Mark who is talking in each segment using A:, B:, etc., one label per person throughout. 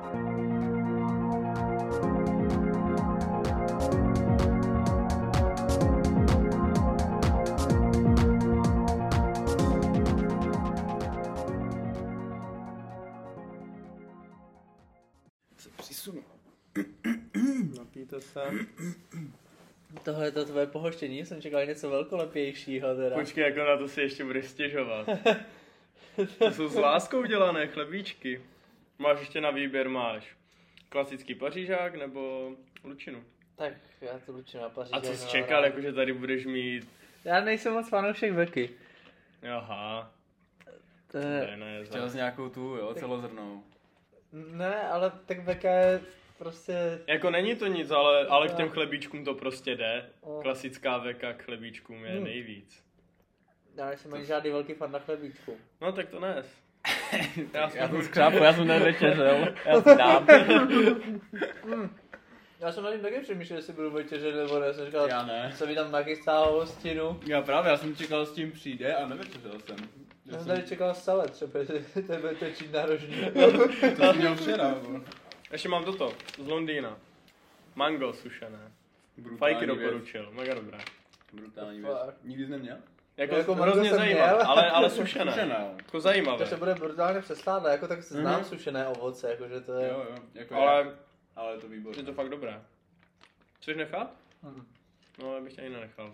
A: Napijte se.
B: Tohle je to tvoje pohoštění, jsem čekal něco velkolepějšího teda.
A: Počkej, jako na to si ještě budeš stěžovat. To jsou s láskou dělané chlebíčky. Máš ještě na výběr, máš klasický pařížák nebo lučinu.
B: Tak já tu lučinu a pařížák.
A: A co jsi čekal, jakože tady budeš mít?
B: Já nejsem moc fanoušek Beky.
A: Aha.
B: To je...
C: Chtěl jsi nějakou tu, jo, celozrnou.
B: Ne, ale tak Beka je prostě...
A: Jako není to nic, ale k těm chlebíčkům to prostě jde. Klasická veka k chlebíčkům je nejvíc.
B: Já nejsem ani žádný velký fan na chlebíčku.
A: No tak to nes.
C: Já jsem skřápu, já jsem nevečeřel. Já si dám.
B: Já jsem na tím taky přemýšlel, jestli budu večeřet nebo ne. Jsem říkal,
C: Já ne.
B: co mi tam nachystá hostinu.
C: Já právě, já jsem čekal, s tím přijde a nevečeřel jsem.
B: Já jsem tady čekal salad, třeba tebe tečí nárožní.
C: To jsem měl včera.
A: Ještě mám toto, z Londýna. Mango sušené. Fajky doporučil, mega dobré.
C: Brutální věc. Nikdy jsi neměl?
A: Jako hrozně zajímavé, ale sušené.
C: Sušené.
A: Jako zajímavé.
B: To se bude brutálně přesládat, jako tak znám sušené ovoce, jakože to je...
C: Jo, jako ale je to výborné.
A: Je to fakt dobré. Chceš nechat? No, já bych tě ani nenechal.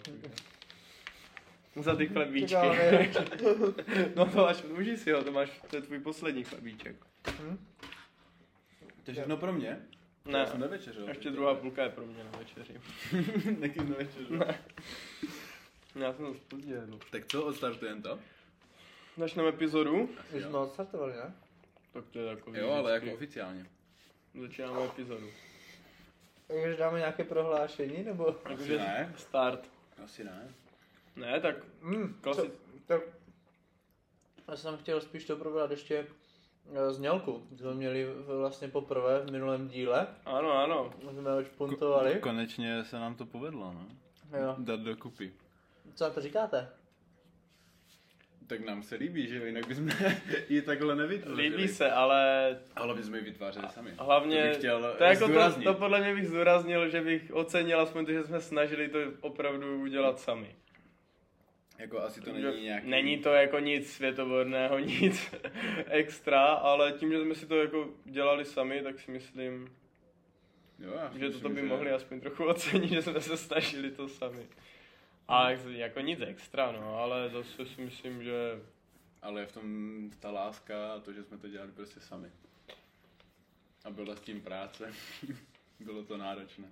A: Za ty chlebíčky. No to máš, užij si ho, to je tvůj poslední chlebíček.
C: To je všechno pro mě?
A: Ne,
C: já jsem nevečeřil.
A: Ještě druhá půlka je pro mě na večeři.
C: Taky jsi nevečeřil.
A: Ne. Já jsem to pozdě jedl.
C: Tak co, odstartujeme to?
A: Začneme epizodu.
B: Už jsme odstartovali, ne?
A: Tak to je takový.
C: Jo, ale jako oficiálně.
A: Začínáme epizodu.
B: Takže dáme nějaké prohlášení, nebo?
A: Takže
C: ne.
A: Start.
C: Asi ne.
A: Ne, tak
B: tak já jsem chtěl spíš to probrat ještě znělku. Jsme měli vlastně poprvé v minulém díle.
A: Ano.
B: Jsme už puntovali.
C: Konečně se nám to povedlo, no.
B: Jo.
C: Dát dokupy.
B: Co na to říkáte?
C: Tak nám se líbí, že jinak bychom ji takhle nevytvořili.
A: Líbí se, ale...
C: Ale bychom ji vytvářeli sami.
A: Hlavně,
C: to bych chtěl
A: to, jako
C: zdůraznit.
A: to podle mě bych zdůraznil, že bych ocenil aspoň to, že jsme snažili to opravdu udělat sami.
C: Jako asi to není nějaký...
A: Není to jako nic světoborného, nic extra, ale tím, že jsme si to jako dělali sami, tak si myslím, že toto by mohli aspoň trochu ocenit, že jsme se snažili to sami. A jako nic extra, no, ale zase si myslím, že...
C: Ale je v tom ta láska a to, že jsme to dělali prostě sami. A byla s tím práce. Bylo to náročné.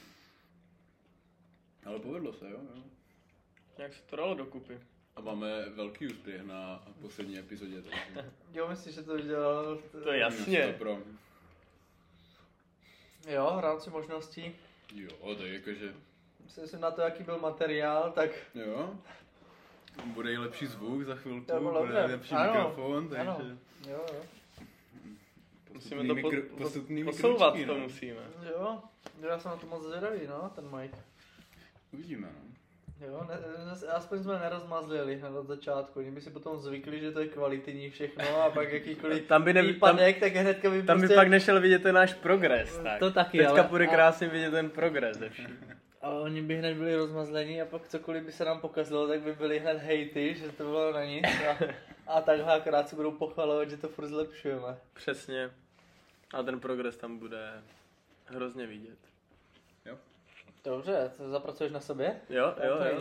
C: Ale povedlo se, jo.
A: Jak se to dalo dokupy.
C: A máme velký úspěch na poslední epizodě. Takže...
B: Jo, myslím, že to udělal...
A: To je jasně.
B: Jo, v rámci možností.
C: Jo, tak jakože...
B: Myslím na to, jaký byl materiál, tak...
C: Jo. Bude i lepší zvuk za chvilku,
B: to bylo
C: bude lepší mikrofon, takže...
B: Ano. Jo.
A: Musíme to
C: postupný
A: posouvat,
C: mikročky,
A: to
C: no.
A: musíme.
B: Jo, já jsem na to moc zvědavý, no, ten mic.
C: Uvidíme, no.
B: Jo, aspoň jsme nerozmazlili hned od začátku, oni by si potom zvykli, že to je kvalitní všechno a pak jakýkoliv výpadek, tak hnedka by
A: tam
B: prostě...
A: by pak nešel vidět ten náš progres, tak.
B: To taky,
A: teďka
B: ale...
A: půjde krásně vidět ten progres ze vším.
B: A oni by hned byli rozmazlení a pak cokoliv by se nám pokazilo, tak by byly hned hejty, že to bylo na nic a takhle akorát si budou pochvalovat, že to furt zlepšujeme.
A: Přesně. A ten progres tam bude hrozně vidět.
C: Jo.
B: Dobře, to zapracuješ na sobě?
A: Jo.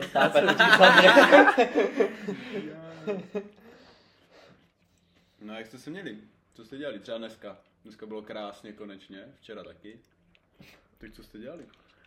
C: No jak jste se měli? Co jste dělali? Třeba dneska. Dneska bylo krásně konečně, včera taky. Tak co jste dělali?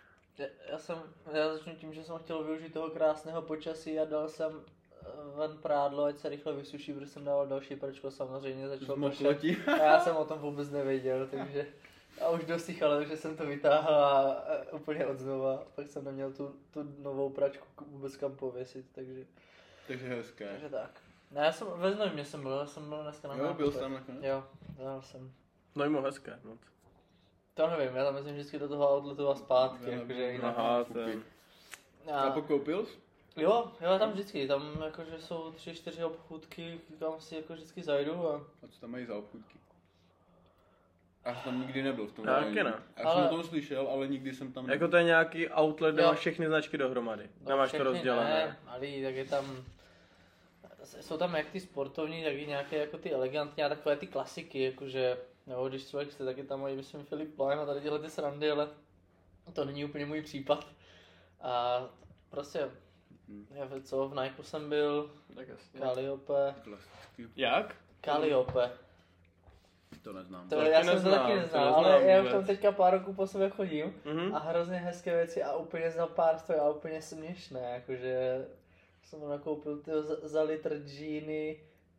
B: Já začnu tím, že jsem chtěl využít toho krásného počasí a dal jsem ven prádlo, ať se rychle vysuší, protože jsem dával další prčko, samozřejmě začalo pršet. A já jsem o tom vůbec nevěděl, takže... A už dosychalo, takže jsem to vytáhl a úplně odznova. Pak jsem neměl tu novou pračku vůbec kam pověsit, takže...
C: Takže hezké.
B: Takže tak. Ne, já jsem ve Znojmě jsem byl dneska na
C: nákupě. Jo, byl jsi tam nakonec?
B: Jo, dal jsem.
A: Znojmo hezké moc.
B: To nevím, já tam myslím vždycky do toho outletu a zpátky, jakože jinak.
A: Aha, to je...
C: A pokoupil jsi?
B: Jo, tam vždycky, tam jakože jsou 3-4 obchůdky, kam si jako vždycky zajdu a...
C: A co tam mají za obchůdky? Já jsem tam nikdy nebyl v tom
A: Taky ne.
C: Já jsem o tom slyšel, ale nikdy jsem tam nebyl.
A: Jako to je nějaký outlet, kde máš všechny značky dohromady. Nemáš to rozdělené.
B: Ne, malý, tak je tam... Jsou tam jak ty sportovní, tak i nějaké jako ty elegantní a takové ty klasiky, jakože... Nebo když člověk chce, tak je tam mají, myslím, Philip Plein a tady tyhle ty srandy, ale to není úplně můj případ. A prostě, co, v Nike jsem byl, Calliope.
A: Jak?
B: Calliope.
C: To neznám.
B: To já jsem to taky neznal, ale já už tam teďka pár roků po sobě chodím a hrozně hezké věci a úplně znal pár stojí a úplně směšné, jakože jsem mu nakoupil za litr džíny,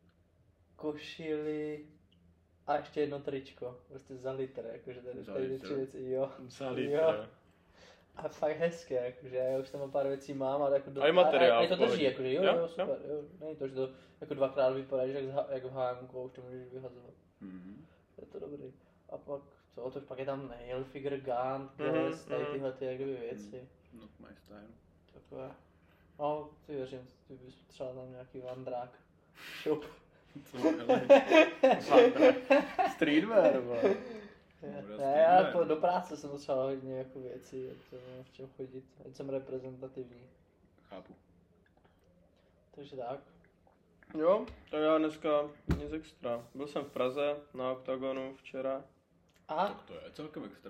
B: košily a ještě jedno tričko, prostě za litr, jakože tady 3 věci, jo.
A: Za litr.
B: Jo. A fakt hezké, jakože já už tam pár věcí mám, ale jako...
A: A i materiál.
B: A to drží, jakože jo, super, jo. Není to, že to jako 2krát vypadáš jak v H&M, už to můžeš vyhazovat. Je to dobrý. A pak, to pak je tam Hilfiger, Gant, Guess, tady tyhle ty jakoby věci.
C: Not my style.
B: Takové. No, ty věřím, ty bys třeba tam nějaký vandrák. Shop.
C: Co hele?
A: Streetwear, vole.
B: Ne, ale do práce jsem potřeboval hodně jako věcí, ať v čem chodit, ať jsem reprezentativní.
C: Chápu.
B: Takže tak.
A: Jo, tak já dneska nic extra. Byl jsem v Praze na Octagonu včera.
B: A?
C: Tak to je celkem extra.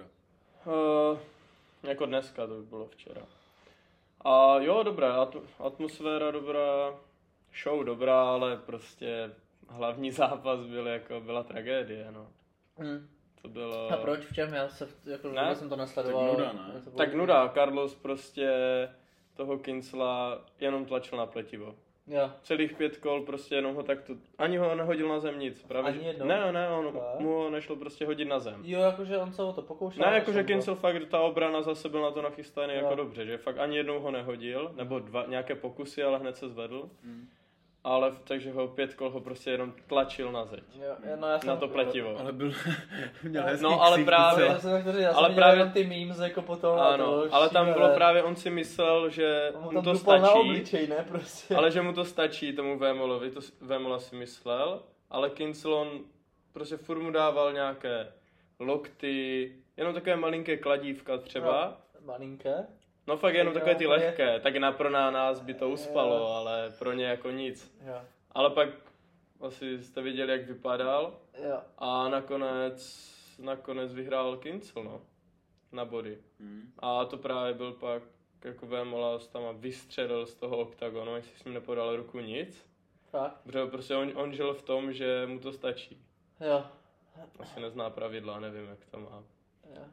A: Jako dneska to by bylo včera. A jo, dobrá, atmosféra dobrá, show dobrá, ale prostě hlavní zápas byla tragédie, no. To bylo...
B: A proč, v čem? Já jsem to nesledoval.
C: Tak nuda, ne?
A: Tak nuda, Carlos prostě toho Kincla jenom tlačil na pletivo.
B: Jo.
A: Celých 5 kol prostě jenom ho takto, ani ho nehodil na zem nic. Právě,
B: ani jednou?
A: Ne, mu ho nešlo prostě hodit na zem.
B: Jo, jakože on se o to pokoušel.
A: Ne, jakože Kincl fakt, ta obrana zase byl na to nachystaný jako dobře, že fakt ani jednou ho nehodil, nebo nějaké pokusy, ale hned se zvedl. Ale takže ho 5 kol ho prostě jenom tlačil na zeď.
B: Jo, no já jsem,
A: na to pletivo.
C: Ale byl měl hezký
A: no, ale
C: ksík,
A: právě,
B: já jsem
A: ale právě
B: ty memes jako potom.
A: Ano, ale tam bylo právě, on si myslel, že mu to stačí.
B: Na obličej, ne, prostě.
A: Ale že mu to stačí tomu Vémolovi, to Vémola si myslel, ale Kincl on prostě furt mu dával nějaké lokty, jenom takové malinké kladívka třeba.
B: No, malinké?
A: No fakt jenom takové ty lehké, tak pro nás by to uspalo, ale pro ně jako nic.
B: Jo.
A: Ale pak asi jste viděli, jak vypadal a nakonec vyhrál Kincl, no, na body. A to právě byl pak jako Vémola tam vystřelil z toho oktagonu, jestli s ním nepodal ruku nic.
B: Fakt?
A: Protože prostě on žil v tom, že mu to stačí.
B: Jo.
A: Asi nezná pravidla, nevím, jak to má.
B: Jo.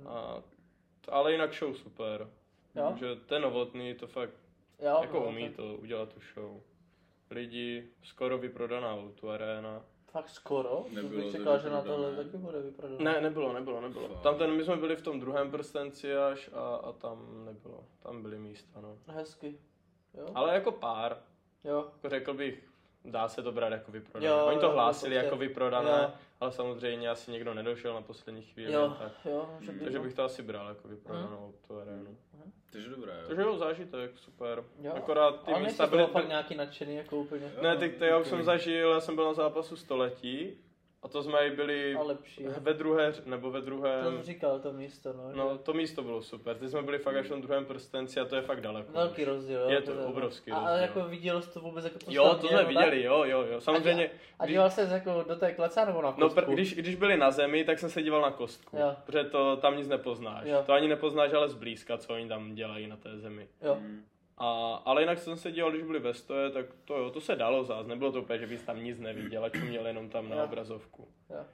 A: Ale jinak show super.
B: Jo?
A: Že ten Novotný to fakt jako umí to udělat tu show. Lidi, skoro vyprodaná tu aréna.
B: Fakt skoro? Bych čekal, že na tohle taky bude vyprodaná.
A: Ne, nebylo. My jsme byli v tom druhém prstenci až a tam nebylo. Tam byly místa, no.
B: Hezky. Jo?
A: Ale jako pár.
B: Jo.
A: Jako řekl bych, dá se to brát jako vyprodané. Oni to hlásili jako vyprodané, ale samozřejmě asi někdo nedošel na poslední chvíli. Takže bych to asi bral jako vyprodanou tu arénu.
C: Takže dobré, jo.
A: Takže jo, zážitek, super.
B: Jo.
A: Akorát ty
B: ale
A: místa byly...
B: fakt nějaký nadšený jako úplně.
A: Ne, ty já už jsem zažil, já jsem byl na zápasu století. A to jsme byli ve druhém...
B: To jsem říkal, to místo, no.
A: No, to místo bylo super. Teď jsme byli fakt až v tom druhém prstenci a to je fakt daleko.
B: Velký rozdíl, jo.
A: Je to obrovský rozdíl.
B: Ale jako viděl jsi to vůbec jako to
A: jo, to jsme viděli, jo. Samozřejmě.
B: A díval jsi jako do té klece nebo na kostku?
A: No, když byli na zemi, tak jsem se díval na kostku. Jo. Protože to tam nic nepoznáš. Jo. To ani nepoznáš, ale zblízka, co oni tam dělají na té zemi.
B: Jo.
A: Ale jinak jsem se díval, když byli ve stoje, tak to se dalo zás. Nebylo to úplně, že bys tam nic neviděl a čuměl jenom tam na obrazovku.
B: Jo.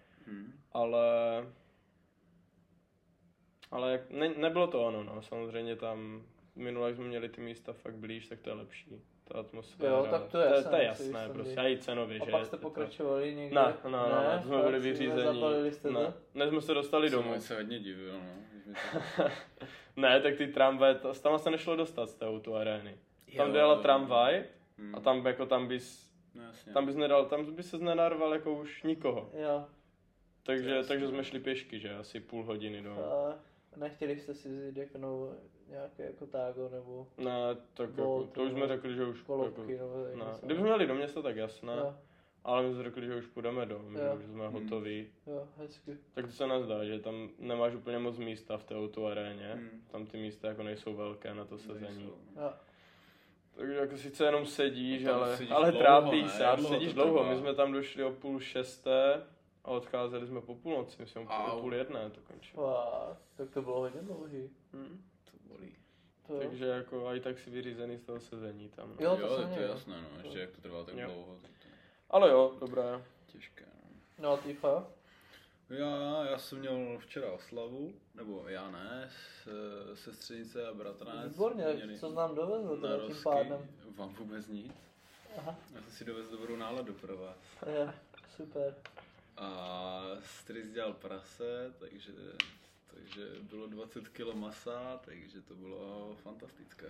A: Ale nebylo to ono, no. Samozřejmě tam minule, jak jsme měli ty místa fakt blíž, tak to je lepší. Ta atmosféra.
B: Jo, tak to je
A: to je jasné, prostě. A i cenově, že?
B: A pak jste pokračovali někde?
A: Ne, jsme byli vyřízení. Ne, jsme se dostali domů.
C: Jsem se hodně divil, no.
A: Ne, tak ty tramvaje, tam se nešlo dostat z té tu arény. Tam dělala tramvaj a tam bys se nenarval jako už nikoho.
B: Jo.
A: Takže jsme šli pěšky, že? Asi půl hodiny domů.
B: Nechtěli jste si vzít nějaké jako tágo nebo...
A: Ne, tak jako, to už jsme řekli, že už...
B: Kolobky,
A: jako, ne. Kdybychom měli do města, tak jasné. Ale my jsme řekli, že už půjdeme domů, že jsme hotoví.
B: Jo, hezky.
A: Tak to se nám zdá, že tam nemáš úplně moc místa v té autoaréně. Tam ty místa jako nejsou velké na to sezení. Takže jako sice jenom sedíš, ale trápíš se. Sedíš dlouho, my jsme tam došli o 5:30 a odcházeli jsme po půlnoci, myslím o 12:30 to končilo.
B: Tak to bylo hodně dlouhý.
C: To bolí.
B: To
A: takže jako i tak si vyřízený z toho sezení tam.
C: Jo, to je jasné, no, ještě jak to trvá tak dlouho. Tak to...
A: Ale jo, dobré.
C: Těžké, no.
B: No a ty fa?
C: Já jsem měl včera oslavu, nebo já ne, sestřenice a bratranec.
B: Výborně, co znám dovezl teda tím pádem?
C: Vám vůbec nic.
B: Aha.
C: Já jsem si dovezl dobrou náladu pro vás.
B: Je, super.
C: A strýc dělal prase, takže bylo 20 kg masa, takže to bylo fantastické.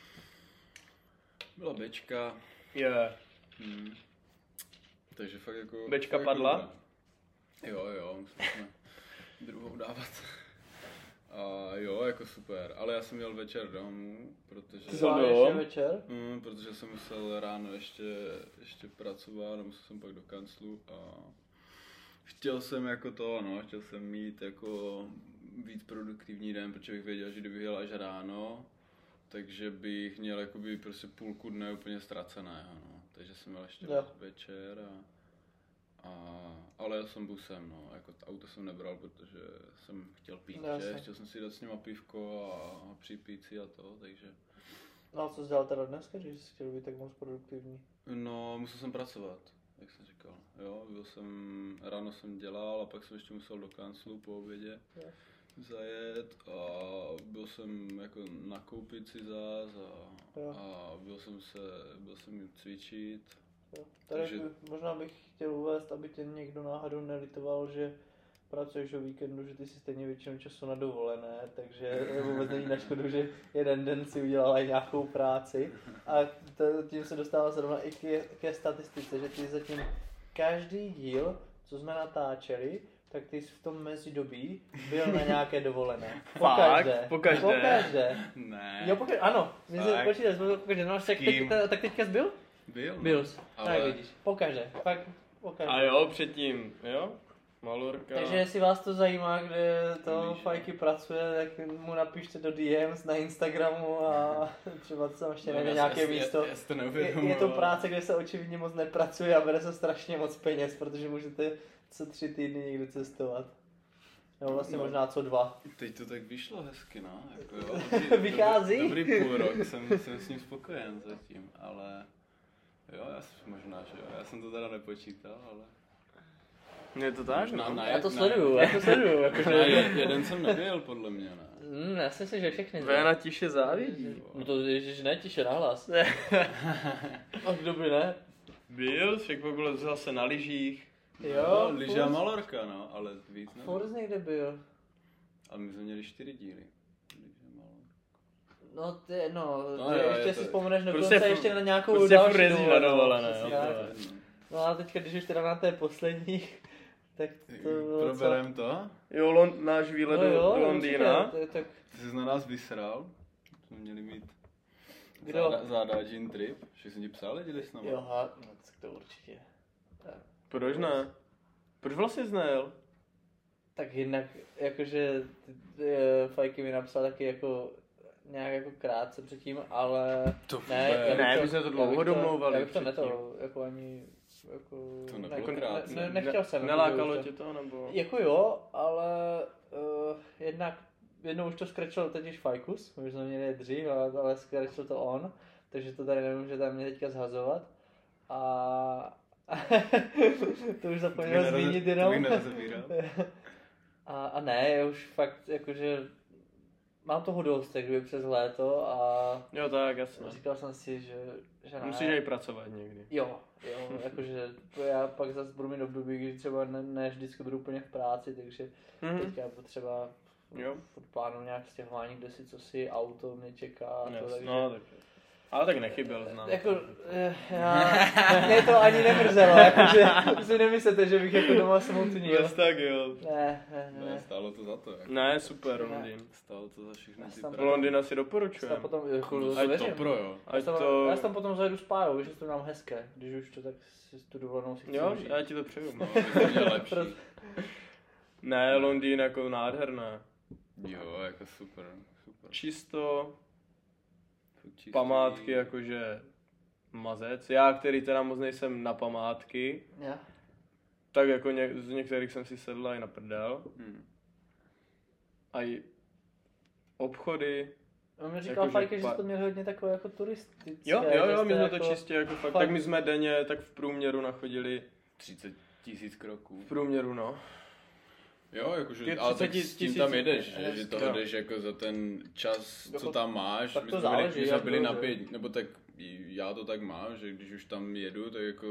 C: Byla bečka. Takže fakt jako...
A: Bečka padla?
C: Jo, musíme druhou dávat. A jo, jako super, ale já jsem měl večer domů, protože...
B: Ty ještě večer?
C: Protože jsem musel ráno ještě pracovat a musel jsem pak do kanclu a chtěl jsem mít jako víc produktivní den, protože bych věděl, že kdybych jel až ráno, takže bych měl jakoby prostě půlku dne úplně ztraceného, no. Takže jsem měl ještě večer ale jel jsem busem, no, jako auto jsem nebral, protože jsem chtěl pít, chtěl jsem si dát s nima pivko a připít si a to, takže...
B: No a co jsi dělal teda dneska, že jsi chtěl být tak moc produktivní?
C: No, musel jsem pracovat, jak jsem říkal, jo, ráno jsem dělal a pak jsem ještě musel do kanclu po obědě zajet a byl jsem jako nakoupit si zás a byl jsem cvičit.
B: Takže možná bych chtěl uvést, aby tě někdo náhodou nelitoval, že pracuješ o víkendu, že ty si stejně většinu času na dovolené, takže vůbec není na škodu, že jeden den si udělal i nějakou práci. A tím se dostává zrovna i ke statistice, že ty zatím každý díl, co jsme natáčeli, tak ty jsi v tom mezidobí byl na nějaké dovolené. Pokaždé.
C: Ne.
B: Jo, ano. My jsme počítali, pokaždé. No, tak teďka jsi byl? Byl jsi. Tak vidíš. Pokaždé. Fakt pokaždé.
A: A jo, předtím, jo? Malorka.
B: Takže jestli vás to zajímá, kde to Fajky pracuje, tak mu napište do DMs na Instagramu a třeba tam ještě najde nějaké místo. Je to práce, kde se očividně moc nepracuje a bere se strašně moc peněz, protože můžete co 3 týdny někde cestovat. No vlastně možná co 2.
C: Teď to tak vyšlo hezky, no. Jako jo,
B: vychází.
C: Dobrý půl rok, jsem s ním spokojen zatím, ale jo, možná, že jo. Já jsem to teda nepočítal, ale...
A: Je to tak?
B: Já to sleduju.
C: Jeden jsem nebyl, podle mě, ne.
B: Já si myslím, že všechny.
A: Tvé na tiše závidí.
B: No to ježiš, ne tiše nahlas. A kdo by ne?
A: Byl, však pak byl zase na lyžích.
B: Jo,
C: lyže a Malorka, no, ale víc ne.
B: Furt někde byl.
C: Ale my jsme měli 4 díly.
B: Ještě si vzpomeneš dokonce ještě na nějakou další dovolenou. No a teďka, když už teda na té poslední, tak to
C: proberem to?
A: Jo, náš výlet do Londýna.
B: Tak...
C: Ty jsi na nás vysral. Jsme měli mít záda gin trip. Že jsem ti psal, jeli s náma.
B: Jo, no tak to určitě.
A: Proč ne? Proč vlastně znel?
B: Tak jednak, jakože Fajky mi napsal taky jako nějak jako krátce předtím, ale
A: to ne, my jsme to dlouho domlouvali.
B: Já bych to neto, jako ani, jako...
C: To nebylo krátce.
B: Nechtěl jsem.
A: Nelákalo tě to, nebo?
B: Jako jo, ale jednou už to skrečil totiž Fajkus, my jsme měli dřív, ale skrečil to on, takže to tady nemůže tam mě teďka zhazovat. A to už zapomněl zmínit jenom. A ne, už fakt jakože mám toho dost, kdyby přes léto a...
A: Jo, tak jasně.
B: Říkal jsem si, že ne.
A: Musíš i pracovat někdy.
B: Jo, jakože já pak zase budu mít období, kdy třeba ne vždycky budu úplně v práci, takže teďka je potřeba pod plánu nějak stěhování, kde si co si auto mě čeká a to, takže...
A: No, tak. Ale tak nechyběl znám.
B: Jako, mě to ani nemrzelo, jakože si nemyslete, že bych jako doma smutnil.
A: Bez tak jo.
B: Ne.
C: Stálo to za to. Jako.
A: Ne, super Londýn.
C: Stálo to za všechny ty
A: Londýna si doporučujem.
C: Ať to pro, jo.
B: Já tam potom zajedu s Pájou, že to mám hezké. Když už to tak si tu dovolenou si chci
A: Jo,
B: užít.
A: já ti to přeju.
C: No, to je lepší.
A: Ne, Londýn jako nádherné.
C: Jo, jako super.
A: Čisto památky jakože mazec. Já, který teda moc nejsem na památky, tak jako z některých jsem si sedl i na prdel. A i obchody.
B: On mi říkal Fajka, že to měl hodně takové jako turistické.
A: Jo, my jsme to čistě jako fakt. Tak my jsme denně tak v průměru nachodili
C: 30 000 kroků.
A: V průměru, no.
C: Jo, jakože, ale tak s tím tam jedeš, že to jdeš jako za ten čas, co tam máš.
B: Tak to záleží,
C: my jsme byli na 5, nebo tak já to tak mám, že když už tam jedu, tak jako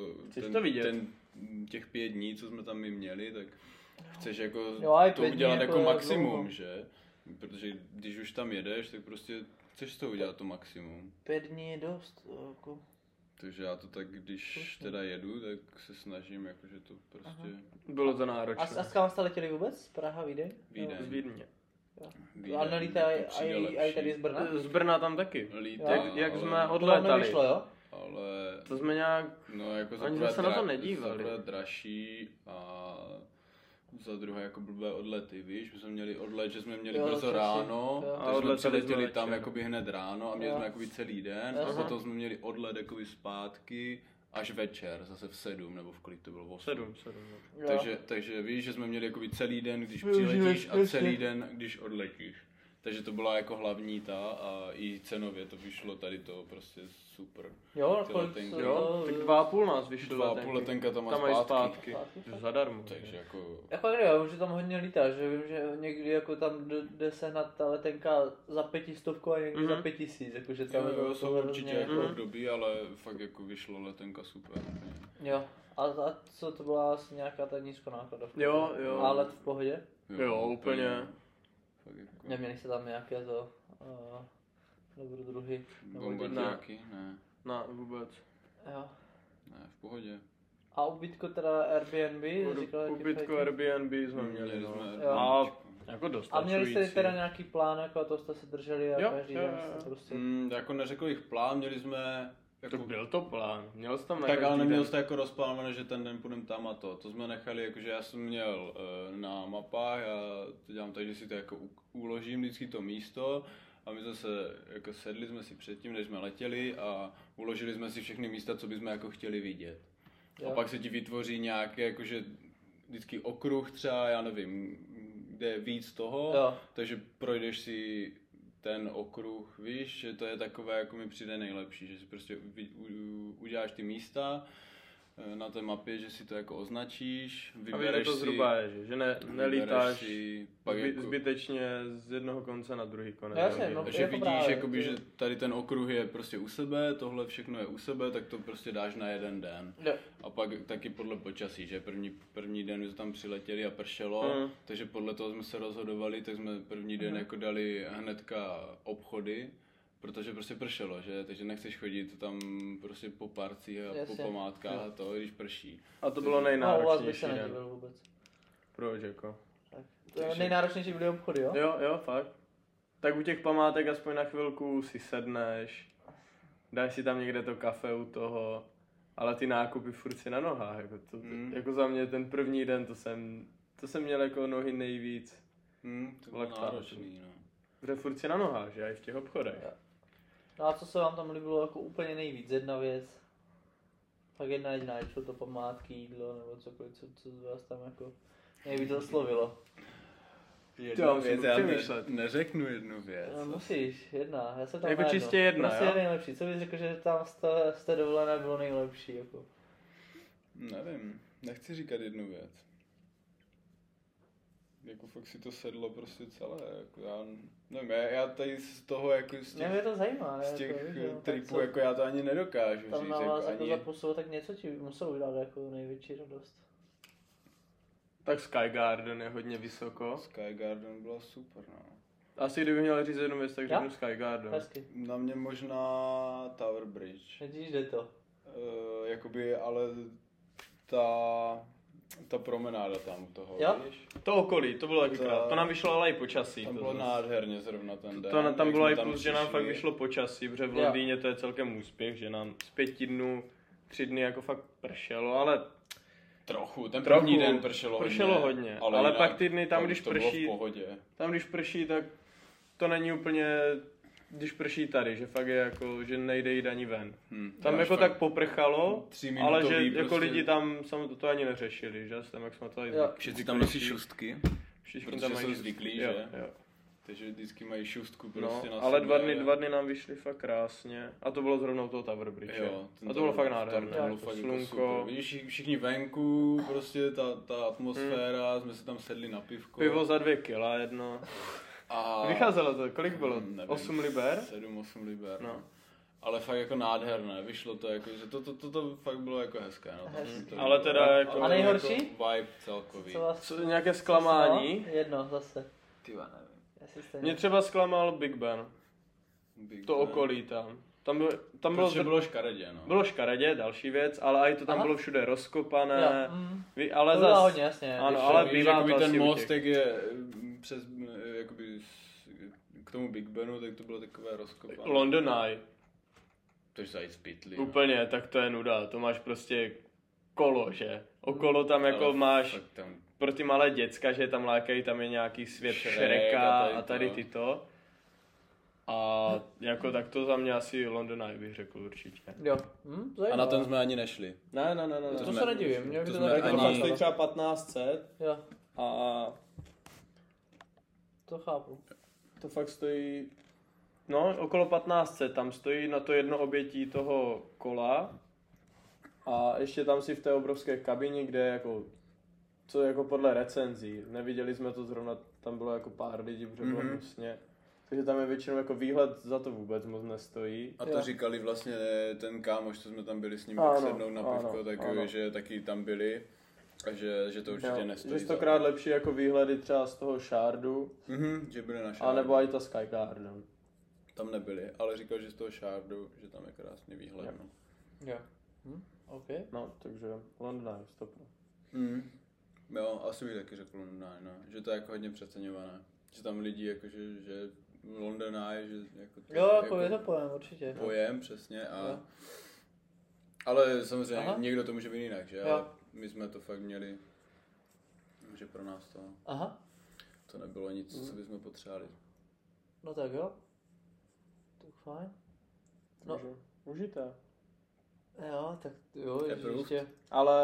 C: těch 5 dní, co jsme tam my měli, tak chceš jako to udělat jako maximum, že? Protože když už tam jedeš, tak prostě chceš to udělat to maximum.
B: 5 dní je dost, jako.
C: Takže já to tak, když teda jedu, tak se snažím, jakože to prostě...
A: Bylo to náročné.
B: A s kam jste letěli vůbec? Praha, Vídeň?
A: Z Vídně.
B: A nelíte i tady z Brna?
A: Z Brna tam taky.
C: Lítá,
A: jak jsme odlétali.
B: Nevyšlo, jo?
C: Ale...
A: To jsme nějak...
C: No jako
A: ani se na to nedívali.
C: Za dražší a za druhé jako blbé odlety, víš? My jsme měli odlet, že jsme měli brzo ráno, takže jsme přiletěli tam jakoby hned ráno a měli jsme jakoby celý den a potom jsme měli odlet jakoby zpátky až večer, zase v 7 nebo v kolik to bylo 8.
A: 7.
C: Takže víš, že jsme měli jakoby celý den, když přiletíš a celý den, když odletíš. Takže to byla jako hlavní a i cenově to vyšlo tady to prostě super.
B: Jo,
A: tak 2,5 nás vyšlo.
C: 2,5 letenka tam
A: a zpátky. Zadarmo.
C: Takže jako...
B: Jako jo, už tam hodně lítá, že vím, že někdy jako tam jde sehnat ta letenka za 500 a někdy za 5000, jakože tam
C: je to jsou určitě jako období, ale fakt jako vyšlo letenka super.
B: Jo, a co to byla asi nějaká ta nízkonákladovka?
A: Jo.
B: A let v pohodě?
A: Jo, úplně.
B: Neměli jste tam nějaké to dobrodruhy?
C: Bombardiáky? Ne.
A: Ne, vůbec.
B: Jo.
C: Ne, v pohodě.
B: A ubytko teda Airbnb?
A: Ubytko Airbnb jsme měli, no.
B: A
A: jako dostačující.
B: A měli jste teda nějaký plán, jako a to jste se drželi a každý den jste prostě...
C: Jako neřekl jich plán, měli jsme...
A: Jako... To byl to plán, měl jsi tam na
C: tak ale neměl jsi to jako rozplánované, že ten den půjdem tam a to jsme nechali, jakože já jsem měl na mapách, já to dělám tak, že si to jako uložím vždycky to místo a my zase jako sedli jsme si předtím, než jsme letěli a uložili jsme si všechny místa, co bychom jako chtěli vidět. Jo. A pak se ti vytvoří nějaké jakože vždycky okruh třeba, já nevím, kde je víc toho, takže projdeš si ten okruh, víš, že to je takové, jako mi přijde nejlepší, že si prostě uděláš ty místa na té mapě, že si to jako označíš, vybereš
A: to
C: si...
A: zhruba je, že nelítáš
C: si,
A: zbytečně z jednoho konce na druhý konec.
B: Jasně,
C: takže vidíš, jakoby, že tady ten okruh je prostě u sebe, tohle všechno je u sebe, tak to prostě dáš na jeden den. A pak taky podle počasí, že první den jsme tam přiletěli a pršelo, takže podle toho jsme se rozhodovali, tak jsme první den jako dali hnedka obchody, protože prostě pršelo, že? Takže nechceš chodit tam prostě po parcích a po památkách a to, když prší.
A: A to bylo nejnáročnější.
B: No, bych se nedivil vůbec.
A: Proč jako?
B: Nejnáročnější byly obchody, jo?
A: Jo, fakt. Tak u těch památek aspoň na chvilku si sedneš, dáš si tam někde to kafe u toho, ale ty nákupy furt si na nohách. Jako za mě ten první den to jsem měl jako nohy nejvíc.
C: To bylo náročný, no.
A: Protože furt si na nohách, že? I v těch obchodech.
B: No a co se vám tam líbilo jako úplně nejvíc? Jedna věc. Pak jedna jediná, šlo to památky, jídlo nebo cokoliv, co vás tam jako nejvíc oslovilo.
C: Jednu věc, já neřeknu jednu věc.
B: No, musíš, jedna. Já jsem tam
A: jako čistě jedna,
B: prostě je nejlepší. Co bys řekl, že tam z té dovolené bylo nejlepší? Jako?
C: Nevím, nechci říkat jednu věc. Jako fakt si to sedlo prostě celé, jako já nevím, já tady z toho jako z těch,
B: mě to zajímá,
C: z těch tripů jako já to ani nedokážu
B: tam
C: říct.
B: Tam na vás
C: jako
B: ani... zapůsobilo, tak něco ti muselo udělat jako největší radost.
A: Tak Sky Garden je hodně vysoko.
C: Sky Garden byla super, no.
A: Asi kdybych měl říct jednu věc, tak řeknu Sky Garden.
B: Hezky.
C: Na mě možná Tower Bridge.
B: Vidíš, jde to.
C: Jakoby, ale ta promenáda tam u toho, víš?
A: To okolí, to bylo taky krát. To nám vyšlo ale i počasí.
C: Tam bylo nádherně zrovna ten den.
A: Tam bylo i plus, že nám fakt vyšlo počasí, protože v Londýně to je celkem úspěch, že nám z 5 dnů 3 dny jako fakt pršelo, ale
C: trochu, ten první den pršelo
A: hodně. Ale pak ty dny tam, když
C: prší,
A: tak to není úplně, když prší tady, že fakt je jako, že nejde jít ani ven. Tam jako tak poprchalo, ale že jako prostě lidi tam to ani neřešili, že tam jak jsme to tady zvyklí.
C: Všichni tam nosí šustky,
A: všichni tam
C: jsou zvyklí, že?
A: Jo.
C: Takže vždycky mají šustku prostě na
A: ale 2 dny nám vyšly fakt krásně. A to bylo zrovna u toho Tower Bridge. Jo, a to bylo fakt nádherné.
C: To bylo fakt slunko. Vidíš, všichni venku, prostě ta atmosféra, jsme se tam sedli na pivko.
A: Pivo za 2 kila jedno. A vycházelo to, kolik bylo?
C: Nevím,
A: 8 liber?
C: 7-8 liber. No. Ale fakt jako nádherné, vyšlo to jako, že to fakt bylo jako hezké. No.
A: Ale teda jako...
B: A nejhorší?
C: Jako vibe celkový.
A: Nějaké zklamání?
B: Jedno zase.
C: Tyva, nevím.
A: Mě třeba zklamal Big Ben. To okolí tam. Tam
C: bylo škaredě, no.
A: Bylo škaredě, další věc, ale i to tam bylo všude rozkopané. Ale
B: to bylo hodně, jasně.
A: Ano, ale bývá to
C: ten mostek je přes, jakoby k tomu Big Benu, tak to bylo takové rozkopané.
A: London Eye.
C: To je zajít z pytli.
A: Úplně, tak to je nuda. To máš prostě kolo, že? Okolo tam jako máš pro ty malé děcka, že tam lákají, tam je nějaký svět Shreka a tady tyto. A jako tak to za mě asi London Eye bych řekl určitě.
B: Jo.
C: A na ten jsme ani nešli.
A: Ne.
B: To se nedivím. Mě
A: to fakt stojí třeba 1500.
B: Jo.
A: A
B: to chápu.
A: To fakt stojí, okolo 1500, tam stojí na to jedno obětí toho kola. A ještě tam si v té obrovské kabině, kde jako, co jako podle recenzí, neviděli jsme to zrovna, tam bylo jako pár lidí, protože bylo hnusně. Takže tam je většinou jako výhled, za to vůbec moc nestojí.
C: A to říkali vlastně ten kámoš, co jsme tam byli s ním sednout na pivko, že taky tam byli. A že to určitě nestojí.
A: Že stokrát lepší jako výhledy třeba z toho Shardu.
C: Že byly na Shardu.
A: A nebo i ta Sky Garden.
C: Tam nebyli, ale říkal, že z toho Shardu, že tam je krásný výhled.
B: Jo. OK.
A: No, takže London Eye, stop.
C: Jo, asi bych taky řekl London Eye, no. Že to je jako hodně přeceňované. Že tam lidi jakože, že London Eye, že jako to,
B: jo, jako je to pojem, určitě.
C: Pojem, přesně. A ale samozřejmě někdo to může být jinak, že? Ale my jsme to fakt měli, že pro nás to nebylo nic, co bychom potřebovali.
B: No tak jo. Tak fajn.
A: No. Užité.
B: Jo, tak jo, ještě.
A: Ale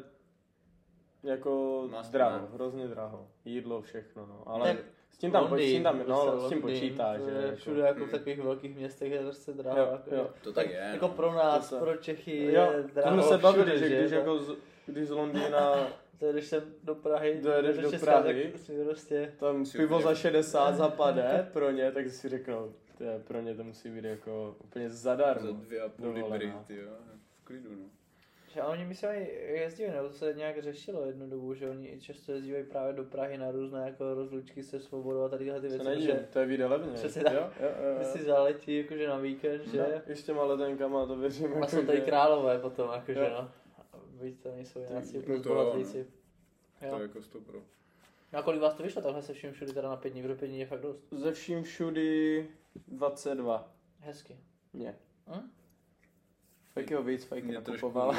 A: jako draho, hrozně draho. Jídlo, všechno, no. Ale s tím počítá, že
B: všude jako v takových velkých městech je prostě draho.
C: Jo. To tak je.
B: Jako pro nás, pro Čechy je draho.
A: To jsme se bavili, že když z Londýna
B: když jsem do Prahy,
A: dojedeš do Prahy,
B: tak si prostě...
A: tam pivo za 60 zapadne pro ně, tak si řeknou, pro ně to musí být jako úplně zadarmo.
C: Za 2,5 libry, jo, v klidu, no.
B: Že oni myslím jezdí, nebo to se nějak řešilo jednu dobu, že oni často jezdívají právě do Prahy na různé jako rozlučky se Svobodou a tady tyhle ty věci.
A: Že to je vyjde levně.
B: Přesně tak. Ty si zaletí jakože na víkend, že?
A: No, i s těma letenkama to věřím.
B: A jsou tady králové potom, jakože no. Víš, to nejsou nějací bohatlíci.
C: To je jako 100 pro.
B: A kolik vás to vyšlo takhle se vším všudy teda na 5 dní? Kdo 5 dní je fakt dost?
A: Ze vším všudy 22.
B: Hezky.
A: Ne. Fajkyho víc, Fajky nakupoval.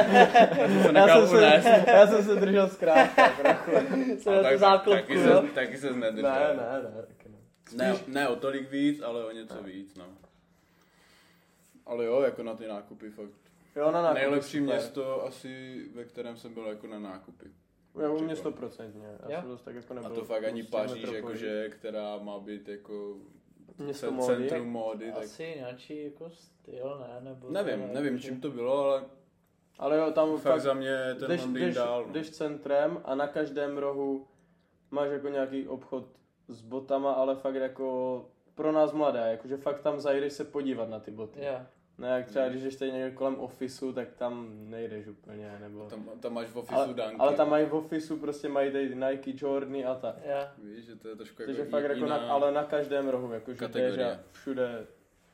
A: Já jsem se držel zkrátka, trochu.
C: Taky se nedržel.
A: Ne.
C: Ne o tolik víc, ale o něco víc, no. Ale jo, jako na ty nákupy fakt.
A: Jo, na nákupy.
C: Nejlepší město asi, ve kterém jsem byl jako na nákupy.
A: Jo, u mě 100%. Já jsem dost tak jako nebyl.
C: A to fakt ani Paříž, jakože, která má být jako
A: centrum
C: módy.
B: Asi nějaký jako styl, ne? Nebo
C: nevím čím to bylo,
A: ale jo, tam
C: fakt za mě ten Londýn dál.
A: Jdeš centrem a na každém rohu máš jako nějaký obchod s botama, ale fakt jako pro nás mladé, jakože fakt tam zajdeš se podívat na ty boty.
B: Yeah.
A: Ne, jak třeba když jsi tady někde kolem ofisu, tak tam nejdeš úplně, nebo...
C: Tam máš v ofisu dánky.
A: Ale tam mají v ofisu, prostě mají tady Nike, Jordany a tak.
C: Víš, že to je trošku
A: jako fakt jako ale na každém rohu, jakože jdeš a všude.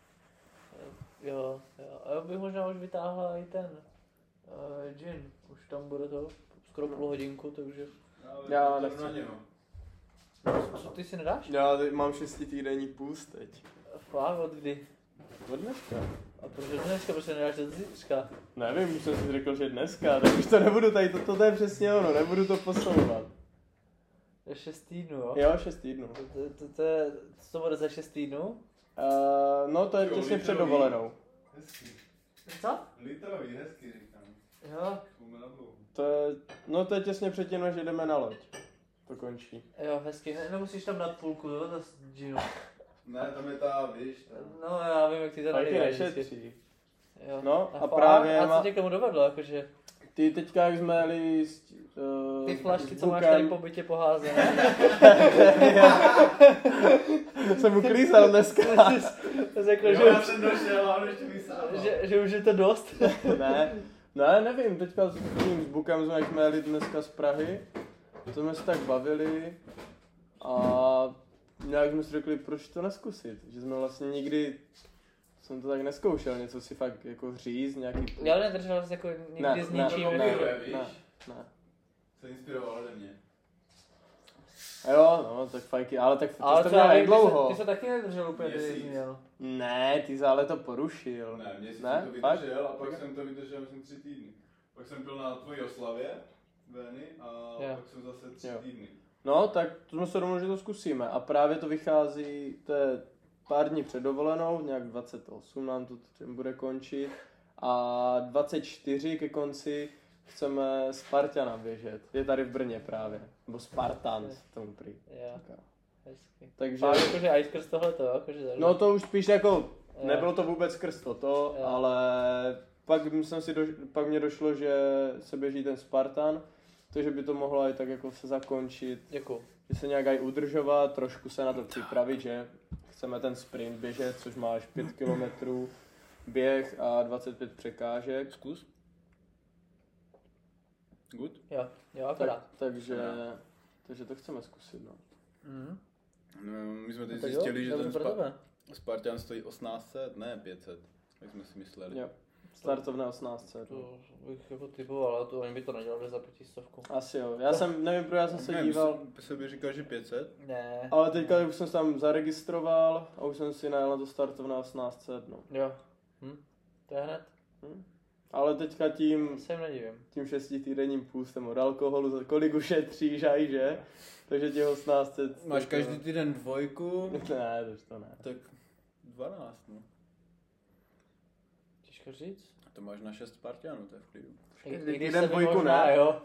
B: Jo. A já bych možná už vytáhla i ten gin. Už tam bude to skoro půl hodinku, takže...
A: Já nechci.
B: Co ty si nedáš?
A: Já mám 6týdenní půst teď.
B: Fakt, od kdy?
A: Od dneska.
B: A proč dneska, proč nedáš od zítřka?
A: Nevím, už jsem si řekl, že dneska, tak už to nebudu tady, to je přesně ono, nebudu to posouvat.
B: To je 6 týdnů, jo?
A: Jo, 6 týdnů.
B: Co bude za 6 týdnů?
A: No to je těsně před dovolenou.
C: Hezký.
B: Co?
C: Litrový, hezký říkám.
B: Jo.
A: To je těsně předtím, než jdeme na loď. To končí.
B: Jo, hezký, nemusíš tam dát půlku, jo, to ginu.
C: Ne, tam je ta, víš.
B: No já vím, jak ty to
A: nalíváš.
B: Jo.
A: No a právě...
B: A co tě k tomu dovedlo, jakože?
A: Ty teďka, jak jsme jeli
B: ty flašky, co máš tady po bytě poházené.
A: Jsem uklízel dneska.
B: Řekl,
C: jo, já jsem došel a on ještě vysával.
B: Že už je to dost.
A: Ne, nevím, teďka s Bukem jsme jeli dneska z Prahy. To jsme se tak bavili a nějak jsme si řekli, proč to neskusit, že jsme vlastně nikdy, jsem to tak neskoušel, něco si fakt jako říct, nějaký...
B: Já nedržel jsi jako nikdy s ničím.
A: Ne.
C: Se inspiroval ode mě.
A: Jo, no, tak fajky, ale tak to jste měl jak dlouho?
B: Ty se taky nedržel úplně, ty jsi měl.
A: Ne, ty jsi ale to porušil.
C: Ne, měsíc jsem to vydržel a pak jsem to vydržel, myslím 3 týdny. Pak jsem byl na tvojí oslavě, Vény, a pak jsem zase 3 týdny.
A: No, tak to jsme se domluvili, že to zkusíme a právě to vychází, to je pár dní před dovolenou, nějak 28 nám to bude končit a 24 ke konci chceme Spartana běžet. Je tady v Brně právě, nebo Spartans tomu prý.
B: Jo, hezky.
A: Takže...
B: A jakože i skrz tohleto, jakože tady.
A: No to už spíš jako, nebylo to vůbec skrz toto, ale pak mě došlo, že se běží ten Spartan, takže by to mohlo i tak jako se zakončit.
B: Děkuju.
A: Že se nějak aj udržovat, trošku se na to připravit, že chceme ten sprint běžet, což máš 5 kilometrů běh a 25 překážek.
C: Zkus. Good?
B: Jo, akorát.
A: Takže to chceme zkusit, no.
C: No, my jsme teď zjistili, že ten Spartan stojí 1800, ne 500, jak jsme si mysleli.
A: Jo. Startovné 1800.
B: To bych jako typoval, ale to oni by to nedělali za 500.
A: Asi jo, nevím, proč já jsem se díval.
C: By říkal, že 500?
B: Ne.
A: Ale teďka už jsem se tam zaregistroval a už jsem si najel na to startovné 1800, no.
B: Jo. To je hned.
A: Ale teďka tím 6týdenním půstem od alkoholu, kolik ušetříš aj, že? Takže těch 1800...
C: Máš každý týden 2?
A: Ne, to ne.
C: Tak 12, no.
B: Těžko říct.
C: To máš na 6 Spartanů, to je v klidu.
A: Každý týden 2 ne,
B: jo.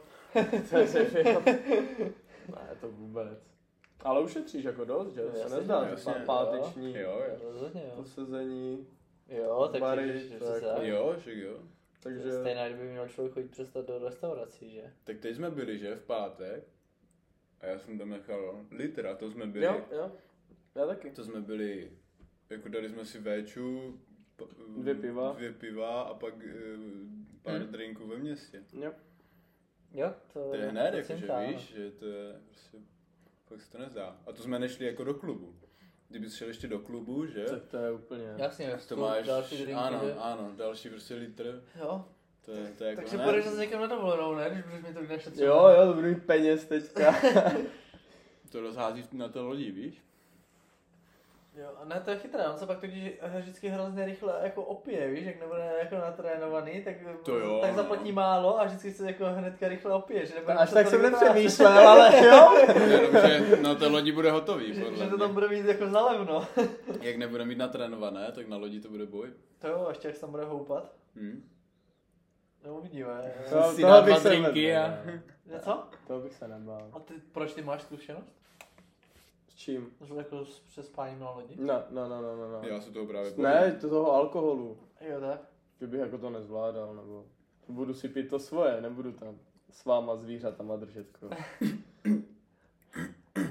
A: Ne, to vůbec. Ale ušetříš jako dost, že? To se nezdá, páteční posezení.
B: Jo, tak
C: jo, však jo.
B: Takže... Stejná, kdyby měl člověk chodit přestat do restaurací, že?
C: Tak teď jsme byli, že, v pátek. A já jsem tam nechal litr a to jsme byli.
A: Jo, já taky.
C: To jsme byli, jako dali jsme si véču,
A: 2
C: piva a pak pár drinků ve městě.
A: Jo,
C: to je hned, jakože víš, že to je prostě, fakt se to nezdá. A to jsme nešli jako do klubu. Kdyby jsi šel ještě do klubu, že?
A: Tak to je úplně...
B: Jasně,
C: to máš, další drinky, ano, další prostě litr.
B: Jo.
C: To je jako
B: takže budeš zase někam na dovolenou, ne? Když budeš mít to našetřit.
A: Jo, to budu mít peněz teďka.
C: To rozhází na to lodí, víš?
B: Jo, a ne, to je chytré, on se pak totiž vždycky hrozně rychle jako opije, víš, jak nebude jako natrénovaný, tak zaplatí málo a vždycky se jako hnedka rychle opije, že nebude...
A: Až tak jsem nepřemýšlel, ale jo.
C: Jenom, že na té lodi bude hotový,
B: že to tam bude mít jako zalevno.
C: Jak nebude mít natrénované, tak na lodi to bude boj.
B: To jo, ještě jak se tam bude houpat. No uvidíme.
C: Si dá 2 drinky a...
B: Co?
A: To bych se nebál.
B: A proč ty máš zkušenost?
A: S čím?
B: Jako s přespáním na lodi?
A: No.
C: Já se toho právě bojím.
A: Ne, toho alkoholu.
B: Jo, tak.
A: Že bych jako to nezvládal, nebo... Budu si pít to svoje, nebudu tam s váma zvířatama držet krok.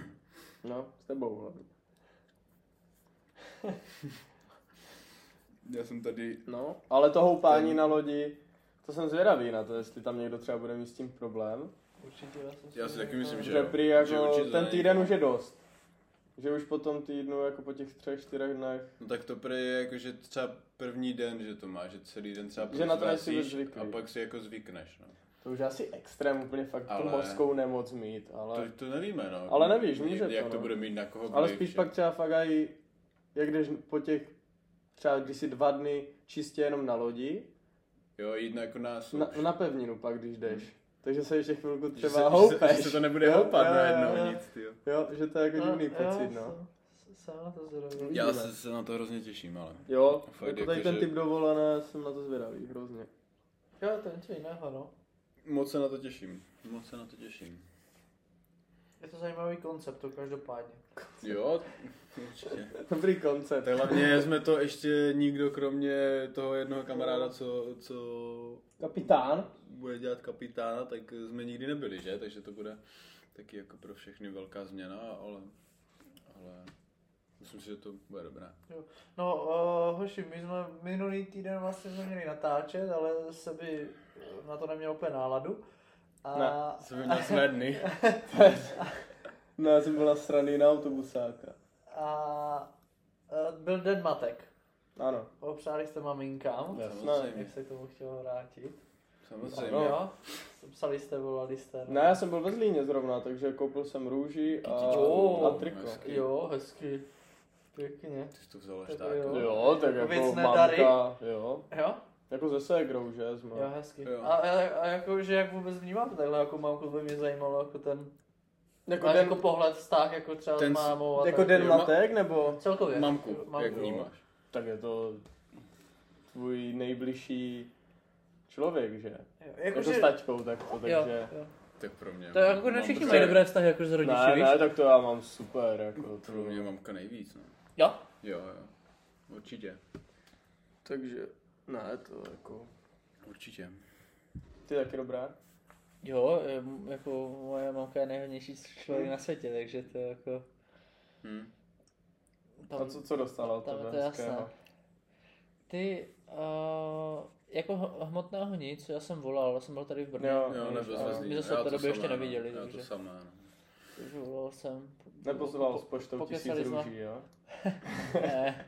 A: No, s tebou hlavně.
C: Já jsem tady...
A: No, ale to houpání na lodi, to jsem zvědavý na to, jestli tam někdo třeba bude mít s tím problém.
B: Určitě
C: Já si taky myslím, že
A: prý jako ten týden už je dost. Že už po tom týdnu, jako po těch 3-4 dnech.
C: No tak to prý je jako, že třeba první den, že to má, že celý den třeba
A: že na to nejsi zvyklý.
C: A pak si jako zvykneš, no.
A: To už je asi extrém úplně fakt tu mořskou nemoc mít, ale...
C: To nevíme, no.
A: Ale nevíš, může to,
C: jak to bude mít na koho.
A: Ale spíš pak třeba fakt aj, jak jdeš po těch, třeba když si 2 dny čistě jenom na lodi.
C: Jo, jít jako
A: na pevninu pak, když jdeš. Takže se ještě chvilku třeba houpeš.
C: Že se to nebude houpat najednou nic, tyjo.
A: Jo, že to je jako divný pocit, no.
C: Já se na to hrozně těším, ale...
A: Jo, jako tady ten typ dovolené, jsem na to zvědavý, hrozně.
B: Jo, to je něco jiného, no.
C: Moc se na to těším.
B: Je to zajímavý koncept, to každopádně.
C: Jo, určitě.
A: Dobrý koncept.
C: Hlavně jsme to ještě nikdo, kromě toho jednoho kamaráda, co...
A: Kapitán?
C: Bude dělat kapitána, tak jsme nikdy nebyli, že? Takže to bude taky jako pro všechny velká změna, ale myslím si, že to bude dobré.
B: Jo. No, hoši, my jsme minulý týden vlastně měli natáčet, ale se by na to neměl úplně náladu.
A: Ne,
C: se by měl své dny.
A: No, já jsem byl nasraný na autobusáka.
B: A byl den matek.
A: Ano.
B: Popřáli jste maminkám.
A: Jasně.
B: Jak se k tomu chtělo vrátit.
C: Samozřejmě.
B: No. Jo. Psali jste, volali jste. No.
A: Ne, já jsem byl ve Zlíně zrovna, takže koupil jsem růži a triko.
C: Hezky.
B: Jo, hezky. Pěkně.
C: Ty jsi to vzal až
B: tak.
C: tak.
A: Jo, tak jako
B: Věcné
A: mamka,
B: dary.
A: Jo.
B: Jo?
A: Jako ze ségrou, že jsme.
B: Jo, hezky.
C: Jo.
B: A jako, že jak vůbec vnímáte takhle jako mamku, by mě zajímalo jako ten...
A: Jako
B: máš
A: den,
B: jako pohled, vztah jako třeba s mámou a
A: jako
B: tak.
A: den
C: Jo,
A: matek, nebo?
B: Celkově.
C: Mamku, jak
A: Jo.
C: vnímáš?
A: Tak je to tvůj nejbližší člověk, že? Jako s taťkou, tak to, takže...
B: Jo.
C: Tak pro mě.
B: To je jako ne všichni mají dobré vztahy jako s rodiči,
A: Ne,
B: víš?
A: ne, tak to já mám super, jako to.
C: Pro mě mamka nejvíc, no.
B: Jo?
C: Jo. Určitě.
A: Takže, ne, to jako...
C: Určitě.
A: Ty taky dobrá?
B: Jo, jako moje mamka je nejhodnější člověk na světě, takže to je jako...
A: A co dostala od tebe
B: to je
A: hezkého?
B: jasné. Ty, jako hmotného nic, já jsem volal, jsem byl tady v Brně.
A: Jo,
C: nebyl jsem z ní.
B: My jsme se od té doby ještě neviděli,
C: Já
B: takže...
C: to samé, no.
B: Takže volal jsem.
A: Neposlal s poštou 1000 růží, jo?
B: Ne.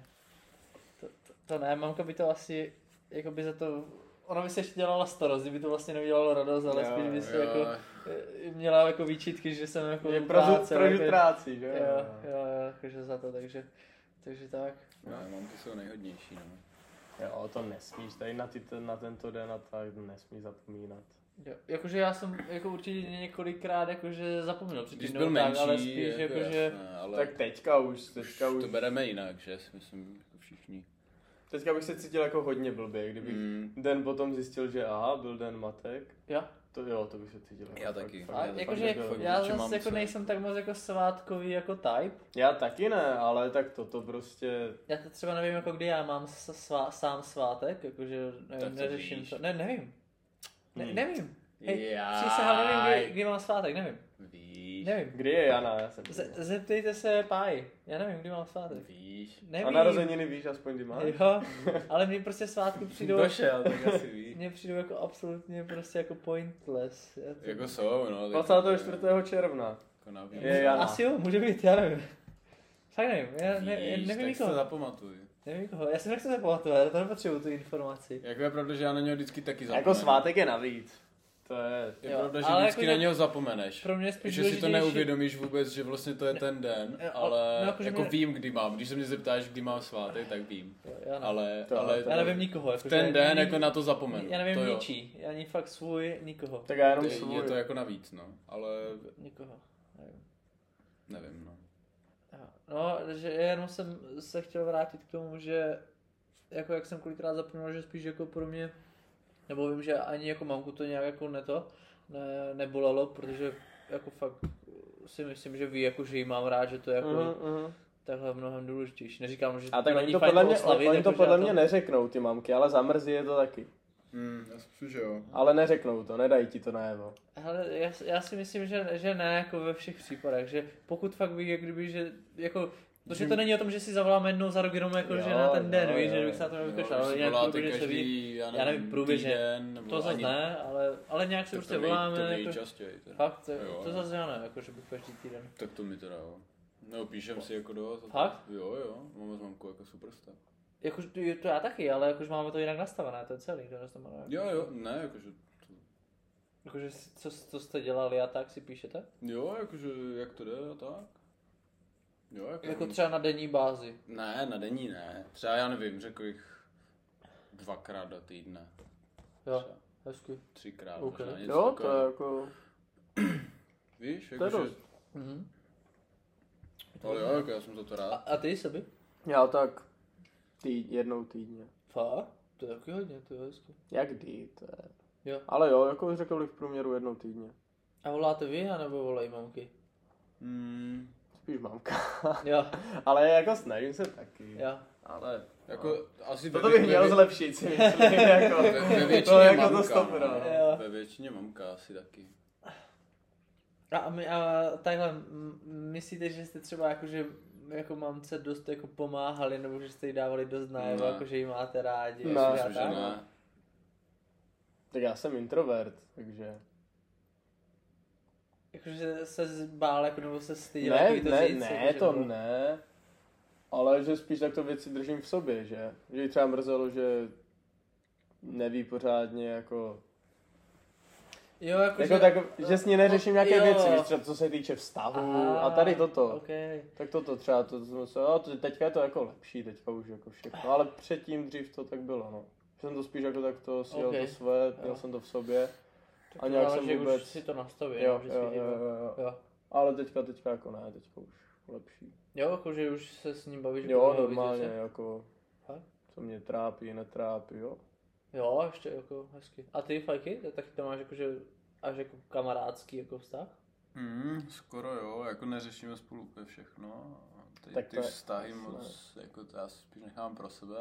B: To ne, mamka by to asi, jako by za to, ona by se ještě dělala starost, kdyby to vlastně neudělalo radost, ale spíš by si jako měla jako výčitky, že jsem jako
A: je prožit práci, že?
B: Jo, jakože za to, takže tak.
C: No, mamky jsou nejhodnější, no.
A: Jo, to nesmíš, tady na tento den a tak nesmíš zapomínat.
B: Jo, jakože já jsem jako určitě několikrát jakože zapomněl
C: Když byl menší,
B: ale spíš jakože...
A: Ale... Tak teďka už
C: to bereme jinak, že si myslím, jako všichni.
A: Teďka bych se cítil jako hodně blbě, kdybych den potom zjistil, že aha, byl den matek.
B: Jo?
A: To bych se cítil.
C: Já taky.
B: Jakože já zase jako nejsem tak moc jako svátkový jako type.
A: Já taky ne, ale tak to prostě...
B: Já to třeba nevím, jako kdy já mám sám svátek, jakože neřeším to. Ne, nevím. Nevím. Hej, přísahal, nevím, kdy mám svátek, nevím.
C: Víš.
B: Nevím.
A: Kdy je Jana? Já jsem
B: Zeptejte se Páji. Já nevím, kdy mám svátek.
C: Víš.
B: Nevím.
A: A narozeniny víš aspoň, kdy máš?
B: Jo, ale mně prostě svátky přijdou...
C: Došel, tak asi ví.
B: Mně přijdou jako absolutně prostě jako pointless.
C: Jako jsou, no.
A: 24. června. Je Jana.
B: Asi jo, může být, já nevím. Fakt nevím, já nevím
C: tak
B: nikoho.
C: se zapamatuj.
B: Nevím koho, já si nechci zapamatovat, já to nepotřebuji tu informaci.
C: Jako je pravda, že já na něho vždycky taky zapomenu.
A: Jako svátek je navíc. To je
C: pravda, že vždycky na něho zapomeneš.
B: Pro mě spíš
C: že si to neuvědomíš vůbec, že vlastně to je ten den, ale jako vím, kdy mám. Když se mě zeptáš, kdy mám svátek, tak vím. Ale
B: já nevím nikoho.
C: V ten den jako na to zapomenu.
B: Já nevím ničí, ani fakt svůj, nikoho.
A: Tak já jenom svůj.
C: Je to jako navíc, no. Ale...
B: Nikoho, nevím.
C: Nevím, no.
B: No, že jenom jsem se chtěl vrátit k tomu, že jako jak jsem kolikrát zapomněl, že spíš jako pro mě, nebo vím, že ani jako mamku to nějak jako nebolelo, protože jako fakt si myslím, že ví, jako, že jí mám rád, že to je jako takhle mnohem důležitější. Neříkám, že
A: a tak
B: není fajn to oslavit.
A: Oni to podle mě neřeknou ty mamky, ale zamrzí je to taky.
C: Já si myslím, že jo.
A: Ale neřeknou to, nedají ti to najevo.
B: Hele, já si myslím, že ne jako ve všech případech, že pokud fakt ví, jak kdyby, že jako Protože to není o tom, že si zavoláme jednou za rok jenom jako, že na ten den, víš, že bych se na to nevykašlal, ale nějak průběžně se ví, já nevím, průběžně, to zase ne, ale nějak si prostě voláme,
C: to nejčastěji.
B: Fakt, to zase já ne, jako že bych každý týden.
C: Tak to mi teda jo. No píšem si jako dost.
B: Fakt?
C: Jo, máme s mamkou jako super stav.
B: Jakož to já taky, ale jakož máme to jinak nastavené, to je celý, to nastavené.
C: Jo, ne, jakože...
B: Jakože co jste dělali a tak si píšete?
C: Jo, jakože jak to jde a tak. Jo,
B: jako třeba na denní bázi?
C: Ne, na denní ne. Třeba já nevím, řekl bych 2krát do týdne.
B: Jo, hezky.
C: 3krát,
A: okay.
C: možná něco
A: jo, to je jako...
C: Víš,
A: to
C: jakože...
A: je dost.
C: Ale jo, jako já jsem za to rád.
B: A ty Sebi?
A: Já tak jednou týdně.
B: Fakt? To je taky hodně, to je hezky.
A: Jak kdy, to je...
B: Jo.
A: Ale jo, jako řekl bych v průměru jednou týdně.
B: A voláte vy, anebo volají mamky?
A: Spíš mamka.
B: Jo.
A: Ale jako snažím se taky.
B: Jo.
A: Ale
C: jako asi
A: to bych měl zlepšit, si myslím, jako.
C: Ve většině
A: to jako
C: mamka,
A: to stopra.
B: No.
C: Ve většině mamka asi taky.
B: A takhle, myslíte, že jste třeba jakože jako mamce dost jako pomáhali, nebo že jste jí dávali dost najevo, jako že jí máte rádi?
A: Ne,
C: myslím, že ne.
A: Tak já jsem introvert, takže...
B: Jakože se zbál, jako, nebo se styděl,
A: Ne,
B: to říct?
A: ne,
B: jako,
A: to ne. Ale že spíš takto věci držím v sobě, že jí třeba mrzelo, že neví pořádně jako...
B: Jo, jako
A: že s ní neřeším nějaké věci, víš, třeba co se týče vztahu a tady toto.
B: Okay.
A: Tak toto třeba, teďka je to jako lepší, teďka už jako všechno, ale předtím dřív to tak bylo, no. Jsem to spíš jako takto si to své, měl jsem to v sobě.
B: Tak
A: a nějak jsem
B: vůbec... už si to nastavil,
A: jo. Ale teďka jako ne, teďka už lepší.
B: Jo, jako že už se s ním bavíš.
A: Jo, normálně, jako, co mě trápí, netrápí, jo.
B: Jo, ještě jako hezky. A ty, Fajky, taky to máš jakože až jako kamarádský jako vztah?
C: Skoro jo, jako neřešíme spolu úplně všechno. Ty vztahy moc, jako to já spíš nechám pro sebe,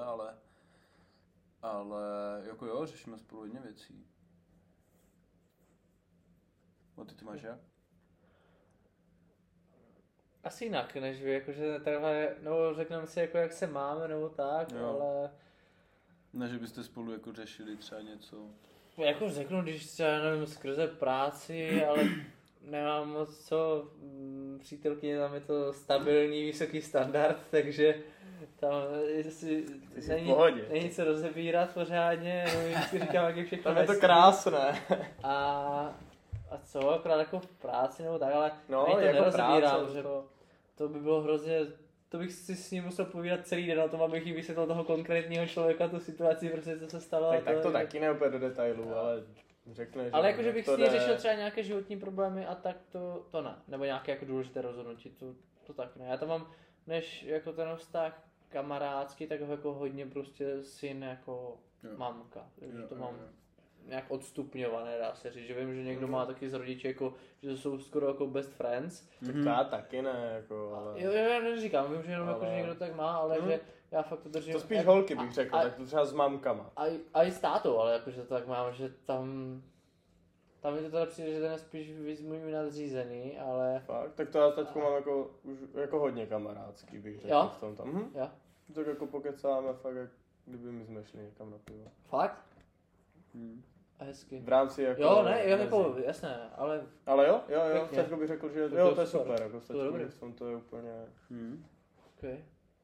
C: ale jako jo, řešíme spolu hodně věcí. A ty to máš jak?
B: Asi jinak, než vy, jakože takhle, no řekneme si jako jak se máme, nebo tak, jo. Ale...
C: Ne, že byste spolu jako řešili třeba něco?
B: Jako řeknu, když třeba nevím, skrze práci, ale nemám moc co, přítelkyně, tam je to stabilní, vysoký standard, takže tam není co rozebírat pořádně, no, vždycky říkám, jak je všechno
A: tam je to krásné.
B: A co, akorát jako v práci nebo tak, ale
A: no,
B: ani to
A: jako
B: nerozebírám,
A: práce,
B: že to by bylo hrozně, to bych si s ním musel povídat celý den o tom, abych jí vysvětlil toho konkrétního člověka, tu situaci, prostě co se stalo.
A: Tak to taky ne úplně do detailů, ale řekne, že...
B: Ale jakože bych s ní řešil třeba nějaké životní problémy a tak to ne, nebo nějaké jako důležité rozhodnutí, to tak ne. Já to mám, než jako ten vztah kamarádský, tak jako hodně prostě syn jako mamka, takže to mám nějak odstupňované, dá se říct, že vím, že někdo má taky z rodiče, jako, že jsou skoro jako best friends.
A: Tak to já taky ne, jako, ale...
B: Jo, já neříkám, vím, že jenom jako, že někdo tak má, ale že já fakt to držím...
A: To spíš holky bych řekl, tak to třeba s mamkama.
B: A i s tátou, ale jakože to tak mám, že tam mi to teda přijde, že ten je spíš můj nadřízený, ale...
A: Fakt? Tak to já s taťkou mám jako, už jako hodně kamarádský, bych řekl v tom tam.
B: Jo.
A: Tak jako pokecáme fakt, jak kdyby my jsme šli někam na pivo.
B: Fakt? A hezky.
A: V rámci jako...
B: Jo, ne, jako, jasné, ale...
A: Ale jo, taťko bych řekl, že jo, to je super, jako s taťkou v tom to je úplně...
B: Okay.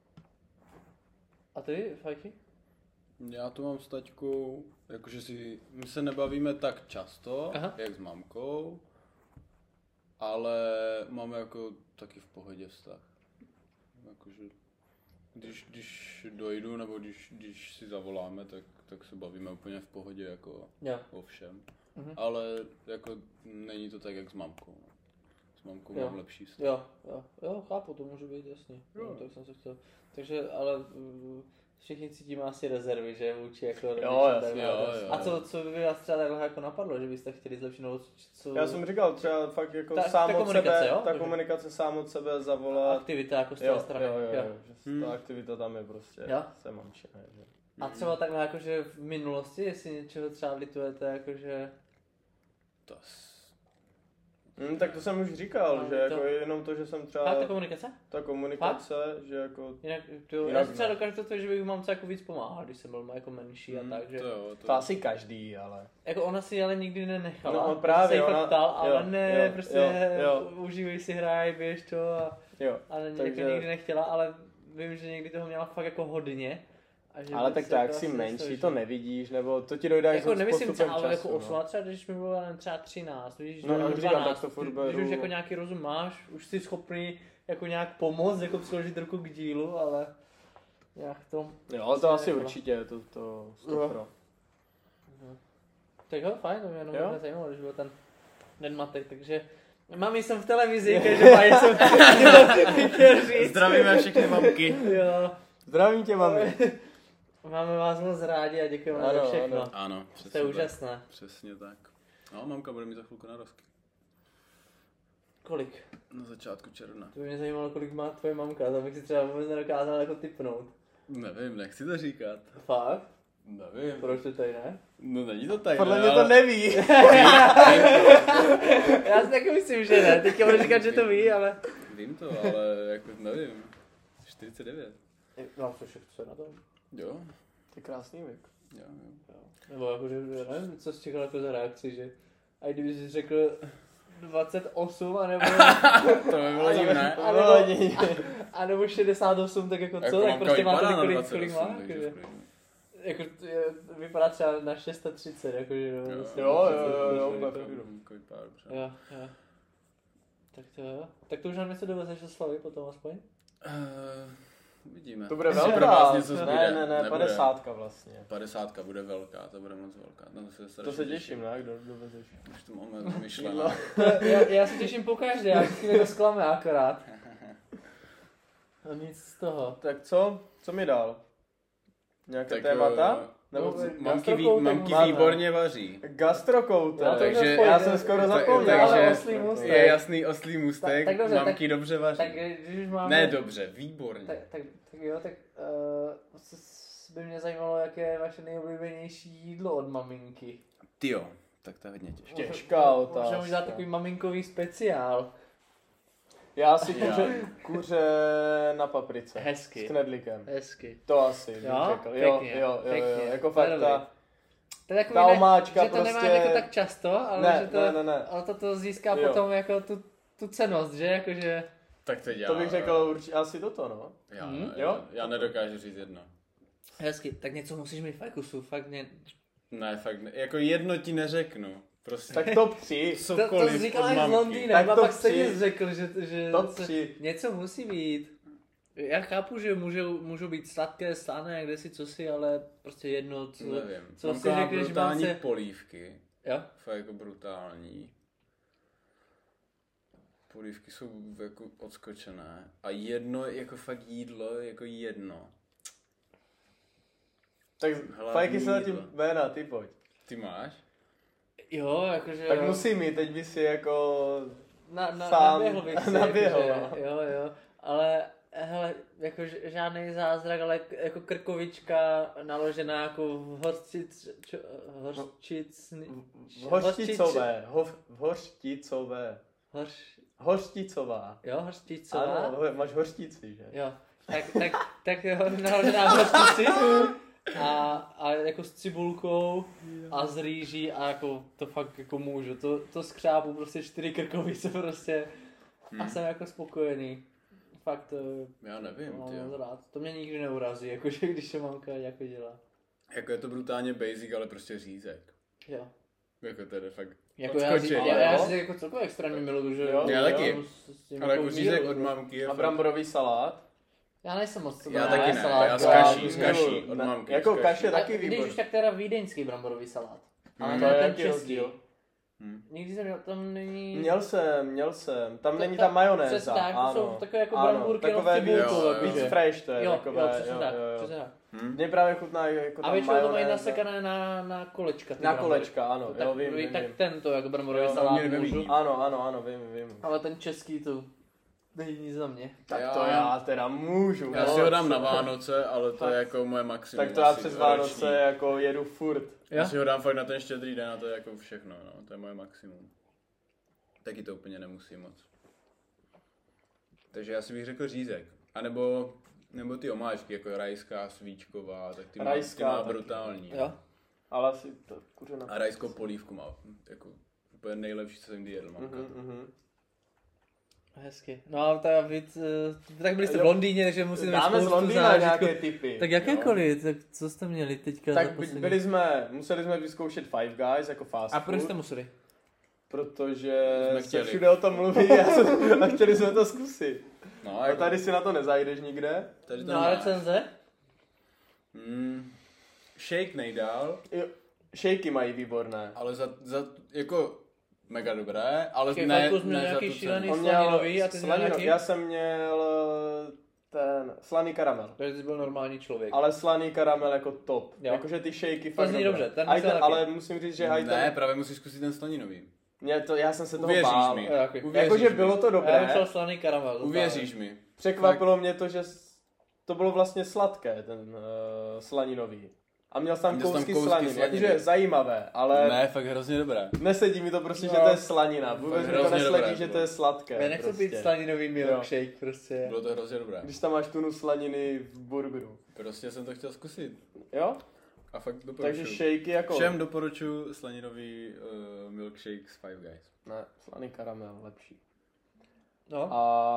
B: A ty, Fajky?
C: Já to mám s taťkou, jakože my se nebavíme tak často, jak s mamkou, ale máme jako taky v pohodě vztah. Jakože, když dojdu nebo když si zavoláme, tak se bavíme úplně v pohodě jako o všem. Ale jako není to tak jak s mamkou. S mamkou mám lepší vztah.
B: Jo, chápu, to může být jasný. No, tak jsem se chtěl. Takže, ale všichni cítíme asi rezervy, že vůči jako
A: rodiče.
B: A co by vás třeba takhle jako napadlo, že byste chtěli zlepšit, nebo co...
A: Já jsem říkal, třeba fakt jako sám od sebe, ta komunikace sám od sebe zavolat.
B: Aktivita jako z té strany.
A: Ta aktivita tam je prostě, se mamčina.
B: A třeba takhle jakože v minulosti, jestli něčeho třeba litujete, jakože...
A: Tak to jsem už říkal, že jako jenom to, že jsem třeba...
B: A ta komunikace?
A: Ta komunikace, že jako...
B: Jinak já si třeba dokážu to, že bych mamce jako víc pomáhal, když jsem byl jako menší a tak, že...
D: To asi každý, ale...
B: Jako ona si ale nikdy nenechala.
A: No právě,
B: ona...
A: ona...
B: ptal, ale
A: jo,
B: ne,
A: jo,
B: prostě
A: jo.
B: užívej si, hraj, běž to a...
A: Jo,
B: ale
A: takže...
B: jako nikdy nechtěla, ale vím, že někdy toho měla fakt jako hodně.
D: Ale tak to, jak jsi menší, to nevidíš, nebo to ti dojde
B: jako
D: s postupem času.
B: Ale jako 8 let třeba, když mi bylo třeba 13, když
A: no,
B: 12, když už jako nějaký rozum máš, už jsi schopný jako nějak pomoct, jako přiložit ruku k dílu, ale nějak to...
D: Jo, to asi určitě, to stopro.
B: Tak jo, fajn, to mě jenom zajímalo, když byl ten Den matek, takže... Mami, jsem v televizi, každopádně jsem chtěl říct.
C: Zdravíme všechny mamky.
B: Jo.
D: Zdravím tě, mami.
B: Máme vás moc rádi a děkujeme za všechno.
C: Ano, přesně
B: to je úžasné.
C: Přesně tak. No, mamka bude mít za chvilku narozky.
B: Kolik?
C: Na začátku června.
B: To by mě zajímalo, kolik má tvoje mamka, to bych si třeba vůbec nedokázal jako tipnout.
C: Nevím, nechci to říkat.
B: Fakt?
C: Nevím.
B: Proč to tady ne?
C: No není to tady.
D: Podle mě to neví.
B: Já si taky myslím, že ne, teďka budu říkat, že to ví, ale...
C: Vím to, ale jako nevím. 49.
B: No, což je na tom.
C: Jo.
D: To je krásný věk.
C: Jo.
B: Nebo jakože, nevím, co jsi čekal jako za reakci, že... A kdyby jsi řekl 28, anebo...
C: To by bylo divné.
B: A nebo 68, tak jako co? Tak prostě máte kolik má? Jako vypadá třeba na 630, jakože
D: jo,
B: Jo. Tak to jo. Tak to už nám něco dovezeš do Slavy potom aspoň?
C: Vidíme.
D: To bude
C: velká.
D: velká.
C: Pro vás něco zbyde.
D: Ne, 50 vlastně.
C: 50 bude velká, to bude moc velká. No,
D: to se těším, ne? Kdo dovezeš?
C: Už to máme myšleno.
B: Já se těším po každé, já vždycky to zklame akorát. A nic z toho.
A: Tak co mi dál? Nějaké témata?
C: Nebo mamky výborně vaří.
A: Gastrokouter.
C: Takže
A: já jsem skoro zapomněl.
B: Ale oslý můstek.
C: Je jasný oslý můstek,
B: tak dobře,
C: mamky dobře vaří.
B: Tak když máme...
C: Ne dobře, výborně.
B: Tak jo, tak by mě zajímalo, jaké je vaše nejoblíbenější jídlo od maminky.
C: Tyjo, tak to je hodně těžké.
A: Těžká otázka.
B: Můžeme udělat takový maminkový speciál.
A: Já si kuře na paprice.
B: Hezky.
A: S knedlíkem.
B: Hezky.
A: To asi bych řekl. Jo, jako fakt ta omáčka
B: že to
A: prostě...
B: nemá jako tak často, ale
A: ne,
B: že to,
A: ne.
B: ale to získá potom jako tu cenost, že? Jakože...
C: Tak to dělá.
A: To bych řekl určitě asi toto, no.
C: Já nedokážu říct jedno.
B: Hezky, tak něco musíš mít v kusu, fakt mě...
C: Ne, fakt ne. Jako jedno ti neřeknu. Prostě.
A: Tak top 3.
B: To jsi říkal i s Londýnem, a pak jsi řekl, že
A: top 3.
B: Něco musí být. Já chápu, že můžou být sladké, slané, kde si cosi, ale prostě jedno, co...
C: Nevím.
B: Co si řekneš,
C: brutální polívky.
B: Jo?
C: Fakt jako brutální. Polívky jsou jako odskočené. A jedno, jako fakt jídlo, jako jedno.
A: Tak fajky se zatím Béna, ty pojď.
C: Ty máš?
B: Jo, jakože...
A: Tak musí mít, teď by si jako...
B: Naběhl bych si,
A: naběhl,
B: jakože, jo. Ale hele, jako žádný zázrak, ale jako krkovička naložená jako v
A: hořticová.
B: Jo, hořticová.
A: Ano, máš hořtici, že?
B: Jo, tak jo, naložená v hořtici. A jako s cibulkou a s rýží a jako to fakt jako můžu. To skřápu prostě 4 krkovice prostě a jsem jako spokojený. Fakt to...
C: Já nevím,
B: rád. To mě nikdy neurazí, jakože když se mamka jako dělá.
C: Jako je to brutálně basic, ale prostě řízek.
B: Jo.
C: Jako to je fakt
B: jako já si jako celkově extrémně miluju, že jo.
C: Já taky. Ale jako řízek od mamky je
A: a bramborový salát.
B: Já nejsem moc
C: já taky ne,
B: salát,
C: já z kaší od mamky.
A: Jako kaše taky výborný.
B: Když už tak teda vídeňský bramborový salát.
A: Ale to je ten český.
B: Nikdy jsem tam není...
A: Měl jsem. Tam není ta majonéza.
B: Přesně tak, to jsou takové jako bramburky
A: no cibulkou. Víc fresh to je.
B: Jo, přesně tak.
A: Mně právě chutná jako tam majonéza.
B: A většinou to mají nasekané na kolečka.
A: Na kolečka, ano.
B: Jo, vím. Tak tento jako bramborový salát můžu.
A: Ano, vím.
B: Ale ten český tu... Není nic za mě.
A: Tak to já teda můžu.
C: Já si ho dám na Vánoce, ale to je jako moje maximum.
A: Tak to já přes Vánoce jako jedu furt.
C: Já si ho dám fakt na ten štědrý den a to je jako všechno, no. To je moje maximum. taky to úplně nemusí moc. Takže já si bych řekl řízek. A nebo ty omáčky, jako rajská, svíčková, tak ty má brutální.
A: Jo. Ale asi to kuřena.
C: A rajskou polívku má jako úplně nejlepší, co jsem kdy jedl.
B: Hezky. No ale tak byli jste v Londýně, takže musíme
A: dáme z Londýna nějaké typy.
B: Tak jakékoliv, tak co jste měli teďka
A: tak museli jsme vyzkoušet Five Guys jako fast food.
B: A proč jste museli?
A: Protože se všude o tom mluví a chtěli jsme to zkusit. No, a tady si na to nezajdeš nikde.
B: No recenze?
C: Shake nejdál.
A: Jo, shakey mají výborné.
C: Ale za jako mega dobré, ale
B: ne za tu cenu. Slaninový a ty
A: já jsem měl ten slaný karamel.
B: Takže jsi byl normální člověk.
A: Ale slaný karamel jako top. Jakože ty shakey fakt
B: dobré. Dobře,
A: ale musím říct, že
C: ne, právě musíš zkusit ten slaninový.
A: Já jsem se toho bál.
B: Jakože
A: bylo to dobré.
B: Já jsem slaný karamel.
C: Uvěříš mi.
A: Překvapilo mě to, že to bylo vlastně sladké, ten slaninový. A měl jsem kousky slaniny, jakože zajímavé, ale...
C: Ne, fakt hrozně dobré.
A: Nesedí mi to prostě, že to je slanina. Vůbec mi to nesledí, že to je sladké.
B: Já nechci pít slaninový milkshake prostě.
C: Bylo to hrozně dobré.
A: Když tam máš tunu slaniny v burgeru.
C: Prostě jsem to chtěl zkusit.
A: Jo?
C: A fakt doporučuji.
A: Takže shakey jako...
C: Všem doporučuji slaninový milkshake z Five Guys.
A: Ne, slaný karamel, lepší.
B: No.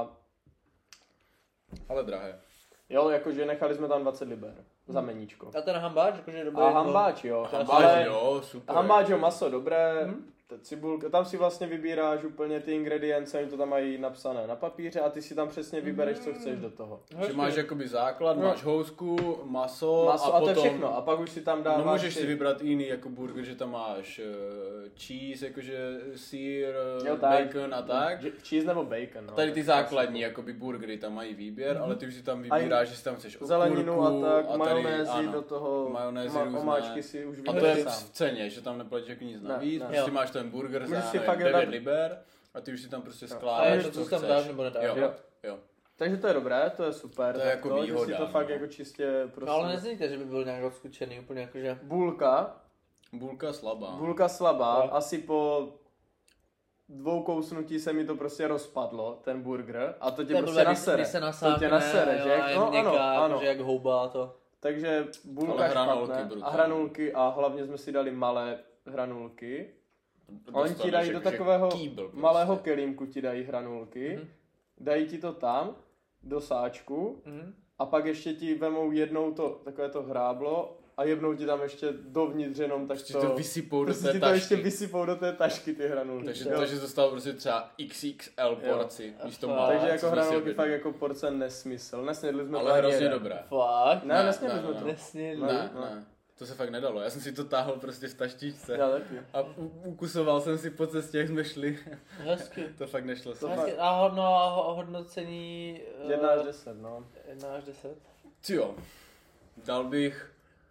C: Ale drahé.
A: Jo, jakože nechali jsme tam 20 liber za meníčko.
B: A ten hambáč, jakože dobrý.
A: A hambáč, jo.
C: Jo, super.
A: Hambáč, jo, maso, dobré. Cibulka, tam si vlastně vybíráš úplně ty ingredience, oni to tam mají napsané na papíře a ty si tam přesně vybereš, co chceš do toho.
C: Že máš jakoby základ, máš housku, maso a
A: potom,
C: to je
A: všechno. A pak už si tam dáváš...
C: No můžeš si vybrat jiný jako burger, že tam máš cheese, jakože sír, bacon a tak.
A: Cheese nebo bacon, no.
C: Tady ty základní jakoby burgery tam mají výběr, ale ty už si tam vybíráš, že si tam chceš okurku,
A: zeleninu a tak,
C: a
A: majonézy do toho,
C: omáčky
A: si už
C: vybereš. A to je v ceně, že tam neplatíš jako nic navíc, prostě máš ten burger za 9 liber a ty už si tam prostě skládáš,
B: co tam dáš nebo nedáš.
C: Jo.
A: Takže to je dobré, to je super.
C: To je jako výhoda.
A: Že si to fakt jako čistě prostě...
B: No ale nezníte, že by byl nějak rozkučený úplně jakože...
C: Bulka slabá.
A: Bulka slabá, no. Asi po 2 kousnutí se mi to prostě rozpadlo, ten burger, a to tě to prostě nasere. To tě nasere, že?
B: No ano. Že jak houba to.
A: Takže bulka špatné a hranulky a hlavně jsme si dali malé hranulky. Oni ti dají do takového malého kelímku ti dají hranulky, dají ti to tam, do sáčku a pak ještě ti vemou jednou takové to hráblo a jebnou ti tam ještě dovnitř jenom tak to
C: vysypou do té
A: tašky.
C: to
A: ještě vysypou do té tašky ty hranulky.
C: Takže to stalo prostě třeba XXL porci, místo malé.
A: Takže jako hranulky fakt jako porce nesmysl. Nesnědli jsme
C: ale hrozně dobré.
B: Fakt?
A: Ne, nesnědli jsme to.
C: Ne. To se fakt nedalo, já jsem si to táhl prostě v taštičce
A: a
C: ukusoval jsem si po cestě, jak jsme šli.
B: Hezky.
C: To fakt nešlo.
B: A hodnocení...
A: 1 až 10, no.
B: 1 až 10?
C: Jo, dal bych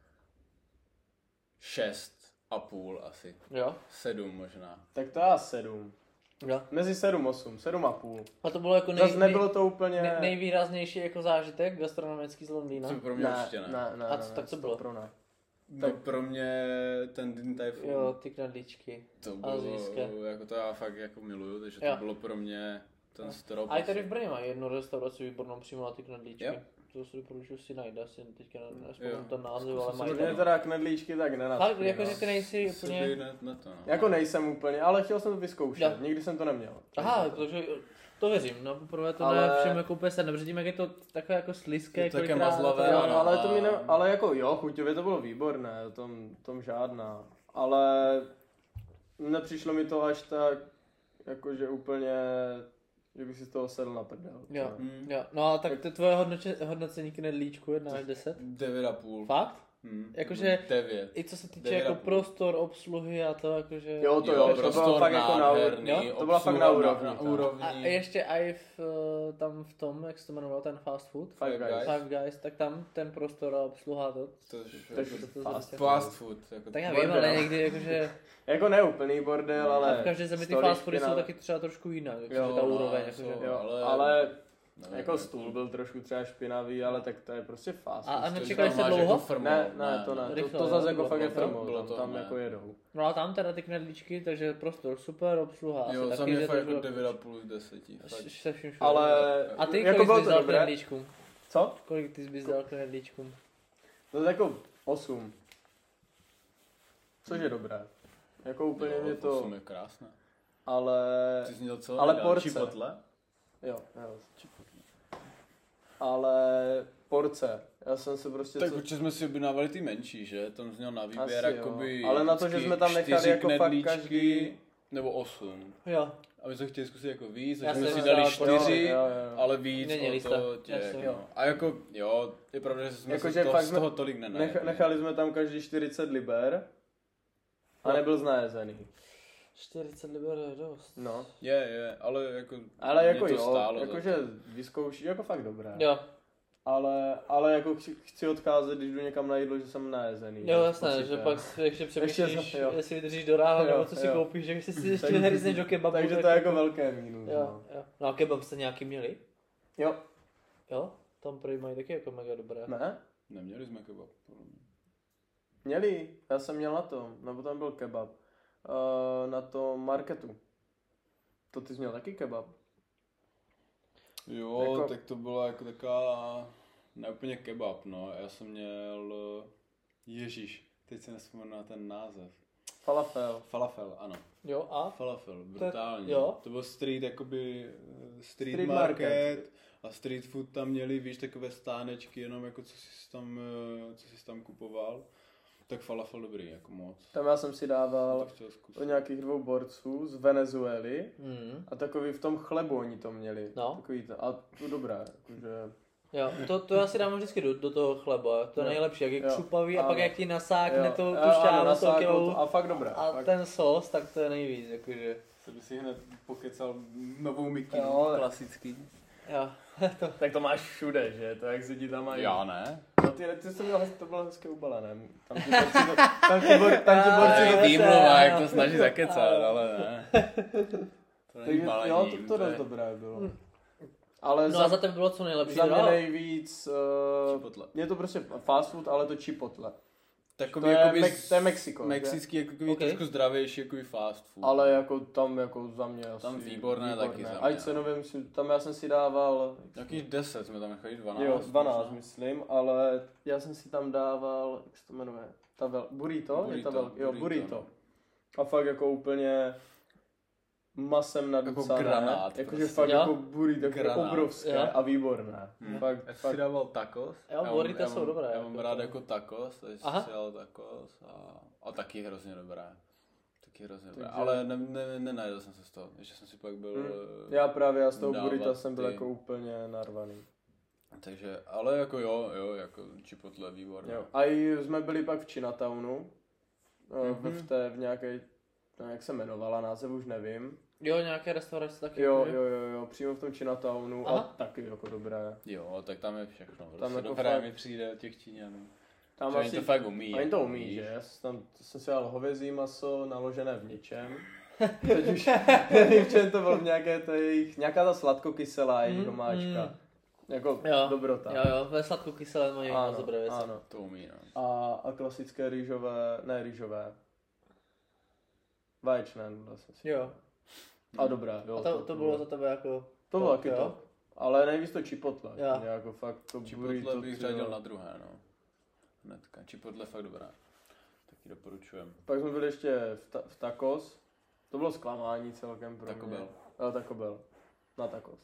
C: 6,5 asi.
B: Jo?
C: 7 možná.
A: Tak to já 7.
B: Jo.
A: Mezi 7, 8, 7,5.
B: A to bylo jako
A: nebylo to úplně...
B: nejvýraznější jako zážitek gastronomický z Londýna?
C: Co pro mě určitě
A: ne.
B: Tak co bylo?
A: Pro ne.
C: Tak pro mě ten Din Tai Fung.
B: Jo, ty knedlíčky.
C: To bylo, jako to já fakt jako miluju, takže to bylo pro mě ten strop.
B: A i tady v Brně má jednu restauraci výbornou přímo na ty knedlíčky. To si doporučuji si najít, asi teďka nespomínám ten název, ale mají.
A: Mě teda knedlíčky tak nenadchly.
B: Tak, jakože ty nejsi úplně...
A: Jako nejsem úplně, ale chtěl jsem to vyzkoušet, nikdy jsem to neměl.
B: Aha, protože to věřím, no poprvé to nevšim jako úplně sedne, protože tím jak je to takové jako slizké,
C: také mazlavé,
A: ale to mi ale jako jo, chuťově to bylo výborné, tom žádná, ale nepřišlo mi to až tak, jakože úplně, že bych si z toho sedl na prdel.
B: Jo, no a tak to tvoje hodnocení knedlíčku 1 až 10?
C: 9,5.
B: Fakt? Jakože
C: 9.
B: I co se týče jako prostor, obsluhy a to jakože...
A: Jo, to bylo fakt jako na úrovni. To bylo fakt na úrovni.
B: A ještě i tam v tom, jak se to jmenovalo, ten fast food? Five Guys, tak tam ten prostor a obsluha to...
C: Fast food.
B: Tak já vím, ale někdy jakože...
A: Jako neúplný bordel, ale...
B: A v každé zemi ty fast foody jsou taky třeba trošku jinak, jakože ta úroveň.
A: Ale No, jako stůl byl trošku třeba špinavý, ale tak to je prostě fast.
B: A nečekali jste dlouho?
A: Jako ne, to ne.
B: Rychle,
A: to zase jako fakt je firmou, tam jako jedou.
B: No a tam teda ty knedlíčky, takže prostor super, obsluha.
C: Jo,
B: asi
C: tam
B: taky,
C: je fakt jako 9,5 z 10.
A: Ale
B: a ty
A: jako
B: kolik jsi dal knedlíčkům?
A: Co?
B: Kolik ty bys dal knedlíčkům?
A: To je jako 8. Což je dobré. Jako úplně mě to...
C: 8 je krásné.
A: Ale...
C: Ty jsi měl co?
A: Ale porce.
C: Chipotle?
A: Jo. Chipotle. Ale porce. Já jsem se prostě...
C: Tak určitě jsme si objednávali ty menší, že? Tam jsi měl na výběr jakoby...
A: Ale na to, že jsme tam nechali jako fakt každý...
C: Nebo 8.
B: Jo.
C: A my jsme chtěli zkusit jako víc,
B: Já
C: takže jsme
B: jsem
C: si dali
B: dal
C: 4,
A: jo.
C: ale víc
B: Neměli
C: o to těch, no. A jako, jo, je pravda, že jsme
A: jako,
C: se
A: že
C: z toho tolik
A: nechali jsme tam každý 40 liber a nebyl znajezený.
B: 40 liber je dost.
A: No.
C: Je, ale jako
A: to
C: jo, stálo
A: jakože vyzkouší, jako fakt dobré.
B: Jo.
A: Ale jako chci odcházet, když jdu někam na jídlo, že jsem najezený.
B: Jo, jasné, že pak ještě přemýšlíš, jestli vydržíš do rána, nebo co si koupíš, že jestli si ještě neryzneš do kebabu.
A: Takže to je jako velké mínus.
B: Jo. No a kebab jste nějaký měli?
A: Jo.
B: Jo? Tam prý mají taky jako mega dobré.
A: Ne?
C: Neměli jsme kebab.
A: Měli, já jsem měl na tom, nebo tam byl kebab. Na tom marketu. To ty jsi měl taky kebab?
C: Jo, jako... tak to byla jako taková, ne úplně kebab, no. Já jsem měl, ježíš, teď si nevzpomenu na ten název. Falafel, ano.
B: Jo a?
C: Falafel, brutálně.
B: Jo?
C: To byl street, jakoby street market. A street food tam měli, víš, takové stánečky, jenom jako co jsi tam kupoval. Tak falafel dobrý, jako moc.
A: Tam já jsem si dával od nějakých 2 borců z Venezuely a takový v tom chlebu oni to měli.
B: No.
A: Takový a to dobré, jakože...
B: Jo, to já si dám vždycky do toho chleba, to je nejlepší, jak je křupavý a pak jak ti nasákne tu šťávu tou kilou
A: a fakt dobré.
B: A fakt. Ten sos, tak to je nejvíc, jakože.
C: Se by si hned pokecal novou Mickey, klasický.
B: Jo.
A: Tak to máš všude, že? To jak si ti tam mají.
C: Já ne.
A: No ty jsi měl, to bylo hezké ubalené. Tam ti borci
C: výmluva, jak to snaží zakecat, ale ne. To není balení.
A: Jo, to dost dobré bylo. Ale
B: no a za tebe bylo co nejlepší?
A: Za mě nejvíc, je to prostě fast food, ale to chipotle.
C: Takový to
A: je Mexiko.
C: Mexický, jako trošku zdravější, jako fast food.
A: Ale jako tam jako za mě asi
C: tam výborné. Taky za mě.
A: Ať cenově myslím, tam já jsem si dával...
C: Jakých 10 jsme tam nechali, 12?
A: Jo, 12 myslím, ale já jsem si tam dával, jak se to jmenuje, burrito? Burrito. A fakt jako úplně masem naducané.
C: Jako granát.
A: Jakože fakt jako burrito, jako obrovské a výborné.
C: Fakt, já si dával tacos.
B: Jo, burrito jsou dobré.
C: Já mám rád jako tacos, takže si dal tacos a taky hrozně dobré. Ale nenajedl jsem se z toho, ještě jsem si pak byl...
A: Já právě z toho burrita jsem byl jako úplně narvaný.
C: Takže, ale jako jo, jako chipotle výborné.
A: Jo. A i jsme byli pak v Chinatownu, v nějaké, jak se jmenovala, název už nevím.
B: Jo, nějaké restaurace taky.
A: Jo, přímo v tom Chinatownu a taky jako dobré.
C: Jo, tak tam je všechno.
A: Tam jako
C: dobré mi přijde od těch Číňanů.
A: Tam
C: asi, oni to fakt umí.
A: Oni to umí, že? Tam jsem si dal hovězí maso naložené v něčem. Teď už nevím, v čem to bylo, nějaká ta sladkokyselá jejich domáčka. Jako dobrota.
B: Jo, ve sladkokyselé mají moc dobré věci.
A: Ano.
C: To umí, no.
A: A klasické rýžové. Vaječné vlastně si.
B: Jo.
A: A dobré, jo.
B: A to bylo za tebe jako...
A: To bylo taky to. Ale nejvíc to chipotle. Jako fakt to
C: chipotle bych řadil na druhé, no. Hnedka. Chipotle fakt dobré. Taky doporučujem.
A: Pak jsme byli ještě v tacos. To bylo zklamání celkem pro mě. Taco Bell. Na tacos.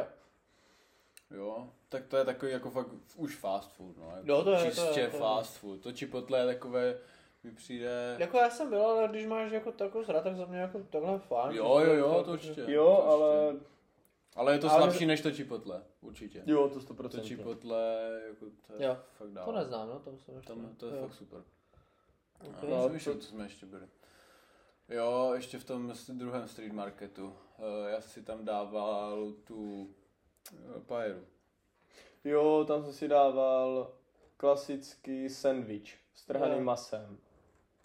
C: Jo, tak to je takový jako fakt už fast food, no.
B: Jo, to je.
C: Čistě fast food. To chipotle je takové, mi přijde...
B: Jako já jsem byl, ale když máš jako tacos rád, tak za mě jako takhle fajn.
C: Jo, to určitě.
A: Jo, ale...
C: Ale je to slabší než to chipotle, určitě.
A: Jo, to 100%.
C: To chipotle, jako to je fakt dál.
B: To neznám, no, tam jsem ještě.
C: To je fakt super.
B: Okay.
C: No, co jsme ještě byli. Jo, ještě v tom druhém street marketu. Já si tam dával tu paeru.
A: Jo, tam jsem si dával klasický sandwich s trhaným masem.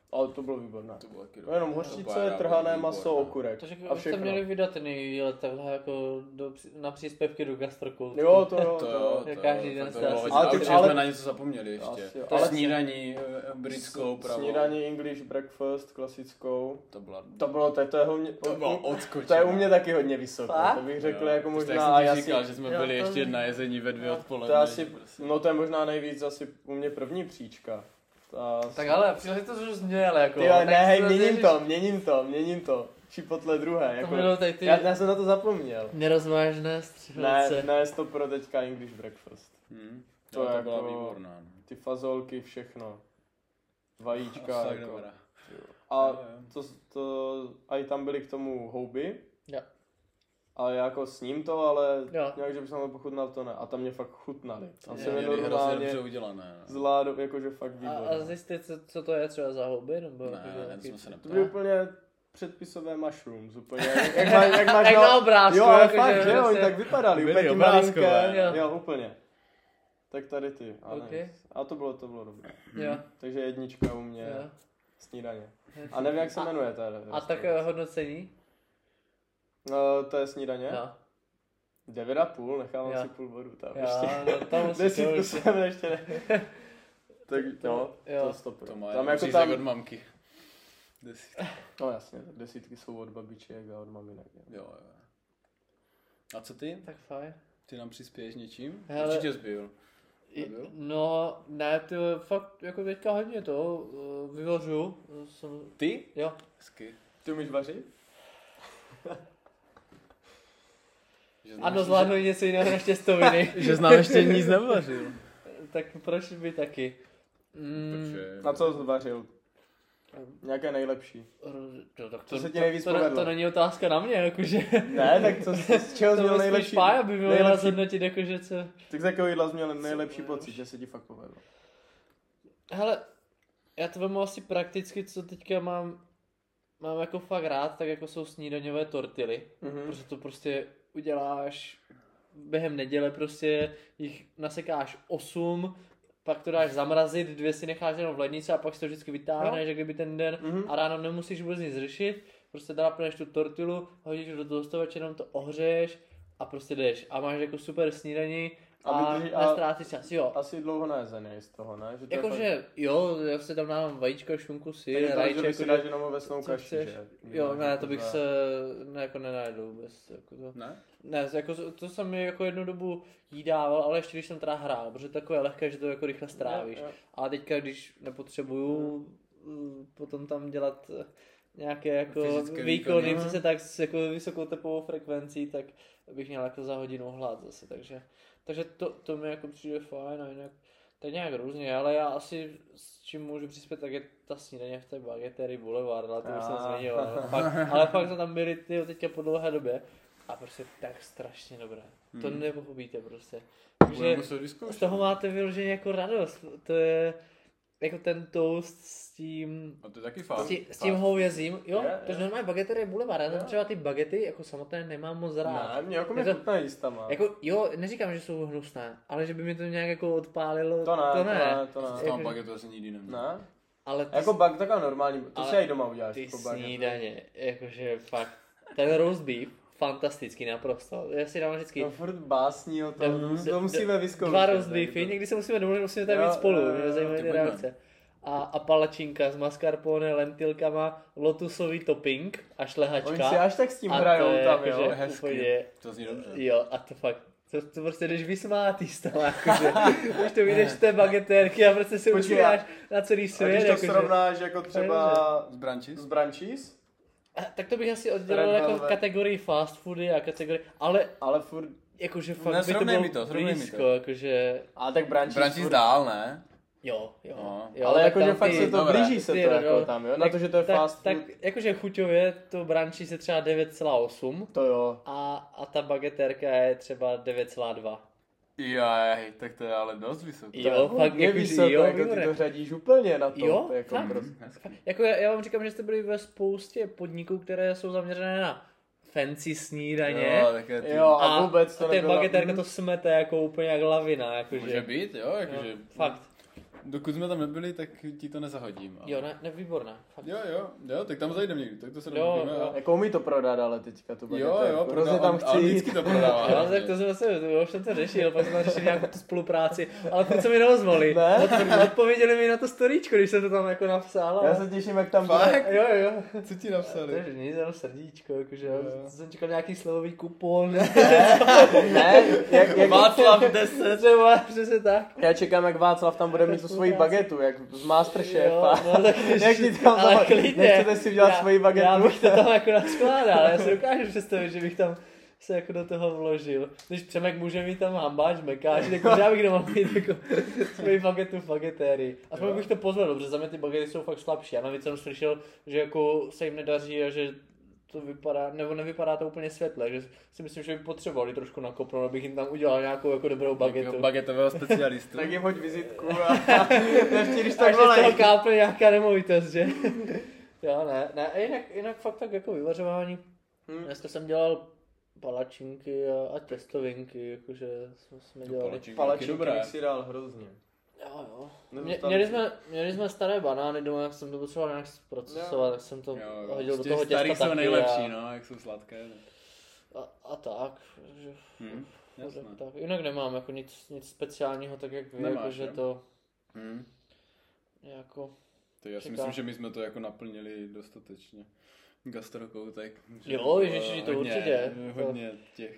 A: Ale to bylo výborné.
C: To bylo taky
A: jenom hořčice, trhané maso, okurek.
B: Takže a všechno. Jste měli vydat ten výlet takhle jako na příspěvky do Gastrokultu.
A: Jo, to jo.
B: Každý den se asi.
C: Ale jsme na něco zapomněli ještě.
A: Ale
C: snídaní britskou pravou.
A: Snídaní English breakfast klasickou.
C: To bylo odskočení.
A: To je u mě taky hodně vysoké. To bych řekl jako možná.
C: Já jsem říkal, že jsme byli ještě na jezení ve 2 odpoledne.
A: To je možná nejvíc asi u mě první příčka.
B: Tak ale příležitost už změl jako.
A: Tyjo, ne, hej, měním to. Šipotle druhé. Jako, já jsem na to zapomněl.
B: Nerozvážné střelce.
A: Ne, to pro teďka English breakfast.
C: To jako, byla výborná.
A: Ty fazolky, všechno. Vajíčka. Jako. A a i tam byly k tomu houby.
B: Jo.
A: A jako s ním to, ale nějak, že bych jsem to pochutnal, to ne. A tam mě fakt chutnali.
C: Tam se mi normálně udělané.
A: Zvládl, jakože fakt výborné.
B: A zjistíte, co to je třeba za houby? Nebo
A: ne,
C: jsme se neptali.
A: To byly úplně předpisové mushrooms, úplně. Jak máš
B: na obrázku.
A: Jo, ale fakt, že oni tak vypadali, úplně ty malinké. Jo, úplně. Tak tady ty. A to bylo dobré. Takže 1 u mě. Snídaně. A nevím, jak se jmenuje ta.
B: A takové hodnocení?
A: To je snídaně?
B: No.
A: 9,5, nechávám si půl bodu tam ještě.
B: No, tam musí
A: 10 jsem ještě ne. Tak to stopuje.
C: To má jako tam od mamky. 10.
A: No jasně, 10 jsou od babiček a od maminek.
C: Jo. A co ty?
B: Tak fajn.
C: Ty nám přispěješ něčím?
B: Hele,
C: určitě zbyl.
B: No, ne, to fakt jako teďka hodně to vyvařuju.
C: Ty?
B: Jo.
C: Hezky.
A: Ty umíš vařit?
B: Ano, zvládnu něco jiného než těstoviny.
C: Že znám ještě nic nevařil.
B: Tak proč by taky?
A: Na co jsi vařil? Nějaké nejlepší?
B: Co
A: se ti nejvíc povedlo?
B: To není otázka na mě, jakože.
A: Ne, tak z čeho jsi měl nejlepší?
B: Pája by měla zhodnotit, jakože co.
A: Tak z jakého jídla jsi měl nejlepší pocit, že se ti fakt povedlo?
B: Hele, já to vemu asi prakticky, co teďka mám jako fakt rád, tak jako jsou snídaňové tortily. Protože to prostě uděláš během neděle, prostě jich nasekáš 8, pak to dáš zamrazit, 2 si necháš jenom v lednici a pak si to vždycky vytáhneš, jak kdyby ten den a ráno nemusíš vůbec nic řešit, prostě drápneš tu tortilu, hodíš do toho stovače, jenom to ohřeješ a prostě jdeš a máš jako super snídaní a nestrácíš čas, jo.
A: Asi dlouho nejezený z toho, ne?
B: Jakože, fakt... jo, já se tam dávám vajíčka, šunku, syr, rajče,
A: si dáš jenom ovesnou kaši, že?
B: Jo, ne, to bych se jako nenajedl vůbec, jako to.
C: Ne?
B: Ne, jako to jsem mi jako jednu dobu jídával, ale ještě když jsem teda hrál, protože takové lehké, že to jako rychle strávíš. Jo. A teďka, když nepotřebuju potom tam dělat nějaké jako výkony, přesně tak s jako vysokou tepovou frekvencí, tak bych měl jako za hodinu hlad zase, takže to mi jako přijde fajn a jinak tak nějak různě, ale já asi s čím můžu přispět, tak je ta snídaně v té Bageterii Boulevard, ale to už jsem zmiňoval. Ale fakt jsme tam byli teďka po dlouhé době a prostě tak strašně dobré. To nepochopíte prostě. Takže z toho máte vyloženě jako radost. To je jako ten toast s tím...
C: A to je taky fakt.
B: S tím hovězím, jo, to je normálně Bageterie Boulevard. Já tam třeba ty bagety jako samotné nemám moc rád.
A: Ne, mě jako chutná jistama.
B: Jako, jo, neříkám, že jsou hnusné, ale že by mi to nějak jako odpálilo,
A: to ne.
C: Z toho bagetu asi nikdy neměl.
A: Ne?
B: Ale
A: jako bag taková normální, to si aj doma uděláš.
B: Ty
A: jako
B: snídaně, jakože fakt, ten roast beef, fantastický naprosto. Já si dám vždycky...
A: No furt básní o tom, to musíme vyzkoušet.
B: 2 roast beefy, někdy se musíme domluvit, musíme tam být spolu, mě zajímají ty reakce. A palačinka s mascarpone, lentilkama, lotusový topping a šlehačka.
A: Oni si až tak s tím hrajou tam, jo?
C: Hezky. To zní dobře.
B: Jo, a to fakt, to prostě jdeš vysmátý z toho, jakože. Když to vyjdeš z té bagetérky a prostě si usmíváš na celý svět.
A: A když to srovnáš jako třeba
C: s
A: brunchies?
B: Tak to bych asi oddělil jako kategorii fast foody a kategorii, ale furt, jakože fakt by to bylo blízko, jakože.
A: A tak
C: brunchies dál, ne?
B: Jo.
A: Ale jakože fakt se to blíží se to jako tam, jo? Na to, že to je fast food.
B: Tak jakože chuťově to brunchí se třeba 9,8.
A: To jo.
B: A ta bagetérka je třeba 9,2.
C: Jaj, tak to je ale dost vysoko.
B: Jo, fakt
A: je vysoko, jako ty to řadíš úplně na to.
B: Jo,
A: jako
B: jako já vám říkám, že jste byli ve spoustě podniků, které jsou zaměřené na fancy snídaně.
A: Jo, a vůbec to
B: nebylo. A bagetérka to smete jako úplně jak lavina. Jakože.
C: Může být, jo, jakože.
B: Fakt.
C: dokud jsme tam nebyli, tak ti to nezahodím.
B: Ale... Jo, ne, výborné.
C: Fakt. Jo, tak tam zajdeme někdy, tak to se domluvíme.
D: Jako umí to prodat, ale teďka to
C: jo,
D: hrozně tam chci
C: vždycky to prodává.
B: Jo, tak to už jsem to řešil, pak jsme řešili nějakou tu spolupráci, ale furt se mi neozvali. Odpověděli mi na to storíčko, když jsem to tam jako napsal.
D: Já se těším, jak tam
B: bude. Jo.
C: Co ti napsali?
B: To je nic, jenom srdíčko, jakože jsem čekal nějaký slovový kupon.
D: Ne, jak
B: Václav 10. Třeba, přesně tak.
D: Já čekám, jak Václav tam bude mít tu svoji bagetu, jak z Masterchefa.
B: No, tak
D: jak ti tam nechcete si udělat svoji bagetu?
B: Já bych to tam jako naskládal, já si dokážu představit, že bych tam se jako do toho vložil. Když Přemek může mít tam hambáč, mekáč, tak já bych nemohl mít jako svoji bagetu v bagetérii. A pak bych to pozvedl, protože za mě ty bagety jsou fakt slabší. A navíc jsem slyšel, že jako se jim nedaří a že to vypadá, nebo nevypadá to úplně světle, že si myslím, že by potřebovali trošku nakopnout, abych jim tam udělal nějakou jako dobrou bagetu.
C: Jako bagetového specialistu.
D: Tak jim hoď vizitku a nevtíříš tak
B: volej. Takže z toho kápne nějaká nemovitost, že? Jo, ne, jinak fakt tak jako vyvařování. Dneska jsem dělal palačinky a těstovinky, jakože jsme dělali.
D: Palačinky bych si dal hrozně.
B: Jo. Měli jsme staré banány doma, jak jsem to potřeboval nějak zprocesovat, tak jsem to hodil do toho těsta taky.
C: Starý jsou nejlepší, no, jak jsou sladké.
B: A tak, že... tak. Jinak nemám jako nic speciálního, tak jak vy, jako, že to... Jako...
C: Tak já si myslím, že my jsme to jako naplnili dostatečně. Gastrokoutek.
B: Jo, ježiši, to určitě.
C: Hodně těch.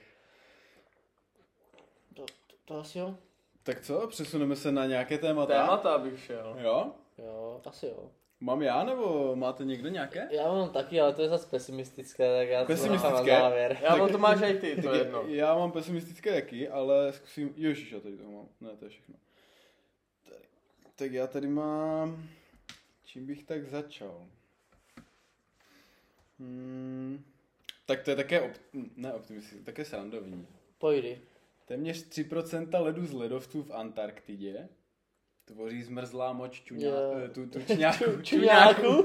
B: To asi jo.
C: Tak co, přesuneme se na nějaké témata?
D: Témata bych šel.
C: Jo?
B: Jo, asi jo.
C: Mám já, nebo máte někdo nějaké?
B: Já mám taky, ale to je zase pesimistické, tak já to mám na závěr.
D: Já mám to máš i ty, to je jedno.
C: Já mám pesimistické taky, ale zkusím... Ježiš, já tady to mám. Ne, to je všechno. Tady. Tak já tady mám... Čím bych tak začal? Tak to je také optimistické, také srandovní.
B: Pojdi.
C: Téměř 3% ledu z ledovců v Antarktidě tvoří zmrzlá moč tučňáků.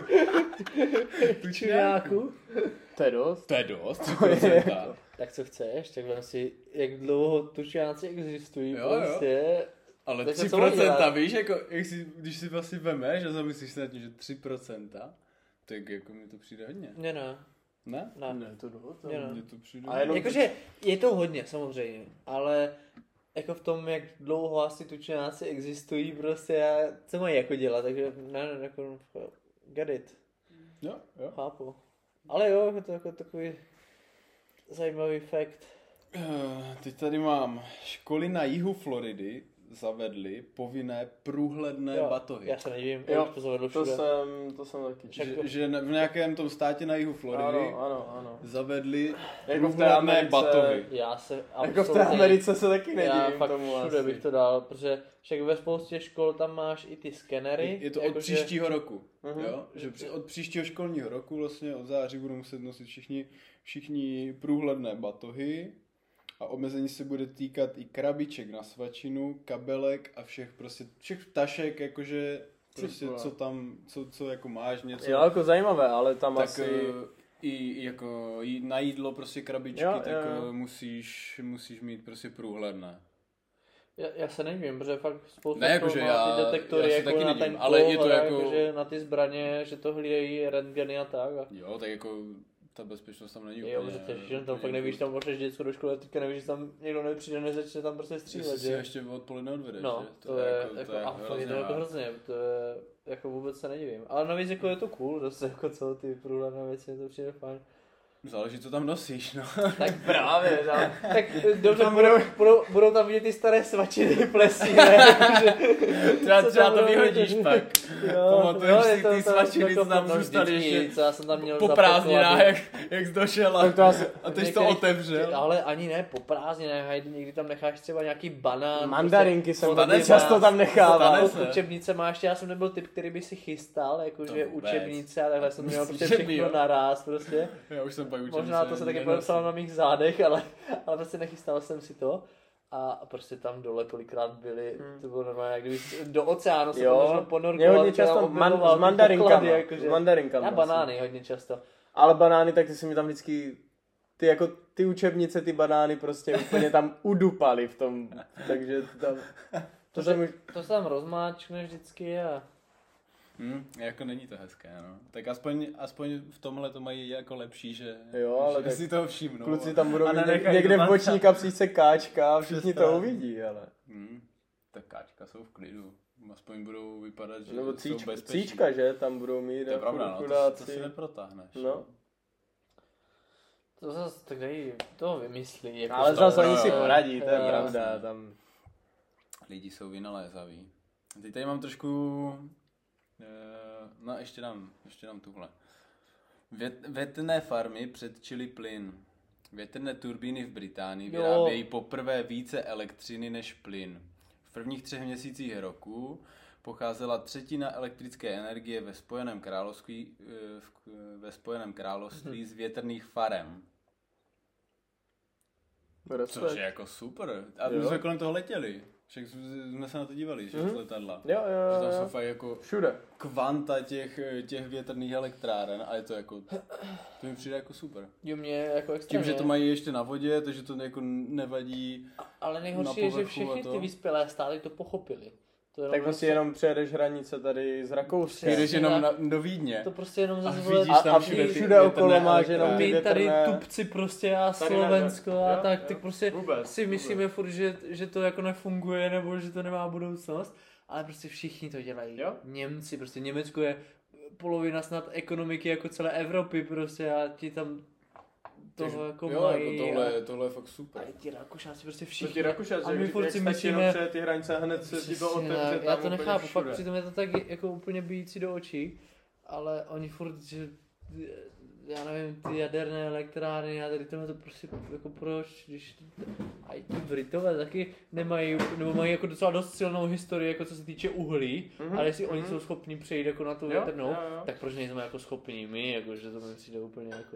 D: To je dost.
C: To je dost, 3%.
B: Tak co chceš, tak vem si, jak dlouho tučňáci existují prostě.
C: Jo. Ale 3%, víš, jako, když si vlastně vemeš a zamyslíš se nad tím, že 3%, tak jako mi to přijde hodně.
B: Ne,
D: to dost.
C: Mně to přijde
B: hodně. Jakože je to hodně, samozřejmě, ale jako v tom, jak dlouho asi tučňáci existují, prostě co mají jako dělat, takže jako get it.
C: Jo.
B: Chápu. Ale jo, je to jako takový zajímavý fakt.
C: Teď tady mám školy na jihu Floridy zavedly povinné průhledné batohy.
B: Já se nedivím,
D: to zavedlo všude. To jsem taky.
C: Že v nějakém tom státě na jihu Floridy
D: ano.
C: zavedli
D: jako
C: průhledné batohy.
B: Já se
D: jako v té Americe se taky nedivím.
B: Já fakt všude
D: asi.
B: bych to dal, protože však ve spoustě škol tam máš i ty skenery.
C: Je to od příštího roku, jo? Že od příštího školního roku, vlastně od září budou muset nosit všichni průhledné batohy. A omezení se bude týkat i krabiček na svačinu, kabelek a všech tašek, jakože prostě co tam, co jako máš něco.
D: Jo, jako zajímavé, ale tam
C: tak
D: asi...
C: I jako na jídlo prostě krabičky, musíš mít prostě průhledné.
B: Já se nevím, protože fakt spousta
C: ne, jako,
B: má ty detektory
C: já
B: jako
C: taky
B: na
C: nevím,
B: ten
C: ale je to jako...
B: že na ty zbraně, že to hlídají rentgeny a tak.
C: Jo, tak jako ta bezpečnost tam není
B: úplně. Jo, že tam fakt nevíš, tam pošleš děcko do školy a teďka nevíš, že tam někdo nepřijde, nezačne tam prostě střílet.
C: Jestli si ještě odpoledne odvedeš,
B: no,
C: že?
B: To je jako hrozně, to je, jako vůbec se nedivím. Ale navíc jako je to cool, zase jako co ty průhledné věci, to přijde fajn.
C: Záleží, co tam nosíš, no.
B: Tak právě, tak dobře, budou tam vidět ty staré svačiny plesí, ne?
C: Třeba to vyhodíš pak. Pamatuješ si ty svačiny, co tam zůstaly ještě po prázdninách, jak jsi došel a teď to otevřel.
B: Ale ani ne po prázdninách, někdy tam necháš třeba nějaký banán.
D: Mandarinky jsem taky často tam nechával.
B: Učebnice máš, já jsem nebyl typ, který by si chystal, jakože učebnice a takhle jsem měl prostě všechno naráz prostě.
C: Já už jsem pak učebnice.
B: Možná to se taky podepsalo na mých zádech, ale prostě nechystal jsem si to. A prostě tam dole kolikrát byli, to bylo normálně, jak kdyby do oceánu se možno ponorkoval.
D: Hodně často s mandarinkama.
B: A banány hodně často.
D: Ale banány, tak ty si mi tam vždycky, ty učebnice, ty banány prostě úplně tam udupaly v tom, takže tam...
B: To se tam rozmáčkne vždycky a...
C: Jako není to hezké, no. Tak aspoň v tomhle to mají jako lepší, že,
D: jo, ale
C: že si toho všimnou.
D: Kluci tam budou mít někde v boční kapsičce káčka a všichni to uvidí, ale...
C: Tak káčka jsou v klidu. Aspoň budou vypadat, že
D: nebo
C: jsou bezpeční.
D: Cíčka, že? Tam budou mít.
C: To je pravda, no, to si neprotáhneš.
D: No.
B: To zase tak dají, to vymyslí. Jako
D: ale zase oni si poradí, to je pravda. Tam...
C: Lidi jsou vynalézaví. Teď tady mám trošku... No, ještě dám tuhle. Větrné farmy předčily plyn. Větrné turbíny v Británii vyrábějí poprvé více elektřiny než plyn. V prvních 3 měsících roku pocházela 1/3 elektrické energie ve Spojeném království z větrných farem. Což je jako super. A my jsme kolem toho letěli. Však jsme se na to dívali, že z letadla.
D: Jo.
C: Že tam jsou fakt jako
D: všude
C: kvanta těch větrných elektráren a je to jako, to mi přijde jako super.
B: Jo, mě jako extrémně.
C: Tím, že to mají ještě na vodě, takže to jako nevadí.
B: Ale nejhorší je, že všechny ty vyspělé státy to pochopili. To
D: tak prostě jenom přejedeš hranice tady z Rakouska.
C: Jdeš jenom do Vídně.
B: To prostě jenom zase
C: a
D: všude okolo máš jenom
B: my tady tupci prostě a Slovensko a tak, tak prostě si myslíme furt, že to jako nefunguje nebo že to nemá budoucnost, ale prostě všichni to dělají. Němci, prostě Německo je polovina snad ekonomiky jako celé Evropy prostě a ti tam toho jako mají.
C: Tohle je fakt super.
B: A ti Rakušáci prostě všichni.
D: Ti Rakušáci,
B: a my furt si myslíme,
D: ty hranice hned se ti to otevře.
B: Já to nechápu, fakt přitom je to tak jako úplně bijící do očí, ale oni furt, že já nevím, ty jaderné elektrárny a tady tohle to prostě jako proč, když a i ti Britové taky nemají, nebo mají jako docela dost silnou historii, jako co se týče uhlí, ale jestli oni jsou schopni přejít jako na tu větrnou, tak proč nejsme jako schopní my, jako že to mi přijde úplně jako...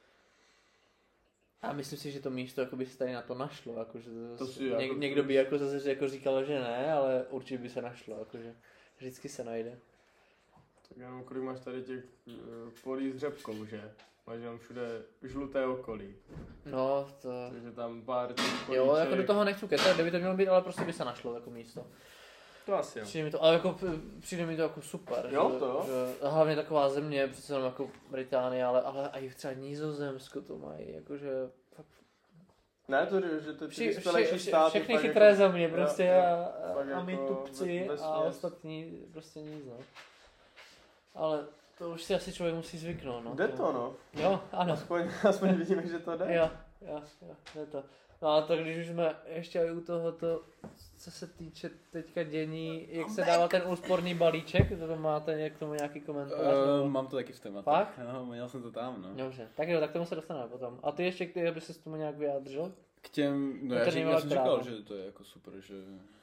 B: A myslím si, že to místo jako by se tady na to našlo, jakože někdo by jako zase jako říkal, že ne, ale určitě by se našlo, jakože vždycky se najde.
A: Tak jenom kolik máš tady těch polí s řepkou, že? Máš jenom všude žluté okolí.
B: No, to...
A: Takže tam pár těch políček...
B: Jo, jako do toho nechci kecat, kdyby to mělo být, ale prostě by se našlo jako místo.
A: To asi jo.
B: Přijde mi to jako super.
A: Jo, to jo.
B: Že, hlavně taková země, přece jenom jako Británie, ale i třeba Nizozemsko to mají, jakože...
A: Ne, že to ty vyspělejší státy...
B: Všechny chytré jako, země prostě a my jako tupci a ostatní prostě nic, no. Ale to už si asi člověk musí zvyknout, no.
A: Jde to, no.
B: Jo, ano.
A: Aspoň vidíme, že to jde.
B: Jo, jde to. No a tak když už jsme ještě u tohoto, co se týče teďka dění, jak se dává ten úsporný balíček, to máte k tomu nějaký komentář?
C: Mám to taky v tématu.
B: Fakt?
C: No, měl jsem to tam, no.
B: Dobře, tak jo, tak tomu se dostaneme potom. A ty ještě, aby se s tomu nějak vyjádřil?
C: K těm, no já jsem říkal, že to je jako super, že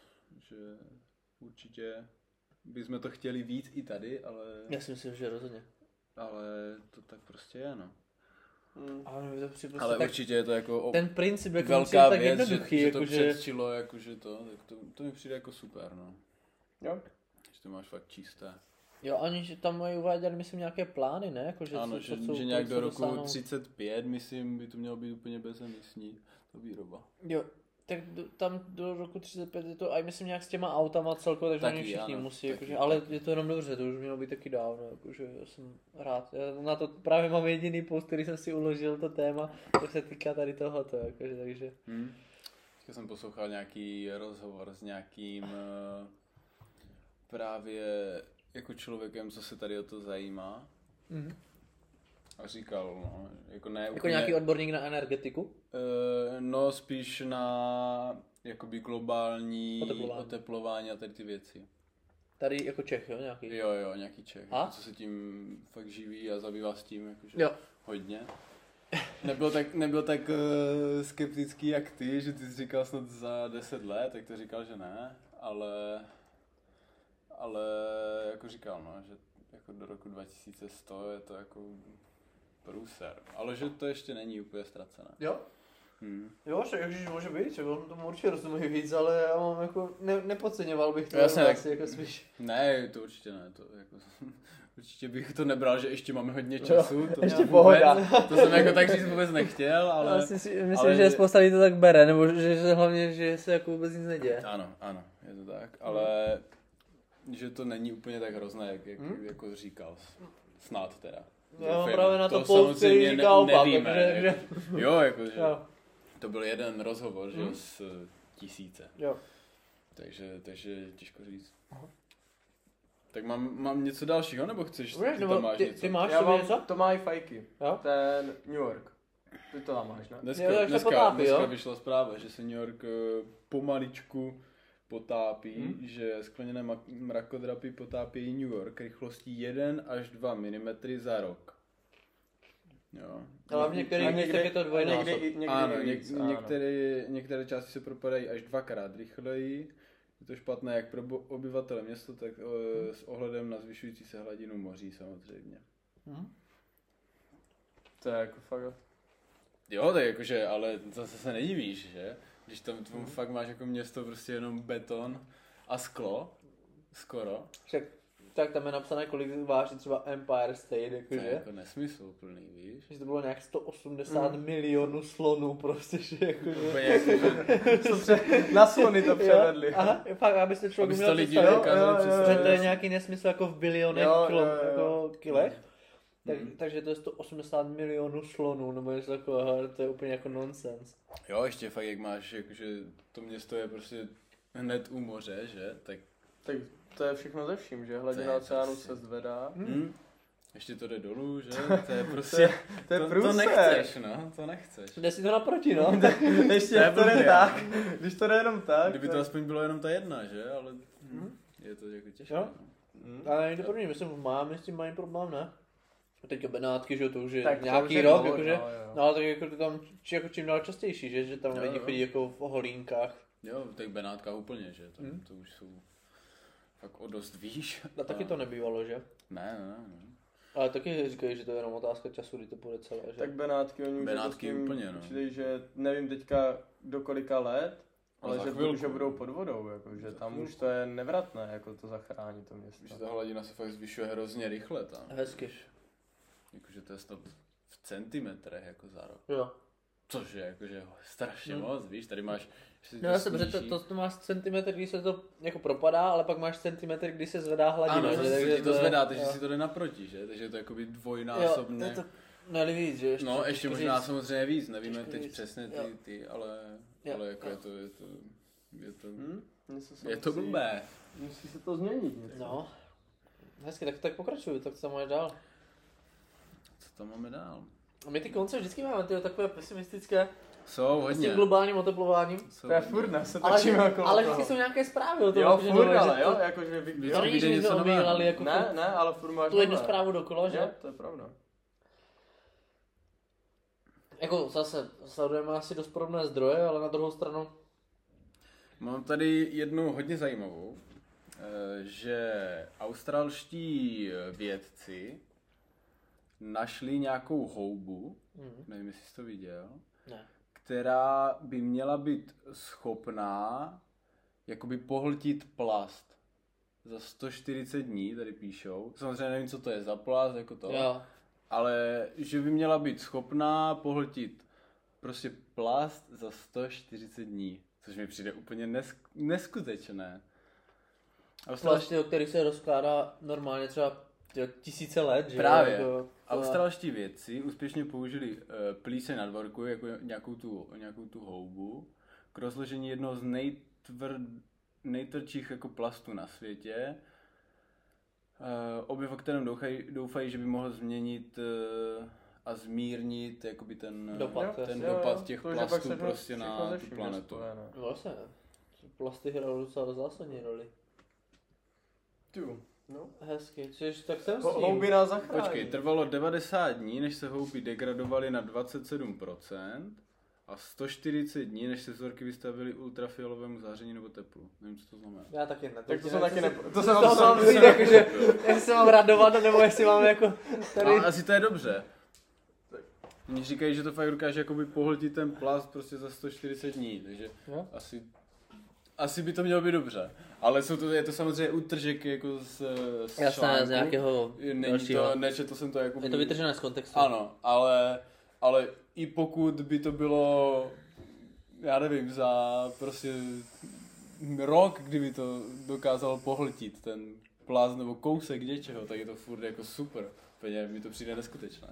C: určitě bychom to chtěli víc i tady, ale...
B: Já si myslím, že rozhodně.
C: Ale to tak prostě je, no.
B: Ale
C: určitě je to jako
B: ten princip jako
C: velká
B: tak
C: věc,
B: jednoduchý,
C: že to předčilo, jakože tak to mi přijde jako super, no.
A: Jo.
C: Že to máš fakt čisté.
B: Jo, oni že tam mají uvádět, myslím, nějaké plány, ne? Jako, že
C: ano, že nějak do roku 35, myslím, by to mělo být úplně bezemisní ta výroba.
B: Jo, tak tam do roku 35 je to, a myslím nějak s těma autama celkově, takže oni všichni musí, jakože, ale je to jenom dobře, to už mělo být taky dávno, jakože já jsem rád. Já na to právě mám jediný post, který jsem si uložil, to téma, to se týká tady tohoto, jakože, takže.
C: Teďka jsem poslouchal nějaký rozhovor s nějakým právě jako člověkem, co se tady o to zajímá. A říkal, no, jako ne
B: jako úplně, nějaký odborník na energetiku?
C: No, spíš na jakoby globální oteplování a tady ty věci.
B: Tady jako Čech, jo, nějaký?
C: Jo, nějaký Čech, jako, co se tím fakt živí a zabývá s tím, jakože hodně. Nebyl tak skeptický jak ty, že ty jsi říkal snad za 10 let, tak to říkal, že ne, ale jako říkal, no, že jako do roku 2100 je to jako průser, ale že to ještě není úplně ztracené.
B: Jo? Jo, že může být, že on tomu určitě rozumí víc, ale já mám jako, nepodceňoval bych to.
C: Jasně,
B: asi jako spíš.
C: Ne, to určitě ne, to jako, určitě bych to nebral, že ještě máme hodně času. To
D: ještě pohoda.
C: To jsem jako tak říct vůbec nechtěl, ale...
B: Myslím, že spousta lidí to tak bere, nebo že hlavně, že se jako vůbec nic neděje.
C: Ano, je to tak, ale že to není úplně tak hrozné, jak jako říkal, snad teda.
B: Já mám právě na to post, který říká opak,
C: takže... Jo, jakože to byl jeden rozhovor, že z 1000.
B: Jo.
C: Takže těžko říct. Tak mám něco dalšího, nebo chceš, ty
B: tam
C: máš něco?
B: Ty máš
A: Já mám
B: něco?
A: to má i fajky.
B: Jo?
A: Ten New York. Ty to tam máš, ne?
C: Dneska vyšla zpráva, že se New York pomaličku potápí, že skleněné mrakodrapy potápí New York rychlostí 1 až 2 mm za rok. Jo.
B: Ale v některých místech je to dvojnásob.
C: Ano, některé části se propadají až 2krát rychleji. Je to špatné jak pro obyvatele města, tak s ohledem na zvyšující se hladinu moří samozřejmě.
A: To je jako fakt.
C: Jo, tak jakože, ale zase se nedivíš, že? Když tam fakt máš jako město prostě jenom beton a sklo, skoro.
B: Však tak tam je napsané, kolik váží třeba Empire State, jakože.
C: To je jako nesmysl úplný, víš?
B: Že to bylo nějak 180 milionů slonů prostě, že
C: jakože...
D: Na slony to převedli.
B: Jo, aha, fakt, aby se člověk
C: měl představit,
B: že to je nějaký nesmysl jako v bilionech jako kilech. Takže to je 180 milionů slonů, nebo něco takového, to je úplně jako nonsens.
C: Jo, ještě fakt, jak máš, jakože to město je prostě hned u moře, že? Tak
A: to je všechno ze vším, že? Hladina oceánu se zvedá.
C: Ještě to jde dolů, že? To je prostě...
D: to je
C: to nechceš, no, to nechceš.
B: Jde si to naproti, no.
D: Ještě to jde tak, když to jde jenom tak.
C: Kdyby to aspoň bylo jenom ta jedna, že? Ale je to jako těžké.
B: Jo? Ale někde první, myslím, v Miami s tím mají problém, ne? Teďka Benátky, že to už je tak nějaký rok, jakože, no ale tak jako to tam jako čím dál častější, že tam lidi chodí jako v holínkách.
C: Jo, tak v Benátkách úplně, že, to už jsou fakt o dost výš.
B: A taky to nebývalo, že?
C: Ne.
B: Ale taky říkají, že to je jenom otázka času, kdy to bude celé, že?
A: Tak Benátky, oni
C: Benátky úplně, no.
A: Přijde, že nevím teďka do kolika let, ale že budou pod vodou, jako, že tam už to je nevratné, jako to zachrání to město.
C: Že ta hladina se fakt zvyšuje hrozně rychle tam.
B: Hezkyž.
C: Jakože to je snad v centimetrech jako za rok.
B: Jo.
C: Což je jakože strašně moc, víš, tady máš...
B: No já jsem řekl, to máš centimetr, když se to jako propadá, ale pak máš centimetr, když se zvedá hladina.
C: Ano, že ti to zvedá, takže si to jde naproti, že? Takže je to jakoby dvojnásobně.
B: Jo, to víc, že?
C: Ještě možná samozřejmě víc, nevíme teď přesně ty, ale jako je to blbé.
A: Musí se to změnit něco.
B: No, hezky, tak pokračuj, tak co máš dál?
C: Co tam máme dál?
B: A my ty konce vždycky máme ty takové pesimistické.
C: Jsou hodně.
B: S tím globálním oteplováním.
A: To je furt, ne? Se točíme okolo
B: ale vždycky jsou nějaké zprávy o tom.
A: Jo, furt, ale jo, jakože
B: to není, že jsme objíhali jako
A: ne, ale furt máš
B: tu jednu zprávu dokola, že?
A: Jo, to je pravda.
B: Jako zase sledujeme asi dost podobné zdroje, ale na druhou stranu.
C: Mám tady jednu hodně zajímavou, že australští vědci našli nějakou houbu, nevím, jestli jsi to viděl, která by měla být schopná jakoby pohltit plast za 140 dní, tady píšou. Samozřejmě nevím, co to je za plast, jako to, ale že by měla být schopná pohltit prostě plast za 140 dní, což mi přijde úplně neskutečné.
B: Plasty, o kterých se rozkládá normálně třeba tisíce let, že?
C: Právě. Australští vědci úspěšně použili plíseň na dvorku jako nějakou tu houbu k rozložení jednoho z nejtvrdších jako plastů na světě. Objev, o kterém doufají, že by mohl změnit a zmírnit jakoby ten dopad těch plastů prostě na tu planetu.
B: Vlastně, plasty hrají docela zásadní roli.
A: No.
B: Hezky, tak jsem s tím.
A: Houby nás zachrání.
C: Počkej, trvalo 90 dní, než se houby degradovaly na 27% a 140 dní, než se vzorky vystavily ultrafialovému záření nebo teplu. Nevím, co to znamená.
B: Já taky ne.
A: Tak to jsem taky
B: to jsem vám přijde, jakože jestli se mám radovat, nebo jestli mám jako tady...
C: No, asi to je dobře. Oni říkají, že to fakt dokáže jakoby pohltit ten plast prostě za 140 dní, takže asi by to mělo být dobře. Ale je to samozřejmě útržek jako z
B: článku. Z nějakého dalšího.
C: Nečetl jsem to jako...
B: Je to vytržené z kontextu.
C: Ano, ale i pokud by to bylo, já nevím, za prostě rok, kdyby to dokázalo pohltit ten plast nebo kousek něčeho, tak je to furt jako super. Protože mi to přijde neskutečné.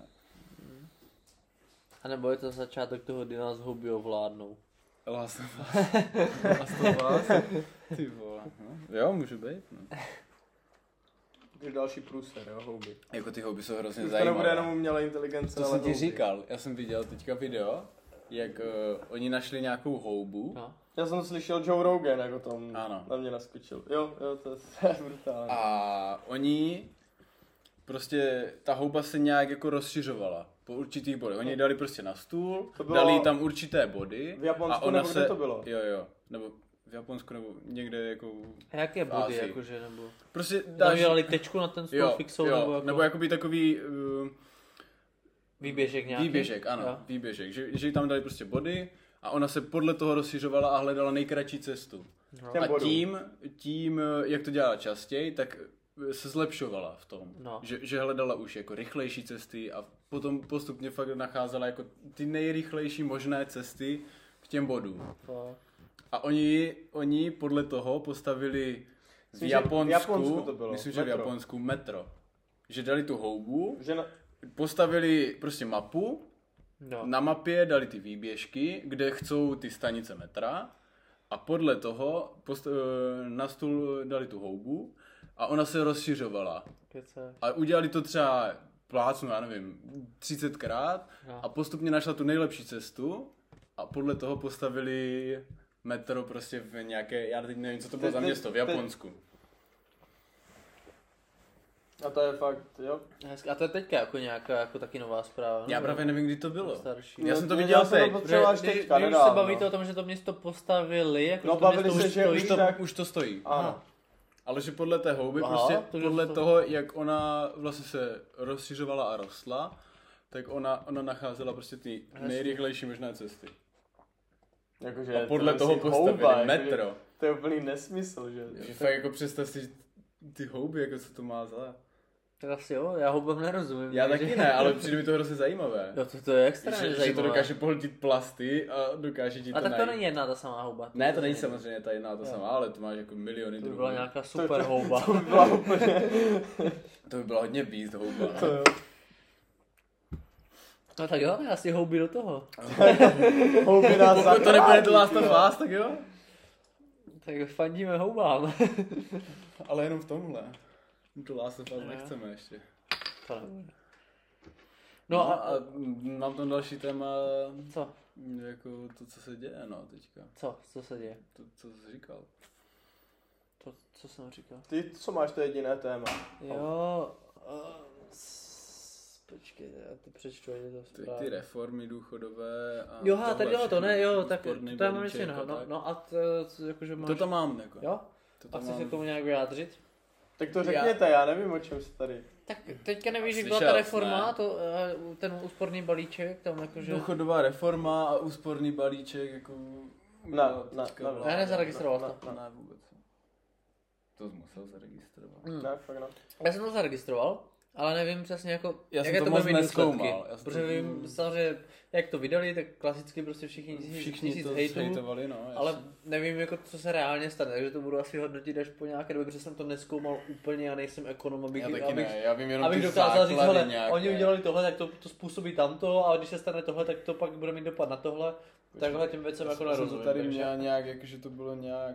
B: A nebo je to začátek toho, kdy nás houby ovládnou.
C: Last of Us. Ty vole. No. Jo, může být. No.
A: Je další průser, jo, houby.
C: Jako ty houby jsou hrozně
A: to
C: zajímavé.
A: To nebude jenom umělé inteligence,
C: to jsem ti říkal. Já jsem viděl teďka video, jak oni našli nějakou houbu.
A: No. Já jsem slyšel Joe Rogan, jak o tom na mě naskočil. Jo, to je brutální.
C: A oni prostě, ta houba se nějak jako rozšiřovala po určitých bodech. Oni ji dali prostě na stůl, dali tam určité body.
A: V Japonsku nebo kde to bylo?
C: Jo. Nebo v Japonsku nebo někde jako
B: a jaké body, jakože, nebo...
C: Prostě
B: dali tečku na ten stůl fixou, nebo jako...
C: Nebo jakoby takový...
B: výběžek nějaký?
C: Výběžek, ano, jo. Výběžek. Že jí tam dali prostě body a ona se podle toho rozšiřovala a hledala nejkratší cestu.
A: No.
C: A tím, jak to dělala častěji, tak se zlepšovala v tom, že hledala už jako rychlejší cesty a potom postupně fakt nacházela jako ty nejrychlejší možné cesty k těm bodům. A oni podle toho postavili v Japonsku to bylo. Myslím, že v Japonsku metro. Že dali tu houbu, postavili prostě mapu, na mapě dali ty výběžky, kde chcou ty stanice metra a podle toho na stůl dali tu houbu a ona se rozšiřovala. A udělali to třeba plácnu, já nevím, 30krát a postupně našla tu nejlepší cestu a podle toho postavili metro prostě v nějaké, já teď nevím, co to bylo za město, v Japonsku.
A: A to je fakt, jo?
B: A to je teďka jako nějaká, jako taky nová zpráva.
C: Já právě nevím, kdy to bylo.
B: Starší.
C: Já jsem to viděl teď.
B: Když se bavíte o tom, že to město postavili, jako
A: no, bavili se, že
C: už to stojí.
A: Ano.
C: Ale že podle té houby, prostě podle toho, jak ona vlastně se rozšiřovala a rostla, tak ona nacházela prostě ty nejrychlejší možné cesty.
A: Jakože
C: a podle toho postavili metro.
A: To je úplný nesmysl, že?
C: Že fakt jako představ si ty houby, jako co to má za...
B: Tak asi jo, já houbám nerozumím.
C: Já taky ne, ale přijde mi to hrozně zajímavé.
B: Jo, to je extrémně zajímavé.
C: Že to dokáže pohltit plasty a dokáže ti to najít.
B: A tak to není jedna ta samá houba.
C: Ne, to není samozřejmě ta jedna ta samá, ale to máš jako miliony druhů.
B: To by byla nějaká super houba.
A: To by byla úplně...
C: To by byla hodně beast houba.
A: To jo.
B: No tak jo, já si houby do toho.
A: Houby nás
C: pokud to nebude to Last of Us, tak jo.
B: Tak fandíme houbám.
C: Ale jenom v tomhle. To Last of Us nechceme ještě.
B: To nebude.
C: No a mám tam další téma.
B: Co?
C: Jako to, co se děje, no, teďka.
B: Co se děje?
C: To, co jsi říkal.
B: To, co jsem říkal?
A: Ty, co máš, to jediné téma.
B: Jo, počkej, já to přečtu, je to správně.
C: Ty reformy důchodové a...
B: Jo, tady jo, to ne, jo, tak to já mám něco jiného, no a to, jakože máš...
C: To tam mám, jako.
B: Jo? A chceš se k tomu nějak vyjádřit?
A: Tak to řekněte, já nevím, o čem se tady...
B: Tak teďka nevíš, jak byla ta reforma, ten úsporný balíček, tam jakože...
C: Důchodová reforma a úsporný balíček, jako...
B: Já nezaregistroval to.
C: Ne, vůbec. To jsi musel zaregistrovat.
A: Ne, fakt ne.
B: Já jsem to zaregistroval, ale nevím přesně jako,
C: jaké to bude mít výsledky.
B: Protože vím samozřejmě, jak to vydali, tak klasicky prostě všichni to
C: hejtovali, no.
B: Ale nevím, jako, co se reálně stane, takže to budu asi hodnotit až po nějaké době, protože jsem to nezkoumal úplně, já nejsem ekonom, abych dokázal říct, hele, oni udělali tohle, tak to způsobí tamto, a když se stane tohle, tak to pak bude mít dopad na tohle. Takhle těm věcem jako nerozumím.
C: To tady měl nějak, jakože to bylo nějak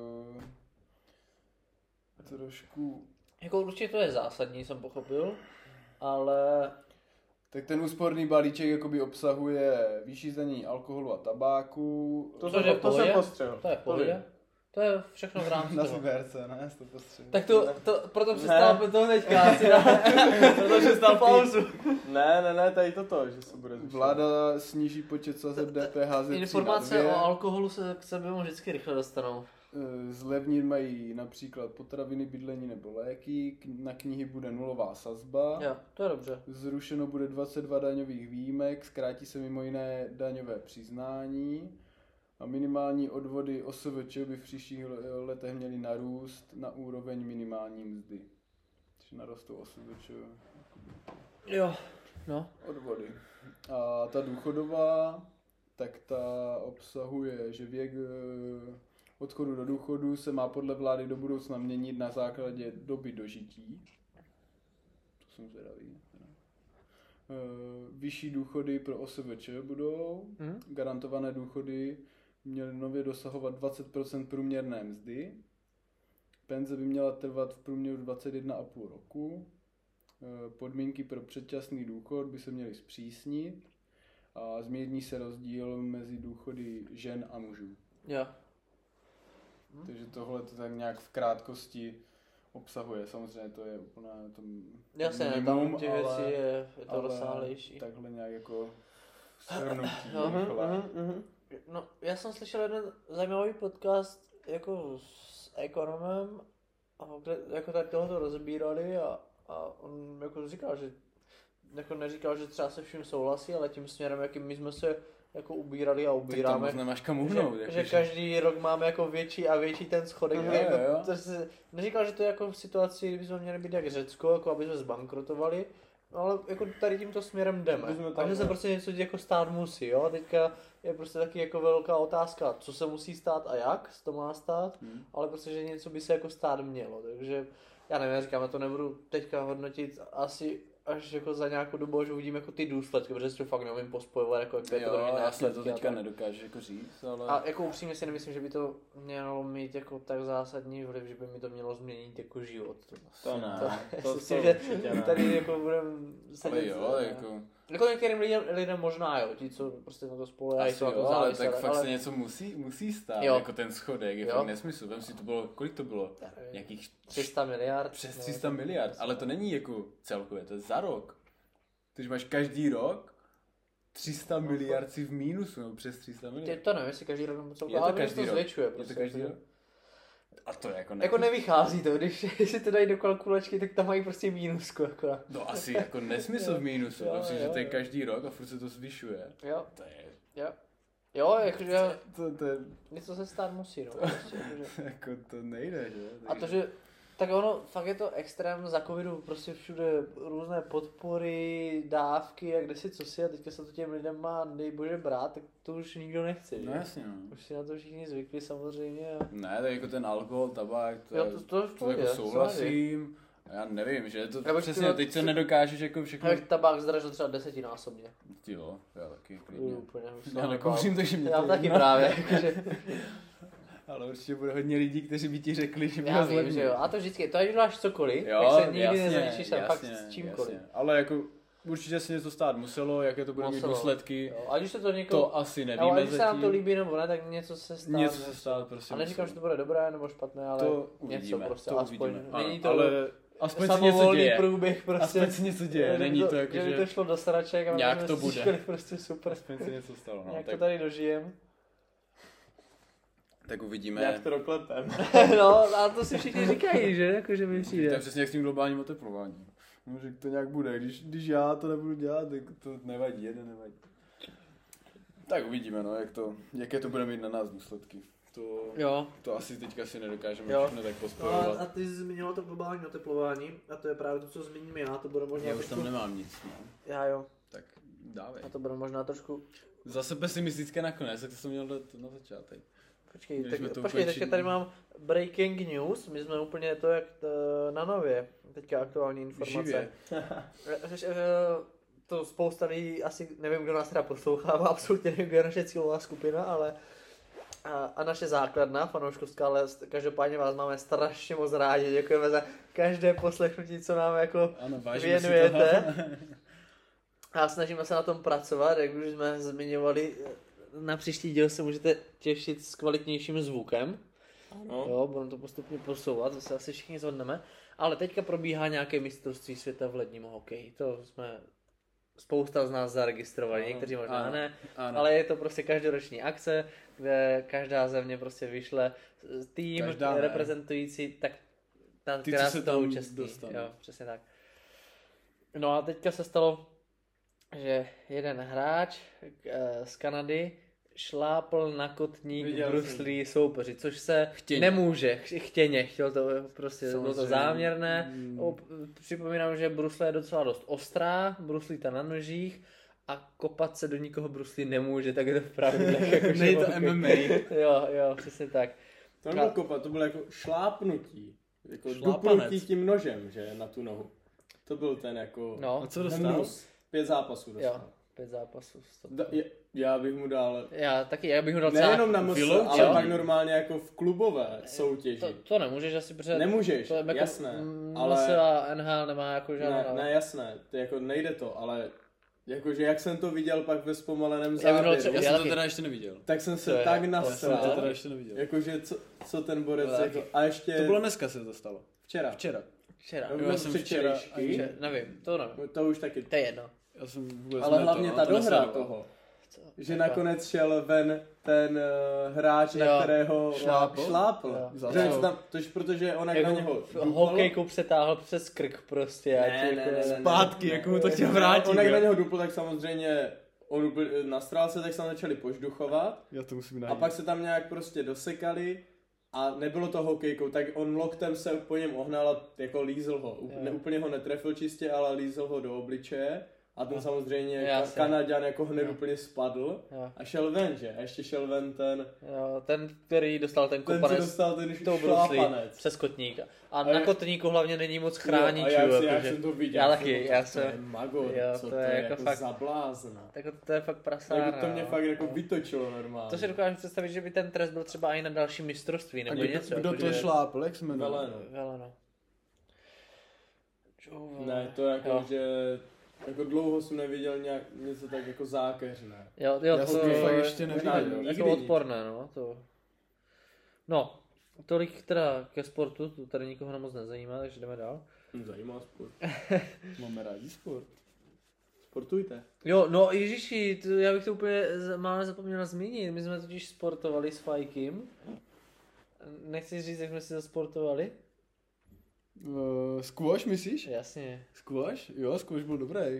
C: trošku...
B: Jako určitě to je zásadní, jsem pochopil, ale...
C: Tak ten úsporný balíček jakoby obsahuje vyšší zdanění alkoholu a tabáku.
A: To jsem postřehl.
B: To je v pohodě. To je všechno v rámci
C: na
B: toho.
C: Sberce, ne? To postřehl.
B: Tak proto přestávám toho teďka, protože stál pauzu.
A: Ne, tady toto, že se bude zvyšovat.
C: Vláda sníží počet sazeb DPH ze 3
B: Informace o alkoholu se k sebe vždycky rychle dostanou.
C: Zlevnit mají například potraviny, bydlení nebo léky, na knihy bude nulová sazba.
B: Jo, to je dobře.
C: Zrušeno bude 22 daňových výjimek, zkrátí se mimo jiné daňové přiznání a minimální odvody OSVČ by v příštích letech měly narůst na úroveň minimální mzdy. Takže narostou OSVČ.
B: Jo, no.
C: Odvody. A ta důchodová, tak ta obsahuje, že věk odchodu do důchodu se má podle vlády do budoucna měnit na základě doby dožití. To jsem zvědavý. Vyšší důchody pro OSVČ budou, garantované důchody měly nově dosahovat 20% průměrné mzdy. Penze by měla trvat v průměru 21,5 roku. Podmínky pro předčasný důchod by se měly zpřísnit a zmírní se rozdíl mezi důchody žen a mužů.
B: Jo.
C: Takže tohle to tak nějak v krátkosti obsahuje. Samozřejmě to je úplně to
B: jasně,
C: minimum,
B: tam těch věcí je to rozsáhlejší.
C: Takhle nějak jako shrnutí.
B: No, já jsem slyšel jeden zajímavý podcast jako s ekonomem, kde jako tady tohoto rozbírali a on jako říkal, že jako neříkal, že třeba se vším souhlasí, ale tím směrem, jakým my jsme se jako ubírali a ubíráme.
C: Tak nemáš kam uhnout.
B: Že každý rok máme jako větší a větší ten schodek. To se, neříkal, že to je jako v situaci, kdyby jsme měli být jak Řecko, jako aby jsme zbankrotovali, no, ale jako tady tímto směrem jdeme. A že se prostě něco jako stát musí, jo. Teďka je prostě taky jako velká otázka, co se musí stát a jak to má stát, ale prostě, že něco by se jako stát mělo, takže já nevím, říkám, já to nebudu teďka hodnotit asi až jako za nějakou dobu, že uvidím jako ty důsledky, protože si to fakt neumím pospojovat jako jak
C: to jasně, to teďka nedokážeš jako říct, ale...
B: A jako upřímně si nemyslím, že by to mělo mít jako tak zásadní vliv, že by mi to mělo změnit jako život.
C: To ne.
B: To že tady jako budeme sedět...
C: Ale jo,
B: jako některým lidem možná jo, ti co prostě na to spolehají.
C: Asi jo, ale tak fakt se něco musí stát, jo. Jako ten schodek je fakt nesmysl. Vem si to bylo, kolik to bylo? Nějakých
B: 300 miliard.
C: Přes 300 miliard, ale to není jako celkově, to je za rok. Takže máš každý rok 300 miliard si v mínusu, nebo přes 300 miliard.
B: To nevím, jestli každý rok nebo celkově,
C: ale každý
B: to zvětšuje.
C: Prostě, je to každý rok? A to je
B: jako nevychází to, když si to dají do kalkulačky, tak tam mají prostě mínusku akorát.
C: No asi jako nesmysl v mínusu, myslím, že to je každý rok a furt se to zvyšuje.
B: Jo.
C: To je...
B: Jo, jakože
C: to je...
B: něco se stát musí, no. Prostě,
C: jako to nejde, že?
B: A to, že tak ono, fakt je to extrém za covidu, prostě všude různé podpory, dávky a kdesi cosi a teďka se to těm lidem má, dej bože brát, tak to už nikdo nechce, že?
C: No jasně, no.
B: Už si na to všichni zvykli samozřejmě.
C: Ne, tak jako ten alkohol, tabák,
B: to
C: jako souhlasím. Já nevím, že to přesně, teď se nedokážeš jako všechno...
B: Tak tabák zdražil třeba 10násobně.
C: Jo, já taky klidně.
B: Já
C: nekouřím, takže mě
B: to taky právě, jakože...
C: Ale určitě bude hodně lidí, kteří by ti řekli, že by
B: já vím, že jo. A to vždycky, to ať děláš cokoliv, jo, tak se nikdy nezničíš fakt s čímkoliv.
C: Jasně. Ale jako určitě se něco stát muselo, jaké to bude mít důsledky.
B: Jo. A když se to někoho...
C: To asi nevíme.
B: Ale když se nám to líbí nebo ne, tak něco se stát.
C: Něco se stát, prostě.
B: A neříkám, že to bude dobré nebo špatné, ale
C: to
B: něco prostě
C: to
B: aspoň. Není to
C: ale aspoň se něco děje.
B: Průběh prostě.
C: Aspoň se něco děje, není to jako,
B: že by to šlo do sraček a
C: nějak to bude.
B: Prostě super.
C: Aspoň se něco stalo, no.
B: Jak to tady dožijem.
C: Tak uvidíme.
A: Jak to doklepem.
B: No, a to si všichni říkají, že? Jako, že mi přijde.
C: To je přesně jak s tím globálním oteplováním. No, že to nějak bude. Když já to nebudu dělat, tak to nevadí, jeden nevadí. Tak uvidíme, no, jaké to bude mít na nás důsledky. To asi teďka si nedokážeme všechno tak pospojovat.
B: No a ty jsi zmínila to globální oteplování a to je právě to, co zmíním já. To bude možná
C: já už tam nemám nic, no.
B: Já jo.
C: Tak dávej.
B: A to bude možná trošku...
C: Zase pesimistické nakonec, tak to jsem měl na začátek.
B: Počkej, teďka tady mám breaking news, my jsme úplně to jak na nově, teďka aktuální informace. To spousta lidí, asi nevím, kdo nás teda poslouchává, absolutně nevím, kdo je naše cílová skupina, ale a naše základna fanouškovská, ale každopádně vás máme strašně moc rádi, děkujeme za každé poslechnutí, co nám jako věnujete. A snažíme se na tom pracovat, jak už jsme zmiňovali, na příští díl se můžete těšit s kvalitnějším zvukem. Ano. Jo, budeme to postupně posouvat, to se asi všichni zhodneme. Ale teďka probíhá nějaké mistrovství světa v ledním hokeji. To jsme spousta z nás zaregistrovaní, někteří možná ne, ale je to prostě každoroční akce, kde každá země prostě vyšle tým reprezentující, tak ta, která se toho účastní. Jo, přesně tak. No a teďka se stalo, že jeden hráč z Kanady šlápl na kotník Bruce Lee soupeři, což se nemůže, chtěl to prostě, bylo to záměrné. Připomínám, že Bruce Lee je docela dost ostrá, Bruce Lee na nožích a kopat se do nikoho Bruce Lee nemůže, tak je to v pravidlech. Jako
D: nej to MMA.
B: jo, přesně tak.
A: To nebylo kopat, to bylo jako šlápnutí, jako dupnutí tím nožem, že na tu nohu. To byl ten jako...
D: No. A co dostal?
A: 5 zápasů dostal.
B: Jo, 5 zápasů.
A: Já bych mu dal...
B: Já bych mu dal
A: nejenom na mysl, ale pak normálně jako v klubové soutěži.
B: To nemůžeš asi, protože...
A: Nemůžeš,
B: to jako
A: jasné.
B: Ale a NHL nemá jako žádná...
A: Ne, jasné, to jako nejde to, ale... Jakože jak jsem to viděl pak ve zpomaleném záběru.
C: Já jsem to teda ještě neviděl.
A: Tak jsem se tak nasral.
C: Já jsem to teda ještě neviděl.
A: Jakože co ten borec jako... A ještě...
C: To bylo dneska se to stalo.
A: Včera.
C: Já jsem včera...
B: Nevím, to nevím.
A: To už taky.
B: To je jedno.
A: Ale hlavně ta dohra toho. Že nakonec šel ven ten hráč, na kterého šlápl. Tož protože on na něho
B: hokejkou přetáhl přes krk prostě.
A: Ne,
D: zpátky, jak mu to chtěl vrátit.
A: On na něho dupl, tak samozřejmě on nastrál se, tak se začali požduchovat.
D: Já to musím najít.
A: A pak se tam nějak prostě dosekali. A nebylo to hokejkou, tak on loktem se po něm ohnal a jako lízl ho. Úplně ho netrefil čistě, ale lízl ho do obličeje. A ten samozřejmě Kanaďan jako hned úplně spadl a šel ven, že? A ještě šel ven ten...
B: Jo, ten, který dostal ten kopanec.
A: Ten, dostal ten šlápanec.
B: Přes kotník. A na kotníku hlavně není moc chráničů.
A: Já jsem to viděl.
B: Já taky,
A: To je magor, co to je jako fakt zablázna.
B: Tak to je fakt prasára.
A: Tak to mě fakt jako vytočilo normálně.
B: To si dokážu představit, že by ten trest byl třeba i na další mistrovství nebo něco.
D: Kdo to šlápl, jak jsme
B: Veleno.
A: Ne, to jako, že... Jako dlouho jsem neviděl něco tak jako zákeřné.
B: Jo,
D: já jsem to fakt ještě neviděl.
B: Jako odporné, no. To. No, tolik teda ke sportu, to tady nikoho moc nezajímá, takže jdeme dál.
A: Zajímá sport.
D: Máme rádi sport.
A: Sportujte.
B: Jo, no ježiši, já bych to úplně málo zapomněl zmínit. My jsme totiž sportovali s Fajkim. Nechceš říct, jak jsme si zasportovali?
D: Squash myslíš?
B: Jasně.
D: Squash? Jo, squash byl dobrý.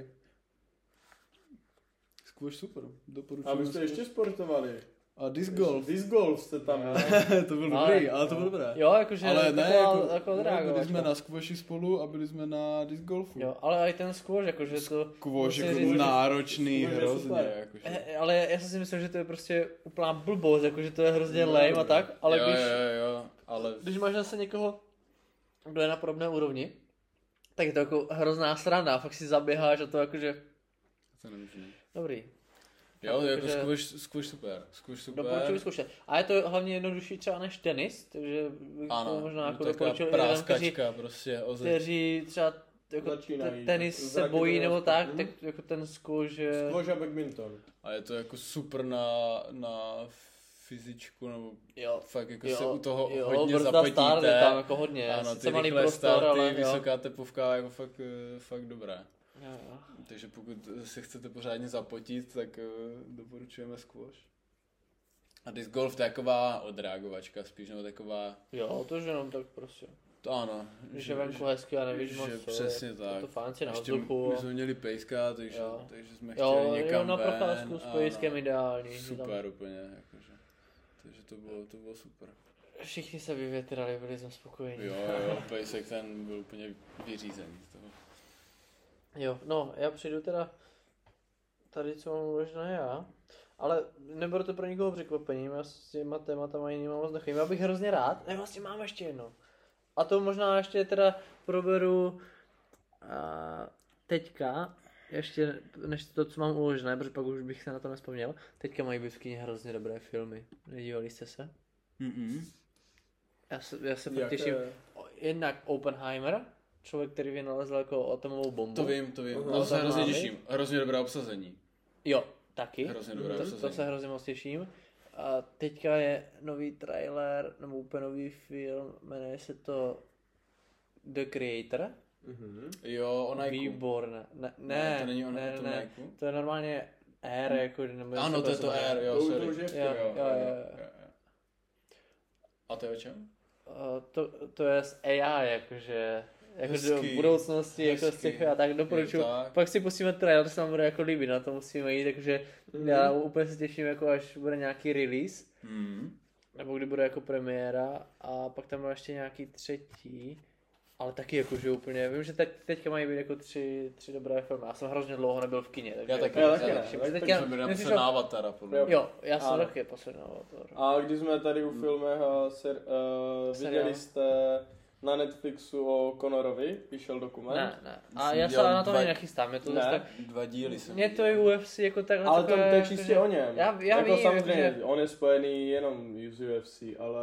D: Squash super, doporučuji.
A: A vy jste ještě sportovali?
D: A disc golf.
A: Disc golf jste tam,
D: to byl dobrý, ale to bylo dobré.
B: Jo, jakože
D: ale ne,
B: jako
D: byli jsme na squashi spolu a byli jsme na disc golfu.
B: Jo, ale i ten squash, jakože to...
D: Squash jako náročný hrozně,
B: jakože. Ale já jsem si myslel, že to je prostě úplná blbost, jakože to je hrozně lame a tak, ale když máš zase někoho, kdo je na podobné úrovni, tak je to jako hrozná sranda, fakt si zaběháš a to jakože...
C: To nemůžu.
B: Dobrý.
C: Jo, jako squash super.
B: Doporučuji zkoušet. A je to hlavně jednodušší třeba než tenis, takže bych to možná jako doporučil
C: i lidem, prostě
B: kteří třeba jako tenis se bojí nebo tak jako ten squash je...
A: Squash a badminton.
C: A je to jako super na fyzičku, nebo fakt jako se u toho hodně zapotíte.
B: Tam jako hodně.
C: Ano, ty rychlé starty, vysoká tepovka, jako fakt dobré.
B: Jo.
C: Takže pokud se chcete pořádně zapotit, tak doporučujeme squash. A disc golf to je taková odreagovačka spíš, nebo taková...
B: Jo, to že jenom tak prostě.
C: To ano.
B: Když je venku hezky a nevíš moc.
C: Přesně tak.
B: To fancy na vzduchu.
C: My jsme měli pejska, takže jsme chtěli někam ven.
B: Jo, na procházku s pejskem ideální.
C: Super úplně, jakože. Takže to bylo super.
B: Všichni se vyvětrali, byli jsme spokojení.
C: Jo, pejsek ten byl úplně vyřízený z toho.
B: Jo, no, já přijdu teda tady, co mám uložené já, ale nebudu to pro nikoho překvapením, já s těma tématama jinýma moc nechvím. Já bych hrozně rád, ne, vlastně mám ještě jedno. A to možná ještě teda proberu teďka, ještě než to, co mám uložené, protože pak už bych se na to nespomněl. Teďka mají být v kyně hrozně dobré filmy, nedívali jste se? Já se fakt těším, jednak Oppenheimer, člověk, který vynalezl jako atomovou bombu.
C: To vím. To se hrozně těším. Hrozně dobré obsazení.
B: Jo, taky.
C: Hrozně dobré obsazení.
B: To se hrozně moc těším. A teďka je nový trailer, nebo úplně nový film, jmenuje se to The Creator.
C: Jo, o Nike.
B: Výborné. Ne,
C: to není
B: ne,
C: to
B: ne.
C: Nike?
B: To je normálně Air, jako nebo
C: ano, to je to Air, jo, sorry.
B: Jo.
C: A to je o čem?
B: To je z AI, jakože do budoucnosti,
C: hezky.
B: jako z těch a tak doporučuji. Pak si pustíme trailer, to se nám bude jako líbit, na to musíme jít, takže já úplně se těším, jako až bude nějaký release, nebo kdy bude jako premiéra a pak tam má ještě nějaký třetí, ale taky jakože úplně, vím, že teďka mají být jako tři dobré filmy, já jsem hrozně dlouho nebyl v kině, takže...
C: Já taky
B: Teďka
C: jsme byli naposled na Avatara, podle mě.
B: Jo, já jsem taky posled na Avatar.
A: A když jsme tady u filmech a viděli jste na Netflixu o Conorovi, vyšel dokument?
B: Ne. A já se na to ani nechystám, je to zase tak...
C: 2 díly jsem.
B: Mně to je UFC jako takhle.
A: Ale to je čistě o něm.
B: Já
A: jako
B: vím,
A: samozřejmě,
B: že...
A: on je spojený jenom z UFC,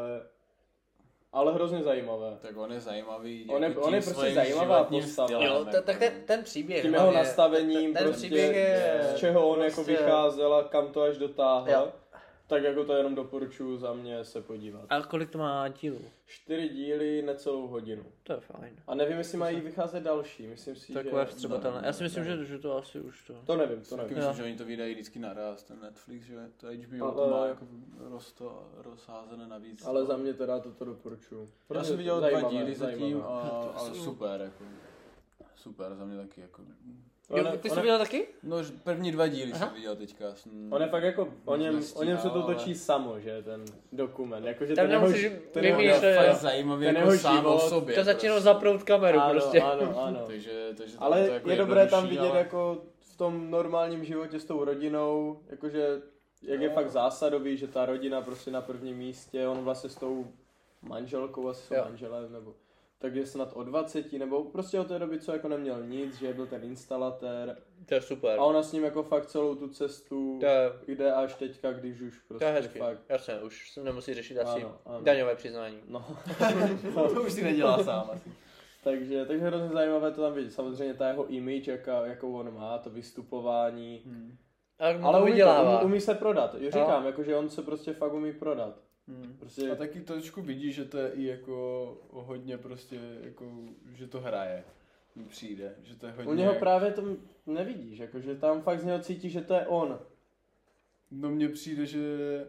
A: ale hrozně zajímavé.
C: Tak on je zajímavý.
A: On je prostě zajímavá postava.
B: Jo, tak ten příběh.
A: Tím jeho nastavením,
B: ten
A: prostě
B: příběh je,
A: z čeho on
B: prostě...
A: jako vycházel a kam to až dotáhl.
B: Jo.
A: Tak jako to jenom doporučuji za mě se podívat.
B: A kolik to má dílů?
A: 4 díly, necelou hodinu.
B: To je fajn.
A: A nevím, jestli mají vycházet další, myslím si,
B: takové
A: že...
B: vstřebatelné. Já si myslím, že to asi už to...
A: To nevím.
C: Myslím, že oni to vydají vždycky naraz, ten Netflix, že to HBO to má jako rozházené navíc.
A: Ale za mě teda toto doporučuji.
C: Já jsem viděl 2 díly zatím, ale super, jako. Super, za mě taky, jako.
B: Ty jsi viděl taky?
C: No, první 2 díly jsem viděl teďka.
A: On je fakt jako, o něm se to točí samo, že, ten dokument. Jakože
B: ten
C: je fakt zajímavý jako sám o sobě.
B: To začíná zaprout kameru prostě.
A: Ano.
C: takže
A: ale
C: to jako
A: je dobré tam vidět jako v tom normálním životě s tou rodinou, jakože jak je fakt zásadový, že ta rodina prostě na prvním místě, on vlastně s tou manželkou, asi jsou manželem, nebo tak je snad o 20, nebo prostě od té doby, co jako neměl nic, že byl ten instalatér.
B: To je super.
A: A ona s ním jako fakt celou tu cestu jde až teďka, když už prostě
B: to je hezky.
A: fakt...
B: Jasně, už se nemusí řešit asi daňové přiznání.
A: No.
C: To už si nedělá sám asi.
A: Takže hrozně zajímavé to tam vidět. Samozřejmě ta jeho image, jakou on má, to vystupování. Ale umí se prodat. Jo, říkám, jakože on se prostě fakt umí prodat.
C: Prostě... A taky trošku vidí, že to je i jako hodně prostě, jako, že to hraje. Mi přijde, že to je hodně...
A: U něho právě to nevidíš, jakože tam fakt z něho cítí, že to je on.
C: No mně přijde, že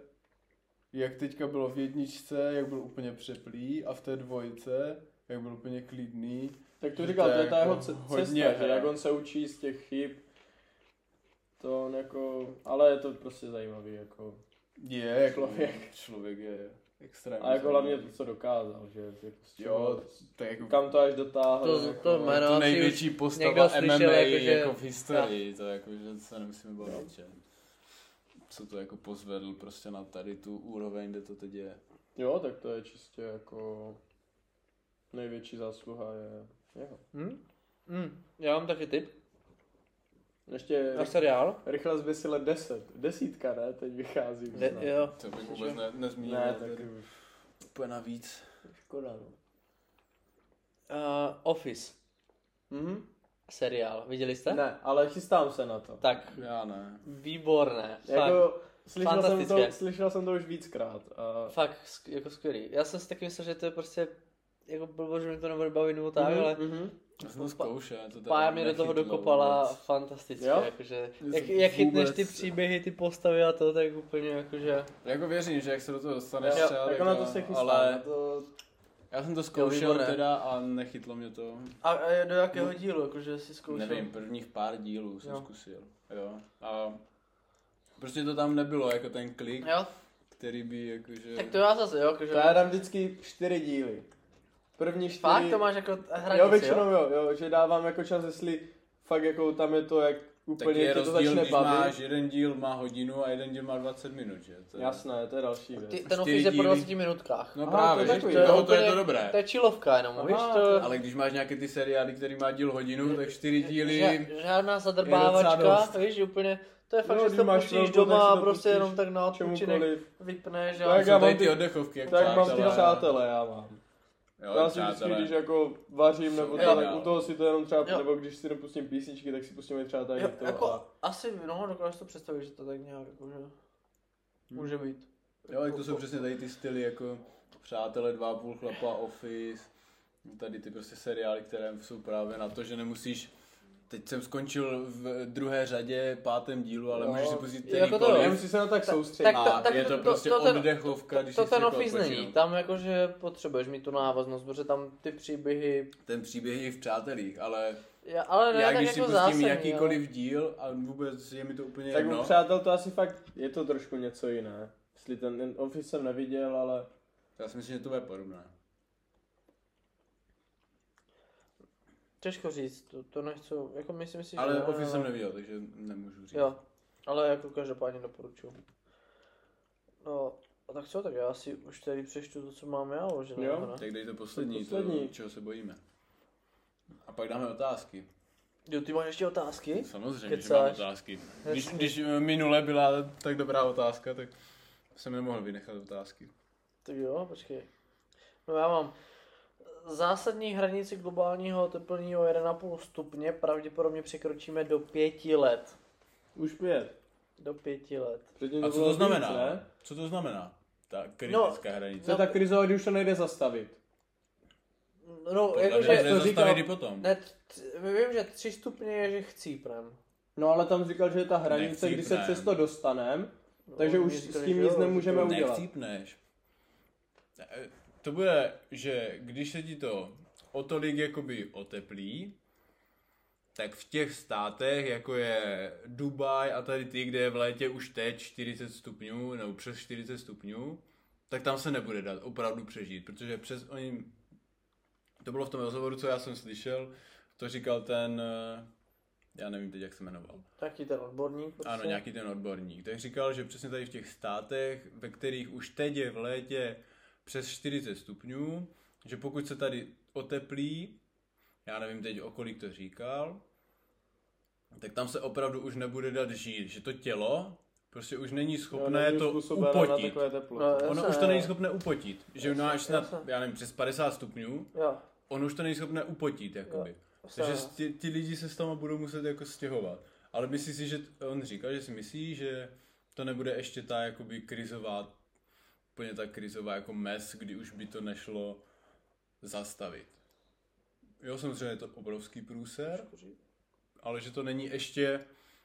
C: jak teďka bylo v 1, jak byl úplně přeplý a v té 2, jak byl úplně klidný.
A: Tak to říkal, to je ta jeho cesta, že jak on se učí z těch chyb. To on jako, ale je to prostě zajímavý, jako...
C: Je, člověk je extrémně.
A: A jako hlavně to, co dokázal, že
C: jo, to jako,
A: kam to až dotáhl.
C: To největší postava MMA jako v historii, to jako, že se nemusíme bavit, že co to jako pozvedl prostě na tady tu úroveň, kde to teď je.
A: Jo, tak to je čistě jako největší zásluha je jeho.
B: Já mám taky tip.
A: Ještě
B: na seriál?
A: Rychle zběsile 10. 10, ne? Teď vychází.
B: Jo.
C: To bych vůbec nezmínil.
A: Ne, taky už.
C: Úplně navíc.
A: Škoda, no.
B: Office. Seriál. Viděli jste?
A: Ne, ale chystám se na to.
B: Tak.
C: Já ne.
B: Výborné.
A: Jako, slyšel jsem to už víckrát.
B: Fakt, jako skvělý. Já jsem si taky myslel, že to je prostě jako blbo, že mě to nebude bavit nebo tak, ale...
C: Já jsem to zkoušel.
B: Pár mě do toho dokopala fantasticky, jakože, jak chytneš ty příběhy, ty postavy a to, tak úplně jakože...
C: Jako věřím, že jak se do toho dostaneš
A: třeba, jako na to se chystám, ale...
C: Já jsem to zkoušel teda a nechytlo mě to.
B: A do jakého dílu, jakože jsi zkoušel?
C: Nevím, prvních pár dílů jsem zkusil, jo. A prostě to tam nebylo, jako ten klik, který by jakože...
B: Tak to já zase, jo, jakože...
A: To já dám vždycky 4 díly. První 4...
B: Fakt to máš jako hranici,
A: jo? Většinou jo, že dávám jako čas, jestli fakt jako tam je to, jak úplně tě to začne bavit.
C: Máš jeden díl má hodinu a jeden díl má 20 minut, že? To je...
A: Jasné, to je další věc.
B: Ten Office je po 20 minutkách.
C: No právě,
A: to je
C: to dobré.
B: To je chillovka jenom, víš to...
C: Ale když máš nějaké ty seriály, který má díl hodinu, tak 4 díly...
B: Žádná zadrbávačka, víš, úplně... To je fakt, že to pustíš doma a prostě jenom tak na odpočinek vypneš.
C: Tak já mám ty oddechovky, jak
A: tak mám ty přátelé, já mám.
C: Jo,
A: já si vždycky, když jako vařím nebo tak u toho si to jenom třeba, nebo když si nepustím písničky, tak si pustím třeba tady to.
B: Jako, asi, dokážu to představit, že to tak nějak jakože může být.
C: Jo, tak to jsou přesně tady ty styly, jako Přátelé, 2,5 chlapa, Office, Tady ty prostě seriály, které jsou právě na to, že nemusíš. Teď jsem skončil v druhé řadě, 5. dílu, ale můžeš si pustit
D: kterýkoliv. Nemusíš se na tak soustředit.
C: Tak je to prostě oddechovka, když
B: to ten Office není. Tam jakože potřebuješ mít tu návaznost, protože tam ty příběhy...
C: Ten příběh je v Přátelích, ale
B: ale
C: já když
B: tak
C: si
B: jako
C: pustím
B: zásadní,
C: jakýkoliv díl a vůbec je mi to úplně
D: tak
C: jedno.
D: Tak u Přátel to asi fakt je to trošku něco jiné. Jestli ten Office jsem neviděl, ale...
C: Já si myslím, že to bude podobné.
B: Těžko říct, to nechci, jako myslím si,
C: ale
B: že...
C: Office jsem neviděl, takže nemůžu říct.
B: Jo, ale jako každopádně doporučuji. No, a tak co, tak já si už tady přečtu to, co mám já uložené.
C: Jo, tak dej to poslední, to, čeho se bojíme. A pak dáme otázky.
B: Jo, ty máš ještě otázky?
C: Samozřejmě, že mám otázky. Když minule byla tak dobrá otázka, tak jsem nemohl vynechat otázky.
B: Tak jo, počkej. No já mám zásadní hranici globálního oteplení o 1,5 stupně pravděpodobně překročíme do 5 let.
D: Už 5?
B: Do 5 let.
C: A co to znamená? Víc, co to znamená? Ta kritická hranice.
D: To je ta krizová, kdy už to nejde zastavit.
B: No, jakože
C: to říkal... i potom.
B: Ne, vím, že 3 stupně je, že chcíprem.
D: No ale tam říkal, že je ta hranice, kdy se přes to dostaneme, takže už s tím nic nemůžeme udělat.
C: Nechcípneš. To bude, že když se ti to o tolik jakoby oteplí, tak v těch státech, jako je Dubaj a tady ty, kde je v létě už teď 40 stupňů, nebo přes 40 stupňů, tak tam se nebude dát opravdu přežít, protože přes oni, to bylo v tom rozhovoru, co já jsem slyšel, to říkal ten, já nevím teď, jak se jmenoval.
B: Taky ten odborník? Prostě.
C: Ano, nějaký ten odborník. Tak říkal, že přesně tady v těch státech, ve kterých už teď je v létě přes 40 stupňů, že pokud se tady oteplí, já nevím teď, o kolik to říkal, tak tam se opravdu už nebude dát žít, že to tělo prostě už není schopné to upotit. Ono už to není schopné upotit, že máš snad, já nevím, přes 50 stupňů, ono už to není schopné upotit, jakoby. Takže ty lidi se s tomu budou muset jako stěhovat. Ale myslí si, že on říkal, že si myslí, že to nebude ještě ta jakoby krizová, úplně ta krizová jako mez, kdy už by to nešlo zastavit. Jo, samozřejmě je to obrovský průser, ale že to není ještě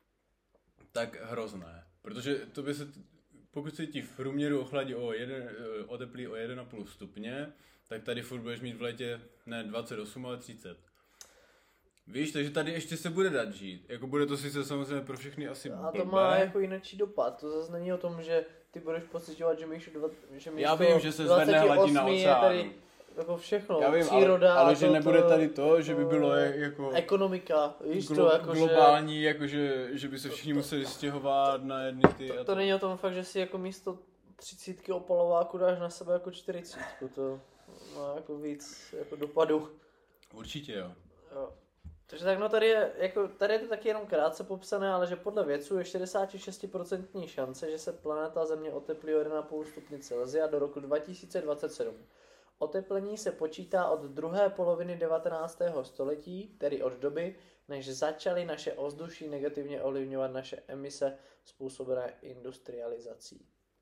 C: tak hrozné. Protože to by se, pokud se ti v průměru ochladí oteplí o 1,5 stupně, tak tady furt budeš mít v létě ne 28, ale 30. Víš, takže tady ještě se bude dát žít. Jako bude to sice samozřejmě pro všechny asi blbé.
B: A to má jako jiný dopad. To zase není o tom, že ty budeš pocitovat, že místo
C: já vím, že se zvedne hladina oceánu.
B: Jako všechno,
C: já vím,
B: příroda,
C: ale že nebude tady to, že by bylo jako...
B: Ekonomika, víš to, jako
C: globální, že by se všichni museli stěhovat na jedny ty...
B: To není o tom fakt, že si jako místo 30 opalováku dáš na sebe jako 40, to má jako víc jako dopadu.
C: Určitě jo.
B: Takže tak no tady je to taky jenom krátce popsané, ale že podle vědců je 66% šance, že se planeta Země oteplí o 1,5 stupně Celsia do roku 2027. Oteplení se počítá od druhé poloviny 19. století, tedy od doby, než začaly naše ovzduší negativně ovlivňovat naše emise způsobené industrializací.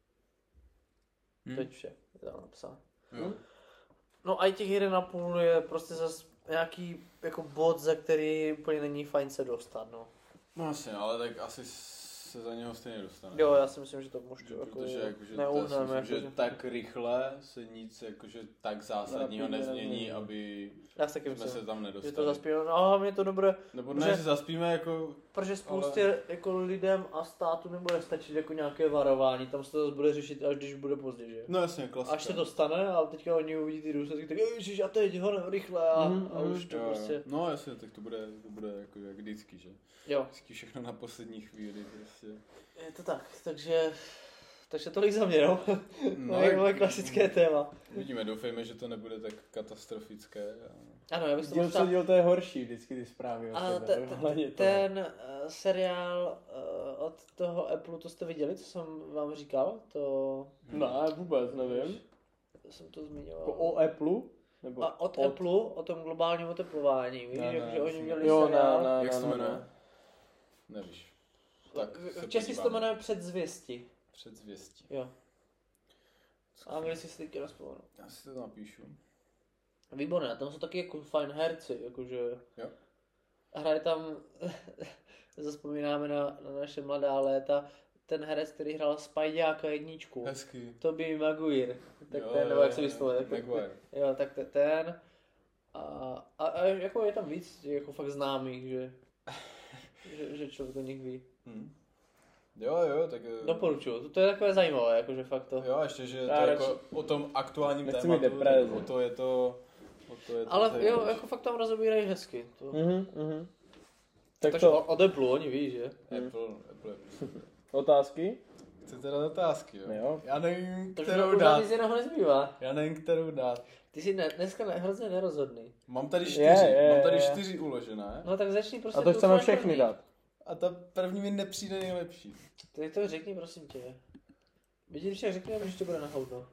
B: Teď vše je tam napsáno. No a i těch 1,5 je prostě zase nějaký jako bod, za který úplně není fajn se dostat, no.
C: No asi, ale tak asi se za něho stejně dostane.
B: Jo, já si myslím, že to možná
C: jako neuhneme. Že tak rychle se nic jakože tak zásadního nezmění, aby jsme se tam nedostali.
B: Že to zaspíme, no ale mě to nebude...
C: Nebo ne, že zaspíme jako...
B: Protože spoustě jako lidem a státu nebude stačit jako nějaké varování, tam se to bude řešit, až když bude pozdě, že?
C: No jasně, klasika.
B: Až se to stane, ale teďka oni uvidí ty důsledky, tak ježiš, a teď honem rychle a už to prostě...
C: No jasně, tak to bude jako jak vždycky, že?
B: Jo.
C: Vždycky všechno na poslední chvíli prostě.
B: Je to tak, takže tolik za mě, no. Moje klasické téma.
C: Uvidíme, doufejme, že to nebude tak katastrofické.
B: Ano, já bych to
D: možná... to je horší, vždycky ty zprávy o tebe.
B: Ten seriál od toho Apple, to jste viděli, co jsem vám říkal? To...
D: Ne, vůbec nevím.
B: Jsem to zmiňoval.
D: Jako o Apple? Nebo
B: a od Apple, o tom globálním oteplování, víš, že oni měli
D: seriál.
C: Jak se to jmenuje? Nevíš. Tak
B: v Česky se to jmenuje Předzvěsti.
C: Předzvěsti.
B: Jo. A anglicky si teďka nespomenu.
C: Já si to napíšu.
B: Výborné, tam jsou taky jako fajn herci, jakože...
C: Jo.
B: Hraje tam, zaspomínáme na naše mladá léta, ten herec, který hrál Spajďáka jedničku.
C: Hezký.
B: Tobey Maguire. Tak
C: jo,
B: ten, nebo jak se vyslovuje.
C: Maguire.
B: Jo, tak ten. A jako je tam víc jako fakt známých, že člověk o nich ví.
C: Jo, tak...
B: Doporučuju, to je takové zajímavé, jakože fakt to...
C: Jo, ještě, že to je jako o tom aktuálním tématu, o to je to...
B: Ale jo, jako fakt tam rozobírají hezky. To...
D: Tak
B: takže
D: to...
B: od Apple oni ví, že?
C: Apple.
D: Otázky?
C: Chcete dát otázky, jo? Já nevím,
B: to
C: kterou dát.
B: Nic jiného nezbývá.
C: Já nevím, kterou dát.
B: Ty jsi dneska hrozně nerozhodný.
C: Mám tady 4, mám tady 4 uložené.
B: No tak začni prostě.
D: A to chceme všechny dát.
C: A ta první mi nepřijde nejlepší.
B: Ty to řekni, prosím tě. Vidíš, jak řekni, že to bude na houtno.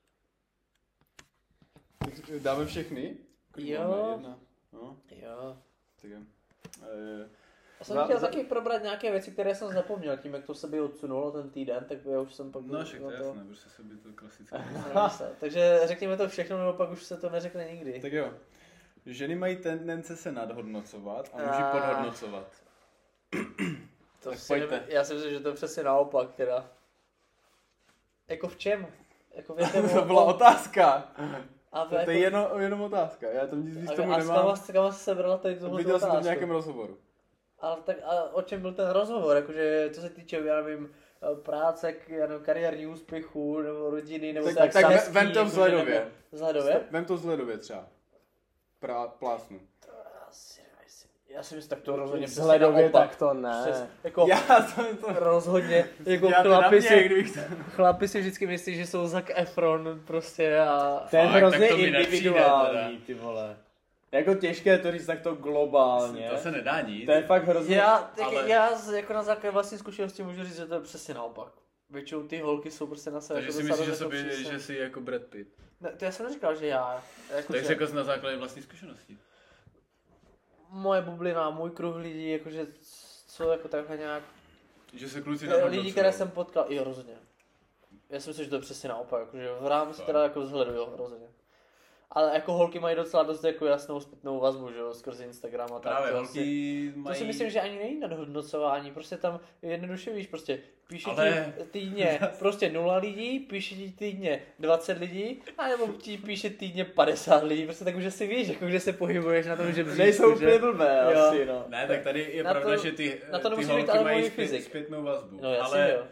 C: Dáme všechny?
B: Jo.
C: Jedna. No.
B: Jo.
C: Tak jo.
B: Já jsem chtěl taky probrat nějaké věci, které jsem zapomněl, tím jak to se by odsunulo ten týden, tak já už jsem pak...
C: No však to je jasné, protože se by to klasické.
B: Takže řekněme to všechno, nebo pak už se to neřekne nikdy.
C: Tak jo. Ženy mají tendence se nadhodnocovat a muži podhodnocovat.
B: To já si myslím, že to je přesně naopak teda. Jako v čem? Jako
C: to byla otázka. To
B: jako...
C: je jenom otázka, já tam nic víc tomu nemám.
B: A kam jsi sebrala tady tuhle
C: Viděl
B: otázku?
C: jsem to v nějakém rozhovoru.
B: Ale tak a o čem byl ten rozhovor? Jakože co se týče, já nevím, práce, kariérní úspěchu, nebo rodiny, nebo
C: tak vem to vzhledově.
B: Vzhledově?
C: Vem to vzhledově třeba. Plásnu.
B: Já si myslím, tak to rozhodně
D: vzhledově tak to ne.
B: Jako, rozhodně, jako chlapi si vždycky myslí, že jsou Zac Efron prostě a...
D: To je hrozně individuální, ty vole. Jako těžké to říct takto globálně.
C: To se nedá nic.
D: To je fakt hrozně...
B: Já jako na základě vlastní zkušenosti můžu říct, že to je přesně naopak. Většinou ty holky jsou prostě na sebe.
C: Takže si myslíš, že jsi jako Brad Pitt?
B: Ne, to já jsem neříkal, že já.
C: Jako takže jako na základě vlastní zkušenosti.
B: Moje bublina, můj kruh lidí, jakože co jako takhle nějak...
C: Že se kluci
B: lidi, které jsem potkal, jo rozhodně. Já si myslím, že to je přesně naopak, jakože v rámci teda jako vzhledu, jo, rozhodně. Ale jako holky mají docela dost jako jasnou zpětnou vazbu, že jo, skrze Instagram a tak.
C: Právě, holky
B: mají... To si myslím, že ani není nadhodnocování, prostě tam jednoduše víš, prostě píše ti týdně prostě 0 lidí, píše ti týdně 20 lidí, a nebo ti píše týdně 50 lidí, prostě tak už asi víš, jako kde se pohybuješ na tom, že bříšku,
D: nejsou úplně blbé asi, no.
C: Ne, tak tady je pravda, že ty holky mají zpětnou vazbu,
B: no,
C: ale...
B: Jo.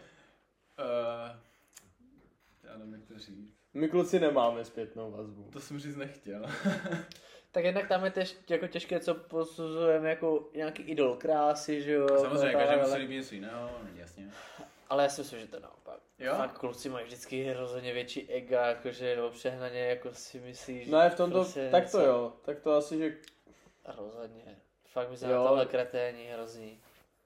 C: Já nevím, jak to říct.
D: My kluci nemáme zpětnou vazbu.
C: To jsem říct nechtěl.
B: Tak jednak tam je jako těžké, co posuzujeme jako nějaký idol krásy, že jo.
C: Samozřejmě, každému se líbí něco jiného, jasně.
B: Ale já si myslím, že to naopak.
C: Jo?
B: Fakt kluci mají vždycky hrozně větší ega, jakože nebo přehnaně jako si myslíš.
D: No je v tomto, prostě tak to jo, tak to asi, že...
B: Rozhodně. Fakt myslím, že tohle kreténi hrozný.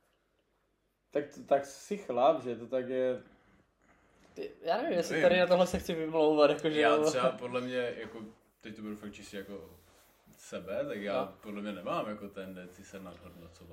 D: Tak si chlap, že to tak je...
B: Já nevím, jestli tady na tohle se chci vymlouvat, jakože...
C: Já třeba podle mě, jako, teď to budu fakt čistě jako sebe, tak já podle mě nemám jako tendenci se nadhodnocovat.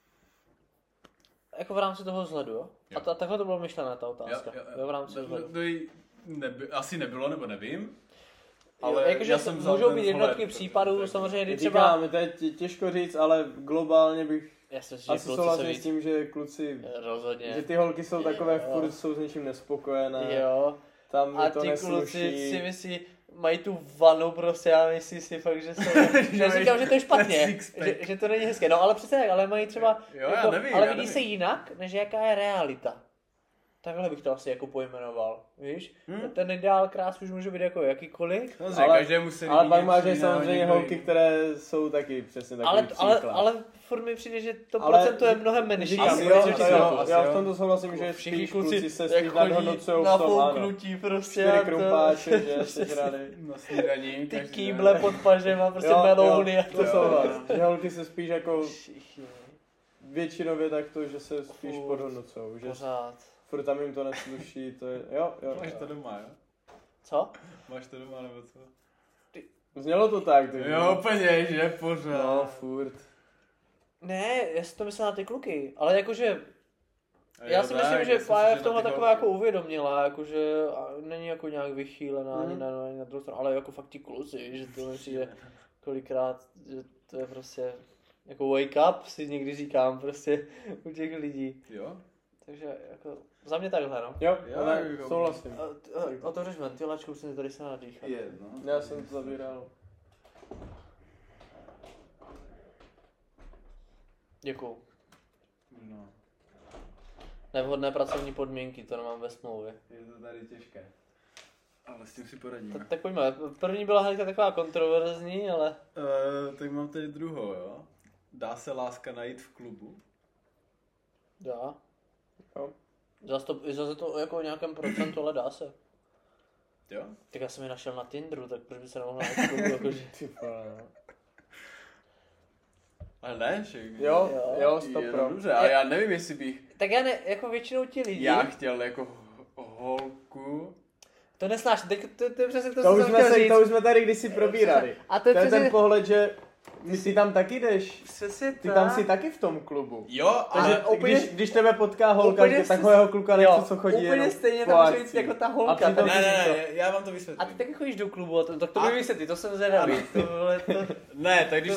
B: Jako v rámci toho vzhledu, jo? A takhle to bylo myšlená ta otázka. Jo, v rámci vzhledu.
C: Asi nebylo, nebo nevím.
B: Ale jakože já jsem můžou být jednotky případů, samozřejmě třeba...
D: Říkám, to je těžko říct, ale globálně bych... Asi souhlasím s tím, že kluci,
B: rozhodně.
D: Že ty holky jsou takové, furt jsou s něčím nespokojené.
B: Jo.
D: Tam
B: a
D: to
B: ty
D: nesluší.
B: kluci si myslí, mají tu vanu prostě a myslí si fakt, že jsou... Neříkám, že to je špatně, že to není hezké, no ale přece tak, ale mají třeba...
C: Jo,
B: jako,
C: nevím,
B: ale vidí se jinak, než jaká je realita. Takhle bych to asi jako pojmenoval, víš? Ten ideál krásy už může být jako jakýkoliv.
C: No, každému se
D: ale pak máš samozřejmě holky, které jsou taky přesně takový příklad.
B: Ale furt mi přijde, že to procento je mnohem menší.
D: Já v tomto souhlasím, že všichni kluci se spíš nadhodnocujou v tom, ano.
B: Nafouknutí prostě.
D: 4 krumpáče, že sežrali
C: na snídaní.
B: Ty kýble pod pažem a prostě melouny.
D: To souhlas. Že holky se spíš jako většinově takto, že se spíš podhodnocujou.
B: Pořád.
D: Furt tam jim to nesluší, to je, jo.
C: Máš to doma, jo?
B: Co?
C: Máš to doma, nebo co?
D: Znělo to tak, ty.
C: Jo, úplně, že pořád.
D: No, furt.
B: Ne, já si to myslel na ty kluky, ale jakože... Já si myslím, že Pája je v tomhle taková jako uvědomila, jakože není jako nějak vychýlená ani na druhou stranu, ale jako fakt ti kluci, že to myslím, že kolikrát, že to je prostě jako wake up, si někdy říkám prostě u těch lidí.
C: Jo.
B: Takže jako za mě takhle, no.
D: Jo, souhlasím.
B: Otevřeš ventilačku, už jsem tady se nadýchat.
D: No. Já jsem to zavíral.
B: Děkuju.
C: No.
B: Nevhodné pracovní podmínky, to nemám ve smlouvě.
C: Je to tady těžké. Ale s tím si poradíme.
B: Tak pojďme, první byla hned taková kontroverzní, ale...
C: Tak mám tady druhou, jo. Dá se láska najít v klubu?
B: Dá. Jo. Zase to jako o nějakém procentu, ale dá se.
C: Jo?
B: Tak já jsem ji našel na Tinderu, tak proč by se nemohl najít v klubu, jakože...
C: Ale ne, že...
D: Jo, 100%.
C: Dobře, ale já nevím, jestli bych...
B: Tak já ne, jako většinou ti lidi...
C: Já chtěl jako holku...
B: To nesnáš, to je přesně to, co jsem chtěl říct.
D: To už jsme tady kdysi probírali.
B: A to je přesně...
D: ten pohled, že ty tam taky jdeš.
B: Přesně
D: ty tam si taky v tom klubu.
C: Jo,
D: ale úplně, když tebe potká holka, že takového kluka nechce, co chodí
B: úplně
D: jenom
B: stejně tam může jít jako ta holka.
C: Ne, já vám to vysvětlím.
B: A ty taky chodíš do klubu, tak to mi vysvětlí, to jsem zvědavý.
C: Ne, tak když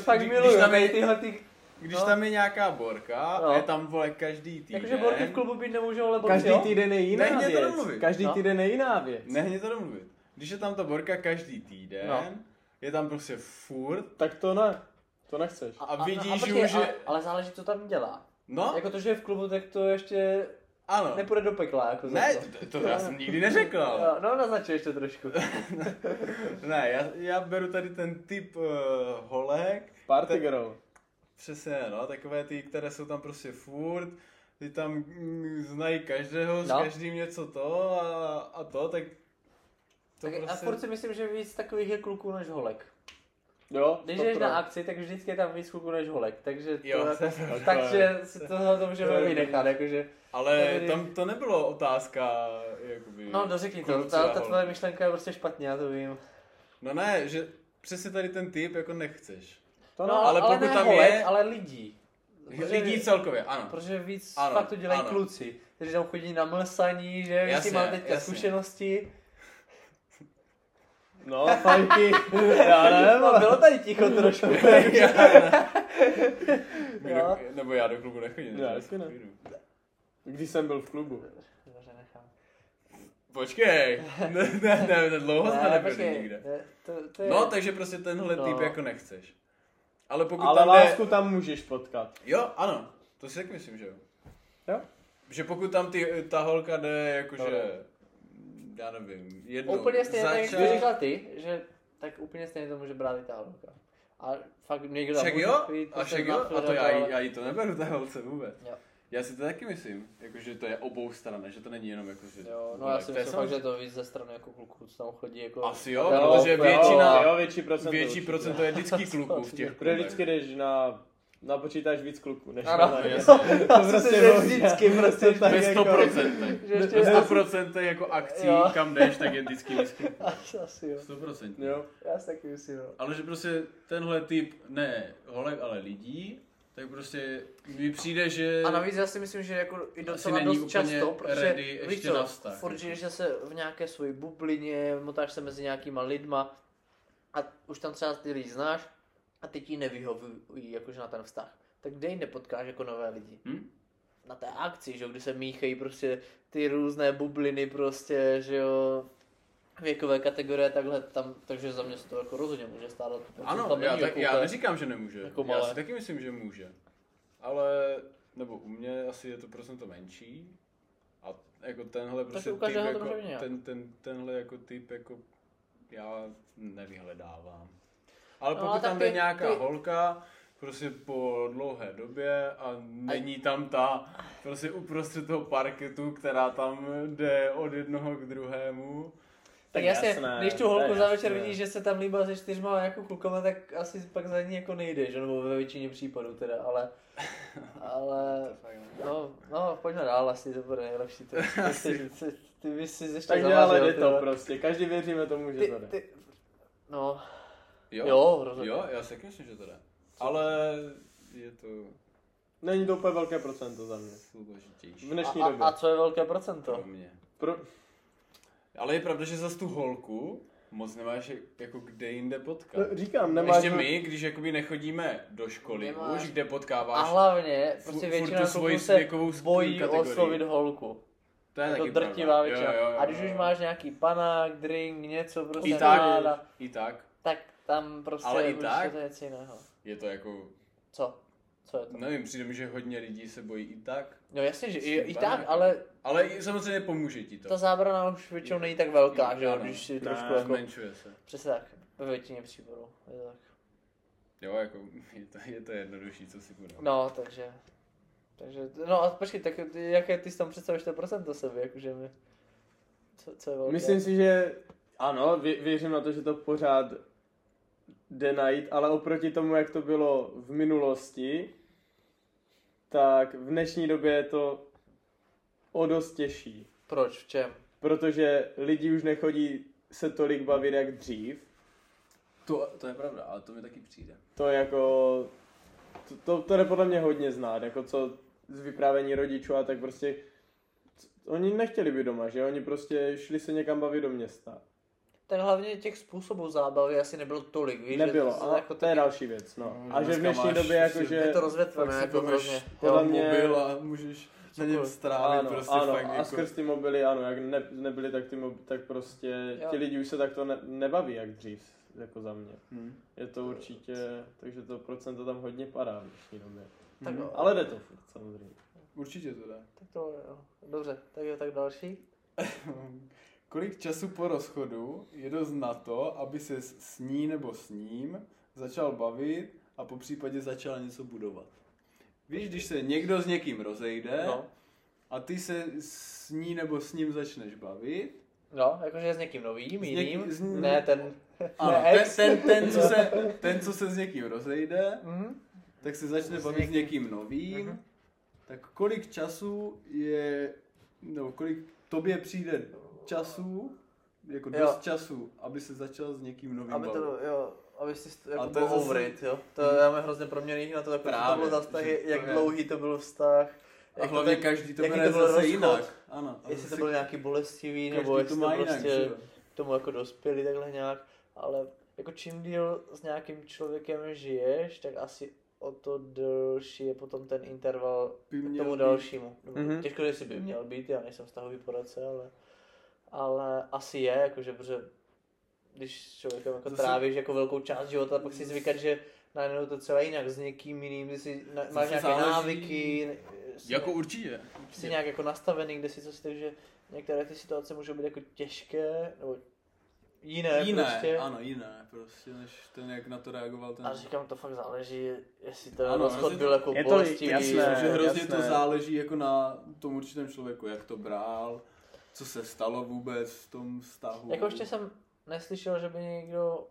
C: tam je nějaká borka a je tam vole každý týden.
B: Takže borky v klubu být nemůžou, lebo
D: každý týden je jiná
C: věc.
D: Každý týden je jiná věc.
C: Nehně to domluvit. Když je tam ta borka každý týden, je tam prostě furt.
D: Tak to ne. To nechceš.
C: A vidíš už, že...
B: Ale záleží, co tam dělá.
C: No.
B: Jako to, že je v klubu, tak to ještě...
C: Ano.
B: Nepůjde do pekla, jako
C: ne, to já jsem nikdy neřekl.
B: No, naznačuješ to trošku.
C: Ne, já beru tady ten typ holek.
D: Party girl.
C: Přesně, no, takové ty, které jsou tam prostě furt, ty tam znají každého, s každým něco to a to, tak... To
B: tak prostě... A furt si myslím, že víc takových je kluků než holek.
D: Jo,
B: když jdeš na akci, tak vždycky je tam víc kluků než holek, takže to
C: jo,
B: jako, takže si to můžeme vynechat, jakože...
C: Ale tam to nebylo otázka, jakoby...
B: No, dořekni to, ta tvoje myšlenka je prostě špatně, já to vím.
C: No ne, že přesně tady ten typ jako nechceš.
B: To no, ale pokud ne tam holek, je... ale lidí.
C: Lidí celkově, ano.
B: Protože víc fakt to dělají kluci, kteří tam chodí na mlsaní, že jasně, mám teďka zkušenosti.
D: No, fajky, já nevím, ale
B: bylo tady ticho trošku.
C: Nebo já do klubu nechodím.
D: Já taky ne. Když jsem byl v klubu.
B: Dobře, nechám.
C: Počkej, ne, dlouho jsme nebyli nikde. No, takže prostě tenhle typ jako nechceš. Ale pokud
D: ale
C: tam
D: lásku tam můžeš potkat.
C: Jo, ano, to si taky myslím, že jo.
D: Jo?
C: Že pokud tam ta holka jde jakože... Já nevím, jednou
B: úplně stejně, tak jak jsi říkal ty, že tak úplně stejně to může brát i ta holka. A fakt někdo tam může
C: přijít. Však jo, a to já jí to neberu ta holce vůbec. Jo. Já si to taky myslím, jakože to je obou stran, že to není jenom jako, že...
B: Jo, no já si myslím fakt, že to víc ze strany jako kluků, co tam chodí jako...
C: Asi jo, protože větší procento je vždycky kluků v těch
D: klubech. Vždycky jdeš na počítač víc kluků, než
C: ano,
D: to prostě
B: vždycky prostě tak
C: ve 100%. Ve 100% jako akcí, kam jdeš, tak je vždycky víc kluků.
B: Asi jo.
C: 100%.
B: Jo. Já si taky myslím, jo.
C: Ale že prostě tenhle typ, ne holek, ale lidí, tak prostě mi přijde, že...
B: A navíc já si myslím, že jako i docela dost často, protože víš co, furt žiješ zase v nějaké své bublině, motáš se mezi nějakýma lidma a už tam třeba ty lidi znáš a ty ti nevyhovují jakože na ten vztah. Tak kde jinde potkáš jako nové lidi? Na té akci, že jo, kdy se míchají prostě ty různé bubliny prostě, že jo, věkové kategorie takhle tam, takže za mě se to jako rozhodně může stát.
C: Ano, já neříkám, že nemůže. Jako já si taky myslím, že může. Ale, nebo u mě asi je to procento menší. A jako tenhle prostě typ jako, tenhle jako typ jako já nevyhledávám. Ale pokud tam jde nějaká holka, prostě po dlouhé době a není tam ta prostě uprostřed toho parketu, která tam jde od jednoho k druhému.
B: Tak jasně, když tu holku za večer vidíš, že se tam líbá se 4 jako klukama, tak asi pak za ní jako nejde, že? Nebo ve většině případů teda, ale no, pojďme dál, asi to bude nejlepší. Ty bys si ještě
D: takže ale jde to prostě, každý věříme tomu, že to jde.
B: No,
C: jo, rozhodně. Jo, já si taky myslím, že to jde. Ale je to
D: Není to úplně velké procento za mě. V dnešní době.
B: A co je velké procento?
C: Pro mě. Ale je pravda, že zas tu holku moc nemáš jako kde jinde potkat.
D: No, říkám, nemáš...
C: Ještě my, když jakoby nechodíme do školy
B: nemáš.
C: už, kde potkáváš...
B: A hlavně, prostě většina kluků se bojí oslovit holku.
C: To je taky
B: drtivá většina.
C: Jo.
B: A když už máš nějaký panák, drink, něco prostě...
C: I tak.
B: Tak tam prostě
C: ale
B: už je to něco jiného.
C: Je to jako...
B: Co? Co je to?
C: Nevím, přijde mi, že hodně lidí se bojí i tak.
B: No jasně, že i tak, ale...
C: Ale samozřejmě pomůže ti to.
B: Ta zábrana už většinou není tak velká, že jo, když si trošku jako...
C: Zmenšuje se.
B: Přesně tak, ve většině případů. Je to tak.
C: Jo, jako je to jednodušší, co si budeme.
B: No, takže, no a počkej, tak jaké ty si tam představíš to procento sebe, jakože my... Co je velké?
D: Myslím si, že ano, věřím na to, že to pořád jde najít, ale oproti tomu, jak to bylo v minulosti, tak v dnešní době je to o dost těžší.
B: Proč? V čem?
D: Protože lidi už nechodí se tolik bavit jak dřív.
C: To je pravda, ale to mi taky přijde.
D: To jako... To jde podle mě hodně znát, jako co z vyprávění rodičů a tak prostě... Oni nechtěli být doma, že? Oni prostě šli se někam bavit do města.
B: Tak hlavně těch způsobů zábavy asi nebylo tolik, víš?
D: Nebylo,
B: že
D: a
B: jako
D: to je další věc, no. A že v dnešní době jakože...
B: Je to rozvětvené, jako hrozně.
C: Podle mě... mobil a můžeš na něm strávit prostě
D: ano,
C: fakt
D: a
C: jako...
D: skrz ty mobily, ano, jak nebyly tak tak prostě ti lidi už se takto nebaví jak dřív, jako za mě. Je to určitě, takže to procento tam hodně padá v dnešní době.
B: Tak,
D: ale jde to furt, samozřejmě.
C: Určitě to jde.
B: Tak to jo. Dobře, tak jo, tak další.
C: Kolik času po rozchodu je dost na to, aby se s ní nebo s ním začal bavit a po případě začal něco budovat? Víš, když se někdo s někým rozejde a ty se s ní nebo s ním začneš bavit.
B: No, jakože s někým novým, jiným.
C: Ne,
B: ten...
C: Ano, ten, co se s někým rozejde, tak se začne bavit s někým novým. Tak kolik času je, nebo kolik tobě přijde času, jako dost času, aby se začal s někým novým
B: bavit. Aby si jako byl
C: zase...
B: over it, jo. To je hrozně proměnných na to, jako to bylo za vztahy, jak dlouhý to byl vztah.
C: A hlavně každý to bude zase jinak. Ano,
B: jestli to byl nějaký bolestivý, nebo jestli to prostě k tomu jako dospěli takhle nějak. Ale jako čím díl s nějakým člověkem žiješ, tak asi o to delší je potom ten interval k tomu dalšímu. Těžko, že si by měl být, já nejsem vztahový poradce, ale asi je, jakože, protože když člověkem jako trávíš jako velkou část života, pak si zvykat, že najednou to celé jinak s někým jiným, si máš nějaké návyky.
C: Jako určitě.
B: Jsi nějak jako nastavený, kde si co si, takže některé ty situace můžou být jako těžké, nebo jiné prostě.
C: Ano, jiné prostě, než ten, jak na to reagoval ten...
B: A říkám, to fakt záleží, jestli ten rozchod byl jako bolestivý.
C: Jasné, že hrozně to záleží jako na tom určitém člověku, jak to bral, co se stalo vůbec v tom vztahu.
B: Jako ještě jsem neslyšel, že by někdo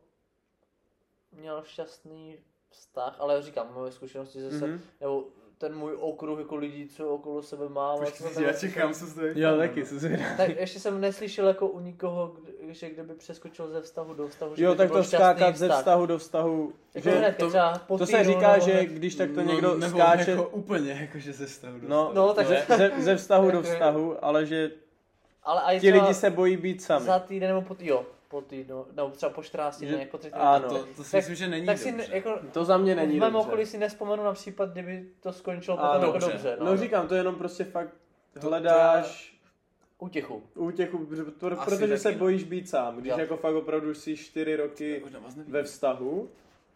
B: měl šťastný vztah, ale říkám, moje zkušenosti zase, nebo ten můj okruh jako lidí, co okolo sebe mám.
C: Já čekám, co se
D: já taky,
B: tak ještě jsem neslyšel jako u nikoho, že kdyby přeskočil ze vztahu do vztahu, že
D: jo, tak to skákat ze vztahu do vztahu,
B: jako že
D: to se říká, že když tak to někdo skáče...
C: Jako úplně, jakože ze vztahu do
D: vztahu. No, tak ze vztahu do vztahu, ale že ti lidi se bojí být sami.
B: Za týden nebo po týdnu, nebo třeba po 14 dnech, po 30 dnech.
C: Ano, to si myslím, že není
B: tak
C: dobře.
B: Jako,
D: to za mě není dobře.
B: V mém okolí si nespomenu na případ, kdyby to skončilo potom jako dobře.
D: No říkám, to jenom prostě fakt hledáš
B: útěchu,
D: protože se bojíš být sám. Když jako fakt opravdu jsi 4 roky ve vztahu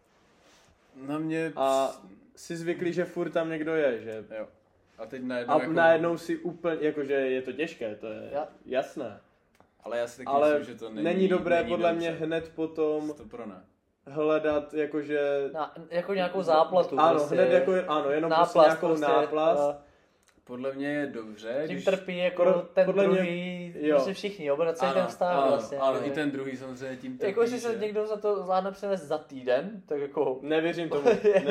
D: a jsi zvyklý, že furt tam někdo je, že?
C: Jo. A teď
D: najednou si úplně, jakože je to těžké, to je jasné.
C: Ale já si taky myslím, že to
D: není dobré podle mě hned potom hledat jakože...
B: jako nějakou záplatu.
D: Ano,
B: prostě.
D: Hned jako, jenom prostě nějakou náplast.
C: Podle mě je dobře,
B: tím trpí jako ten druhý, prostě všichni, celý ten vztah vlastně.
C: Ano, i ten druhý samozřejmě tím trpí.
B: Jako jestli se někdo za to zvládne přenést za týden, tak jako...
D: Nevěřím tomu.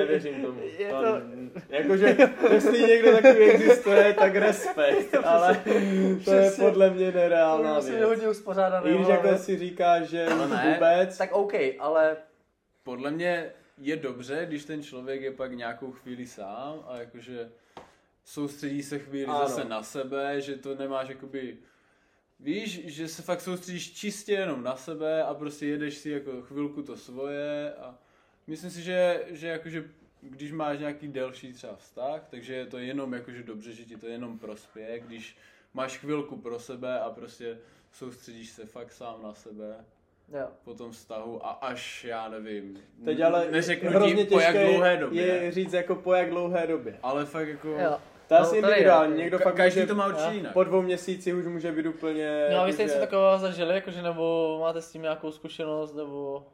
D: Jakože, jestli někdo takový existuje, tak respekt, ale to je podle mě nereálná věc.
B: To hodně uspořádaný.
D: I když jako si říká, že vůbec...
B: Tak OK, ale...
C: Podle mě je dobře, když ten člověk je pak nějakou chvíli sám a jakože soustředí se chvíli zase na sebe, že to nemáš jakoby, víš, že se fakt soustředíš čistě jenom na sebe a prostě jedeš si jako chvilku to svoje a myslím si, že jakože když máš nějaký delší třeba vztah, takže je to jenom jakože dobře, že ti to jenom prospěje, když máš chvilku pro sebe a prostě soustředíš se fakt sám na sebe.
B: Jo.
C: Po tom vztahu a až, já nevím,
D: teď ale
C: neřeknu ti po jak dlouhé době.
D: Je říct jako po jak dlouhé době.
C: Ale fakt jako...
B: Jo.
D: To je asi individuální, někdo fakt
C: každý to má určitě jinak.
D: Po 2 měsících už může být úplně...
B: No a vy jste něco takového zažili, jakože, nebo máte s tím nějakou zkušenost, nebo...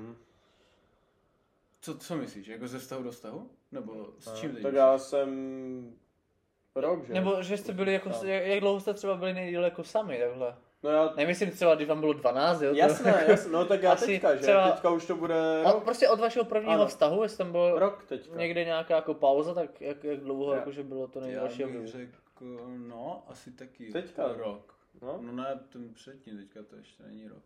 C: Co myslíš, jako ze vztahu do vztahu? Nebo s čím teď?
D: Tak já jsem... rok, že?
B: Nebo že jste byli jako, jak dlouho jste třeba byli nejdýle jako sami, takhle?
D: No já...
B: Nemyslím třeba, když vám bylo 12, jo?
D: Jasné, no tak já teďka, že?
B: Třeba...
D: Teďka už to bude
B: rok. Prostě od vašeho prvního vztahu, jestli tam byl
D: rok teďka.
B: Někde nějaká jako pauza, tak jak dlouho jakože bylo to nejdelší období?
C: Já bych řekl, no, asi taky
D: teďka
C: rok.
D: No
C: ne, ten předtím, teďka to ještě není rok.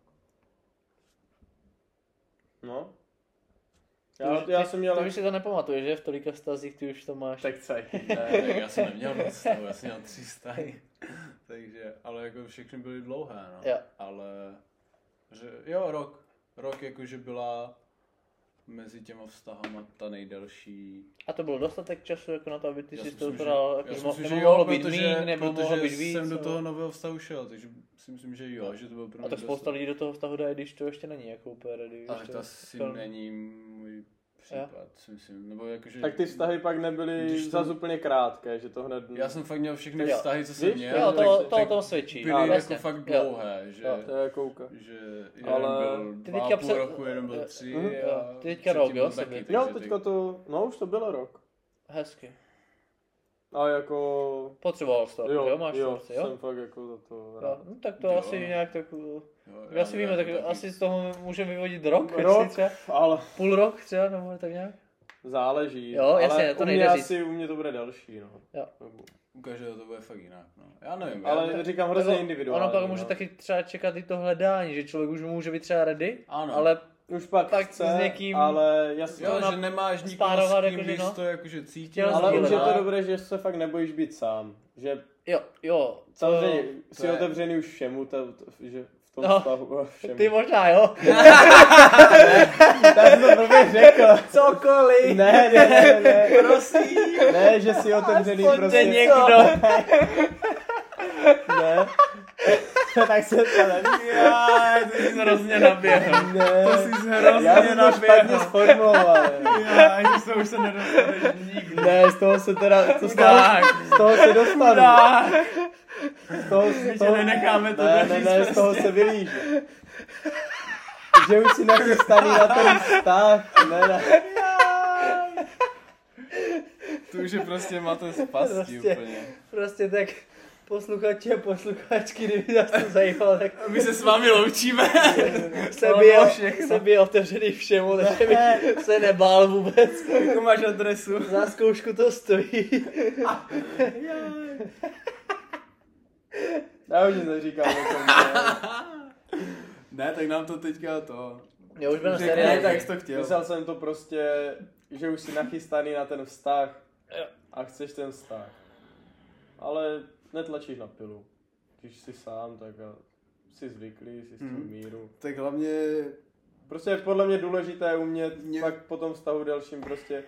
D: No. Já jsem měl...
B: Ty už si to nepamatuješ, že? V tolika vztazích ty už to máš.
D: Tak caj.
C: Ne, já jsem neměl moc vztahu, já jsem měl 3 vztahy. Takže, ale jako všechny byly dlouhé, no.
B: Jo.
C: Ale, že, jo, rok jakože byla mezi těma vztahama ta nejdelší.
B: A to byl dostatek času jako na to, aby ty si to
C: bral,
B: jako mohlo být míň, nebo mohlo být víc.
C: Jsem do toho nového vztahu šel, takže si myslím, že jo, že to bylo pro mě.
B: A tak spousta lidí do toho vztahu dají, když to ještě není jako úplně ready.
C: Ale to asi není můj případ, si myslím, nebo jakože...
D: Tak ty vztahy pak nebyly zase úplně krátké, že to hned...
C: Já jsem fakt měl všechny vztahy, co jsem měl.
B: Jo, to o tom svědčí.
C: Byly jako fakt dlouhé, že...
D: To je kouka.
C: Že jeden byl 2,5 roku, jeden byl 3 a...
B: Ty teďka rok, jo?
D: Jo, teďka to... No už to bylo rok.
B: Hezky.
D: A jako...
B: Potřeboval jsi to, jo? Máš
D: jo,
B: to, jo?
D: Jsem fakt jako za to rád.
B: No tak to asi nějak tak... Asi víme, tak asi z toho můžeme vyvodit rok, třeba,
D: ale...
B: půl rok třeba, nebo tak nějak?
D: Záleží,
B: jo, jasně,
D: ale
B: to nejde říct.
D: asi u mě to bude další, no.
B: Jo.
C: U každého to bude fakt jinak, no. Já nevím.
D: Ale říkám hrozně individuálně.
B: Ono pak může taky třeba čekat i to hledání, že člověk už může být třeba ready,
C: ano.
B: Ale
D: už pak chce,
B: s někým,
D: ale jasně.
C: Jo, že nemáš nikoho, s kým bys to jakože cítil.
D: Ale už je to dobré, že se fakt nebojíš být sám. Že
B: jo.
D: Samozřejmě jsi otevřený už všemu, že v tom vztahu všemu.
B: Ty možná, jo.
D: Tak jsem to blbě řekl.
B: Cokoliv.
D: Ne.
B: Prosím.
D: Ne, že jsi otevřený prostě.
B: Někdo.
D: Ne. Tak se to neví.
C: Jaj, to jsi hrozně naběhl.
D: Ne.
C: To jsi hrozně
D: já jsem to špatně sformuloval.
C: Jaj, že se už se nedostaneš nikdy.
D: Ne, z toho se teda, z toho se dostanu.
C: Z toho nenecháme to.
D: Ne, z toho se vylížu. Že už si nachystaný na ten vztah. Ne.
C: To už je prostě máte spasti úplně.
B: Prostě tak posluchači a posluchačky, kdyby nás to zajímalo, tak...
C: My se s vámi loučíme.
B: Jsem byl otevřený všemu, takže bych se nebál vůbec.
C: Jakou máš adresu?
B: Za zkoušku to stojí.
D: Já už nic neříkám.
C: Ne, tak nám to teďka to...
B: Já už byl seriál.
C: Ne, tak jsi to chtěl.
D: Myslel jsem to prostě, že už jsi nachystaný na ten vztah a chceš ten vztah. Ale netlačíš na pilu. Když jsi sám, tak jsi zvyklý, jsi v tom míru.
C: Tak hlavně...
D: Prostě je podle mě důležité umět pak po tom vztahu delším prostě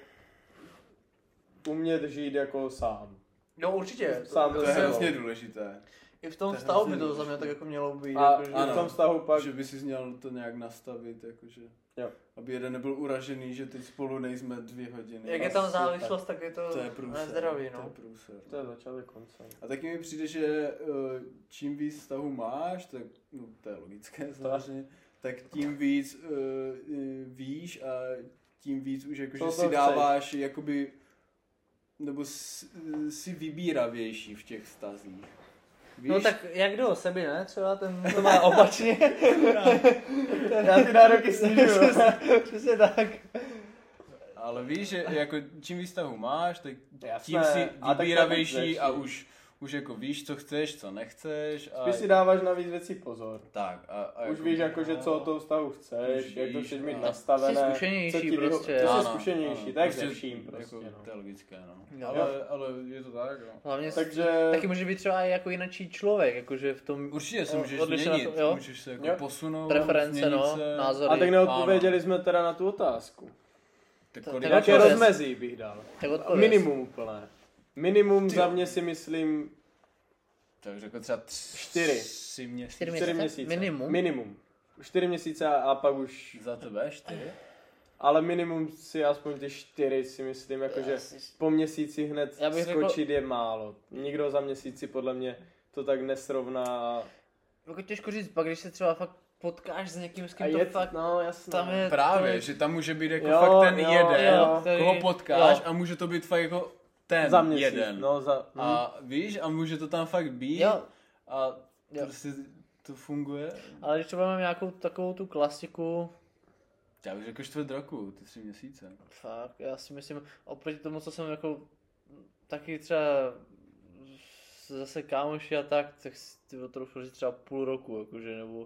D: umět žít jako sám.
B: No určitě.
D: Sám
C: to je hrozně důležité.
B: I v tom vztahu by to za mě tak jako mělo být.
D: A
B: jako, že...
D: v tom vztahu pak...
C: Že by si měl to nějak nastavit, jakože...
D: Jo.
C: Aby jeden nebyl uražený, že teď spolu nejsme 2 hodiny.
B: Jak je tam závislost, tak je to
C: průser,
B: nezdravý, no.
C: To je průser.
D: To je začátek konce.
C: A taky mi přijde, že čím víc vztahu máš, tak, no to je logické samozřejmě, tak tím víc víš a tím víc už jakože si dáváš jakoby, nebo si vybíravější v těch vztazích. Víš?
B: No tak jak jde o sebe, ne? Třeba ten to má opačně.
D: Já ty nároky snižuju.
B: Přesně tak.
C: Ale víš, že jako čím víc vztahu máš, tak
D: jasné,
C: tím si vybíravější a už už jako víš, co chceš, co nechceš.
D: Spíš si dáváš na víc věcí pozor.
C: Tak. A
D: už
C: jako,
D: víš, jakože co od toho vztahu chceš, jak to chceš mít nastavené.
B: Jsi zkušenější prostě.
D: Jsi zkušenější, tak se vším prostě.
C: Jako, to je logické, no. Ale je to tak, no.
B: Hlavně
D: takže...
B: taky může být třeba i jako jinačí člověk, jakože v tom...
C: Určitě se můžeš změnit, můžeš se jako posunout,
B: preference, názory.
D: A tak neodpověděli jsme teda na tu otázku.
C: Tak
D: jaké rozmezí bych dal?
B: Minimum
D: úplné. Minimum za mě si myslím...
C: Tak řekl třeba
D: 4 měsíce. Minimum. 4 měsíce a pak už...
C: Za tebe 4?
D: Ale minimum si aspoň ty 4 si myslím, jakože po měsíci hned skočit je málo. Nikdo za měsíci podle mě to tak nesrovná.
B: Jako těžko říct, pak když se třeba fakt potkáš s někým, s kým to fakt...
D: No jasně.
B: Tam je,
C: právě, že tam může být jako fakt ten jeden, koho potkáš a může to být fakt jako ten
D: za měsíc,
C: jeden. A víš, a může to tam fakt být a prostě to funguje.
B: Ale když třeba mám nějakou takovou tu klasiku...
C: Já bych jako 4 roku, ty 3 měsíce.
B: Fakt, já si myslím, oproti tomu, co jsem jako taky třeba zase kámoši a tak ty trochu říct třeba půl roku, jakože, nebo...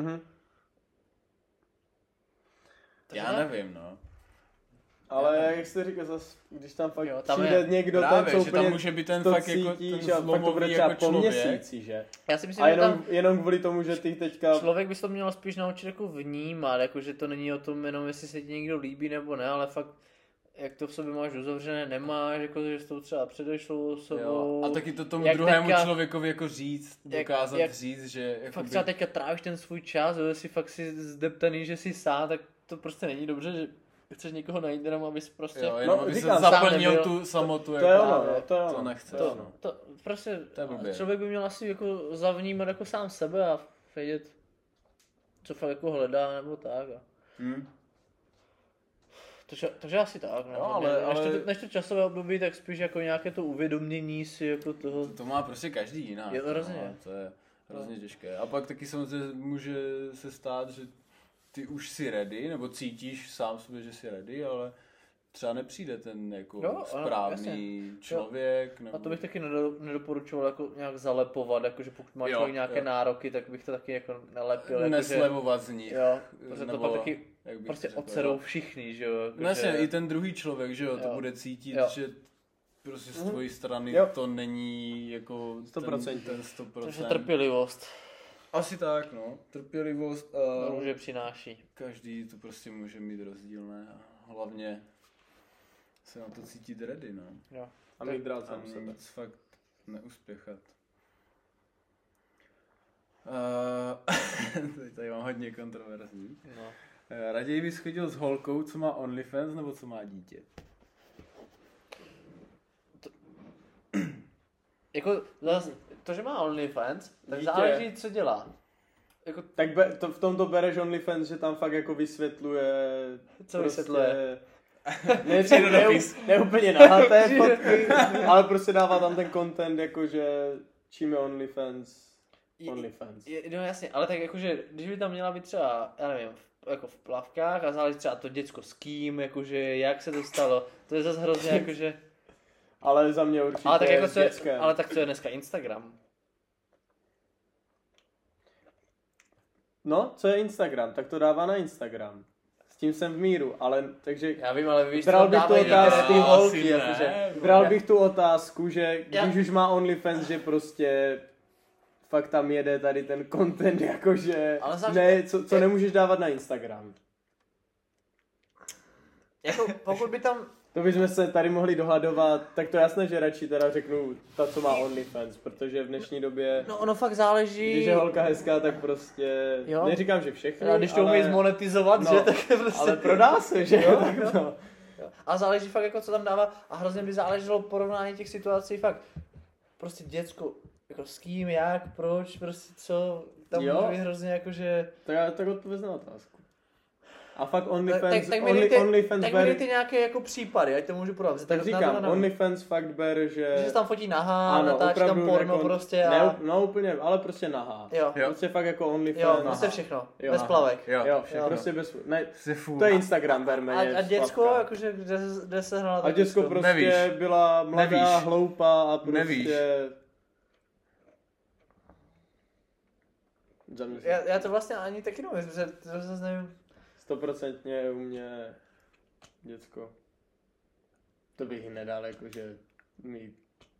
C: Já nevím, no.
D: Ale jak jste říkal, když tam fakt přijde někdo,
C: právě,
D: ten,
C: co úplně může být ten
D: to
C: fakt
D: cítíš,
C: jako ten
D: a fakt to bude třeba
C: jako
D: po měsíci, že?
B: Já si myslím,
D: a jenom kvůli tomu, že ty teďka...
B: Člověk by se to měl spíš naučit jako vnímat, jakože to není o tom jenom, jestli se ti někdo líbí nebo ne, ale fakt jak to v sobě máš uzavřené, nemáš, jako že s tou třeba předešlou osobou.
C: A taky to tomu druhému člověkovi jako říct, dokázat říct, že... Jako
B: fakt třeba teďka trávíš ten svůj čas, jestli fakt si zdeptaný, že jsi sám, tak to prostě není dobře, že chceš někoho najít, jenom abys prostě...
C: aby se zaplnil tu samotu,
D: to je ono,
C: to nechceš.
B: To prostě člověk by měl asi jako zavnímat jako sám sebe a vědět, co fakt jako hledá, nebo tak. Takže asi tak, no. Ale než to časové období, tak spíš jako nějaké to uvědomění si jako toho...
C: To má prostě každý jinak.
B: Je to hrozně.
C: To je hrozně těžké. A pak taky samozřejmě může se stát, že ty už jsi ready, nebo cítíš sám sobě, že jsi ready, ale třeba nepřijde ten jako správný člověk. Nebo...
B: A to bych taky nedoporučoval jako nějak zalepovat, jakože pokud má člověk nějaké nároky, tak bych to taky jako nalepil.
C: Neslevovat z nich.
B: Jo, protože to pak taky prostě odserou všichni, že jo.
C: No jasně, i ten druhý člověk, že jo, to bude cítit, že prostě z tvojí strany to není jako
D: 100%.
C: ten 100%.
B: Takže trpělivost.
C: Asi tak, no. Trpělivost
B: růže přináší.
C: Každý to prostě může mít rozdílné a hlavně se na to cítit ready, no.
B: Jo.
D: A mít rád sám sebe.
C: Nic fakt neuspěchat. Tady mám hodně kontroverzní.
B: No.
C: Raději bys chodil s holkou, co má OnlyFans, nebo co má dítě?
B: Jako to, že má OnlyFans, tak dítě. Záleží, co dělá.
D: Jako... Tak v tom to bereš OnlyFans, že tam fakt jako vysvětluje...
B: Co prostě... vysvětluje?
D: Ne úplně nahaté fotky, ale prostě dává tam ten content, jakože čím je OnlyFans.
B: No jasně, ale tak jakože, když by tam měla být třeba, já nevím, jako v plavkách a záleží třeba to děcko s kým, jakože jak se to stalo, to je zase hrozně jakože...
D: Ale za mě určitě
B: ale tak jako
D: s dětskem.
B: Ale tak to je dneska Instagram.
D: No, co je Instagram? Tak to dává na Instagram. S tím jsem v míru, ale takže...
B: Já vím, ale víš,
D: bral bych tu otázku, holky, jakože, bral bych tu otázku, že když už má OnlyFans, že prostě fakt tam jede tady ten content, jakože ne, co nemůžeš dávat na Instagram.
B: Jako pokud by tam...
D: To bychom se tady mohli dohadovat, tak to jasné, že radši teda řeknu ta, co má OnlyFans, protože v dnešní době...
B: No ono fakt záleží...
D: Když je holka hezká, tak prostě...
B: Jo.
D: Neříkám, že všechny,
B: ale... Když to umí zmonetizovat,
D: no,
B: že? Tak prostě...
D: Ale prodá se, že?
B: Jo,
D: tak
B: no. A záleží fakt jako co tam dává a hrozně by záleželo porovnání těch situací fakt. Prostě děcko, jako s kým, jak, proč, prostě co... Tam může být hrozně jakože...
D: Tak odpověz na otázku. A fakt OnlyFans,
B: tak mi ty nějaké jako případy, ať to můžu podat.
D: Tak říkám, OnlyFans fakt ber, že
B: se tam fotí nahá, natáčí tam porno prostě a...
D: No úplně, ale prostě nahá.
B: Jo.
D: Prostě fakt jako OnlyFans.
B: Jo, prostě všechno, bez plavek.
D: Jo, prostě bez... Ne, to je Instagram, berme.
B: A děcko, jakože, kde se hnala
D: a děcko prostě byla mladá, hloupá a prostě...
B: Já to vlastně ani taky nevím, protože to zase nevím.
D: 100% u mě děcko. To bych nedal, jakože mít.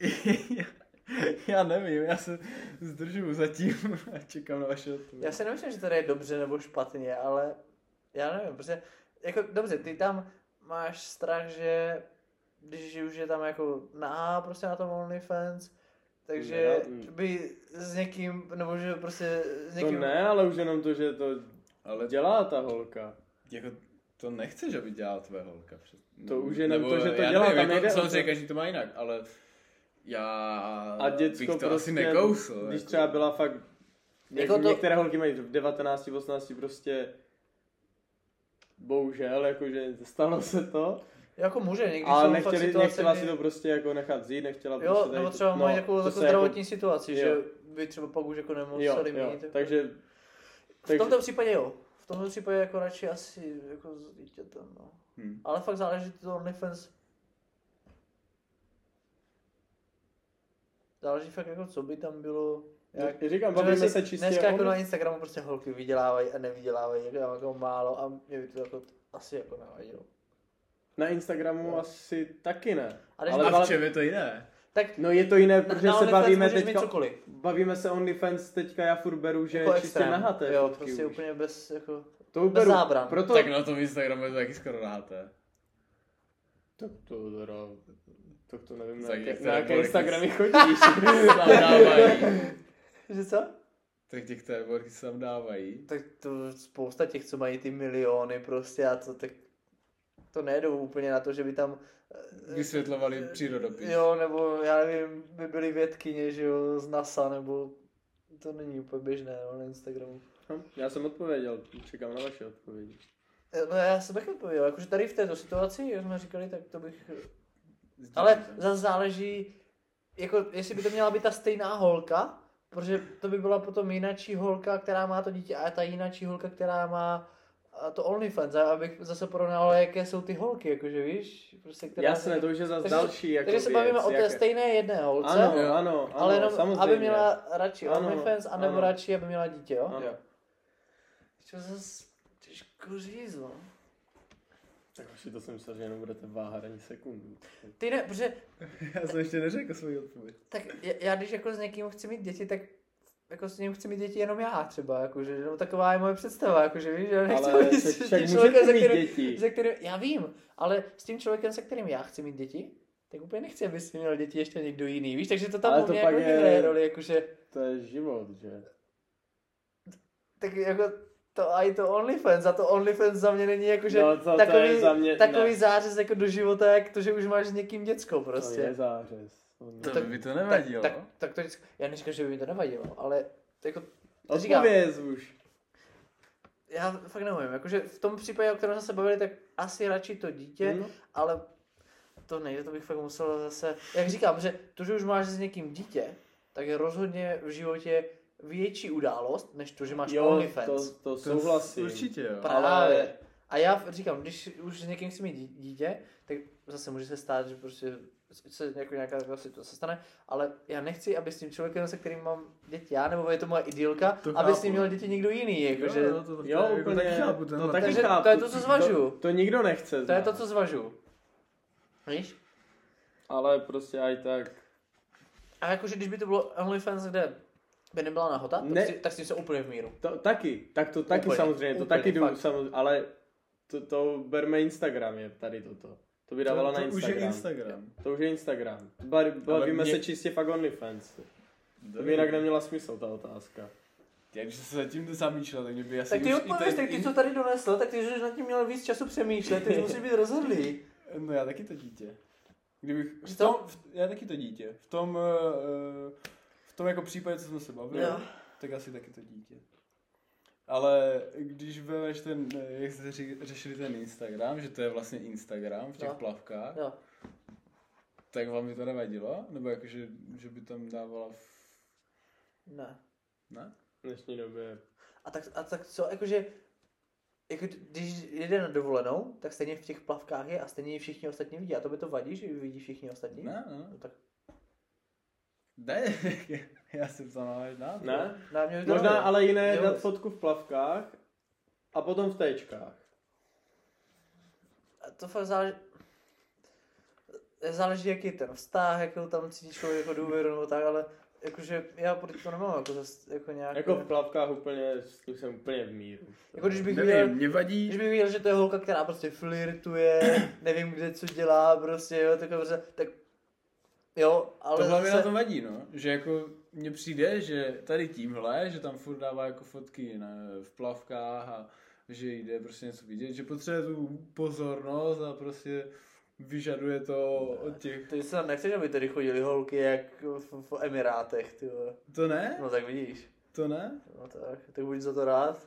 C: Já nevím, já se zdržuju zatím a čekám na vaše odpověď.
B: Já si nemyslím, že to je dobře nebo špatně, ale já nevím, protože jako dobře, ty tam máš strach, že když už je tam jako nahá prostě na tom OnlyFans, takže by s někým, nebo že prostě s někým...
D: To ne, ale už jenom to, že to dělá ta holka.
C: Jako to nechceš, aby dělala tvoje holka.
D: To už jenom to, že to dělá,
C: nevím,
D: tam nejde.
C: Samozřejmě každý to má jinak, ale já
D: a děcko
C: bych to
D: prostě,
C: asi nekousl.
D: Když
C: jako.
D: třeba byla fakt, jako některé holky mají v 19, 18 prostě, bohužel, jakože stalo se to.
B: Jako může, někdy
D: ale nechtěla si to prostě jako nechat vzít, nechtěla prostě...
B: Jo, nebo třeba mají takovou zdravotní jako, situaci, že by třeba pak už jako nemuseli mít.
D: Takže...
B: V tomto případě jo. V tomto případě jako radši asi jako s dítětem, no. Ale fakt záleží to OnlyFans. Záleží fakt jako co by tam bylo.
D: Jak říkám, bavíme se čistě.
B: Dneska jako na Instagramu prostě holky vydělávají a nevydělávají jako málo a mě by to jako asi jako nevadilo.
D: Na Instagramu asi taky ne.
C: Ale v čem je to jiné?
B: Tak
D: no je to jiné, protože se bavíme
B: teďka,
D: bavíme se OnlyFans, teďka já furt beru, že
B: jako
D: čistě nahaté.
B: Jo, prostě už. Úplně bez, jako,
D: to
B: bez zábran.
C: Proto... Tak na tom Instagramu je to taky skoro nahaté.
D: Tak to nevím, na jaké Instagramy chodíš.
C: Tam dávají.
B: Že co?
C: Tak těch téborky se tam dávají.
B: Tak to spousta těch, co mají ty miliony prostě a co, tak to nejedou úplně na to, že by tam
C: vysvětlovali přírodopis.
B: Jo, nebo já nevím, by byly vědkyně, že jo, z NASA, nebo to není úplně běžné, no, na Instagramu.
D: Já jsem odpověděl, čekám na vaše odpovědi.
B: No já jsem taky odpověděl, jakože tady v této situaci, jak jsme říkali, tak to bych... Ale zase záleží, jako jestli by to měla být ta stejná holka, protože to by byla potom jináčí holka, která má to dítě a ta jináčí holka, která má to OnlyFans, abych zase porovnal, jaké jsou ty holky, jakože víš, prostě, která...
D: Jasné, to už je zase další jako
B: takže se bavíme o té stejné jedné holce,
D: ano,
B: ale jenom,
D: samozřejmě.
B: aby měla radši OnlyFans, anebo radši, aby měla dítě, jo?
D: Ano.
B: To zase těžko říct, no.
D: Tak už to jsem myslel, že jenom budete váhat ani sekundu.
B: Ty ne, protože...
C: Já jsem ještě neřekl svůj odpověď.
B: Tak já když jako s někým chci mít děti, tak jako s ním chci mít děti jenom já třeba, jakože, no taková je moje představa, jakože víš, že nechci
D: ale
B: mít
D: s tím člověkem,
B: se kterým, já vím, ale s tím člověkem, se kterým já chci mít děti, tak úplně nechci, aby si měl děti ještě někdo jiný, víš, takže to tam u mě jako hraje roli, jakože...
D: To je život, že?
B: Tak jako to a i to OnlyFans, a to OnlyFans za mě není jakože
D: no,
B: takový zářez jako do života, jak to, že už máš s někým děcko prostě.
D: To je zářez.
C: To by to nevadilo.
B: Tak to já neříkám, že by mi to nevadilo, ale jako...
D: Odpověz už.
B: Já fakt nevím, jakože v tom případě, o kterém jsme se bavili, tak asi radši to dítě, ale to nejde, to bych fakt musel zase... Jak říkám, že to, že už máš s někým dítě, tak je rozhodně v životě větší událost, než to, že máš OnlyFans.
D: To souhlasím.
C: Určitě jo.
B: Právě. A já říkám, když už s někým chci mít dítě, tak zase může se stát, že prostě se jako nějaká situace stane, ale já nechci, aby s tím člověkem, se kterým mám děti já, nebo je to moje idylka, aby s ním měl děti někdo jiný, jakože...
D: Jo, úplně,
C: to taky
B: chápu. To je to, co zvažuju.
D: To nikdo nechce.
B: To je to, co zvažuju. Víš?
D: Ale prostě aj tak.
B: A jakože když by to bylo OnlyFans, kde by nebyla nahota, tak s tím se úplně v míru.
D: Taky samozřejmě, to taky jdu, ale to berme Instagram je tady toto. To by dávala na Instagram. To už je Instagram. Bavíme se čistě fakt OnlyFans. To by jinak neměla smysl ta otázka.
C: Já když se zatím zamýšlel, tak mě by asi...
B: Tak ty odpověď, tak ty co tady donesl, tak ty už nad tím měl víc času přemýšlet, ty musíš být rozhodlý.
C: No já taky to dítě. Já taky to dítě. V tom jako případě, co jsme se bavili, tak asi taky to dítě. Ale když vemeš ten, jak jste řešili ten Instagram, že to je vlastně Instagram v těch plavkách, tak vám by to nevadilo? Nebo jakože, že by tam dávala
B: Ne?
D: V dnešní době.
B: A tak co, jakože když jede na dovolenou, tak stejně v těch plavkách je a stejně všichni ostatní vidí. A to by to vadí, že vidí všichni ostatní?
C: Ne.
B: No tak...
C: Ne, Já jsem to na
D: Ne?
B: To
D: možná ale jiné je dát fotku v plavkách a potom v téčkách.
B: To fakt záleží jaký je ten vztah, jakou tam cítíš člověk jako důvěru nebo tak, ale jakože já proti to nemám jako nějak...
D: Jako v plavkách úplně, s tím jsem úplně v míru.
B: Jako když bych
C: mě vadí.
B: Když bych viděl, že to je holka, která prostě flirtuje, nevím kde co dělá, prostě jo, tak jo, ale
C: tohle mi na tom vadí, no, že jako mně přijde, že tady tímhle, že tam furt dává jako fotky v plavkách a že jde prostě něco vidět, že potřebuje tu pozornost a prostě vyžaduje to od těch...
B: Ty se nechceš, aby tady chodili holky jak v Emirátech, ty vole.
C: To ne?
B: No tak vidíš.
C: To ne?
B: No tak buď za to rád.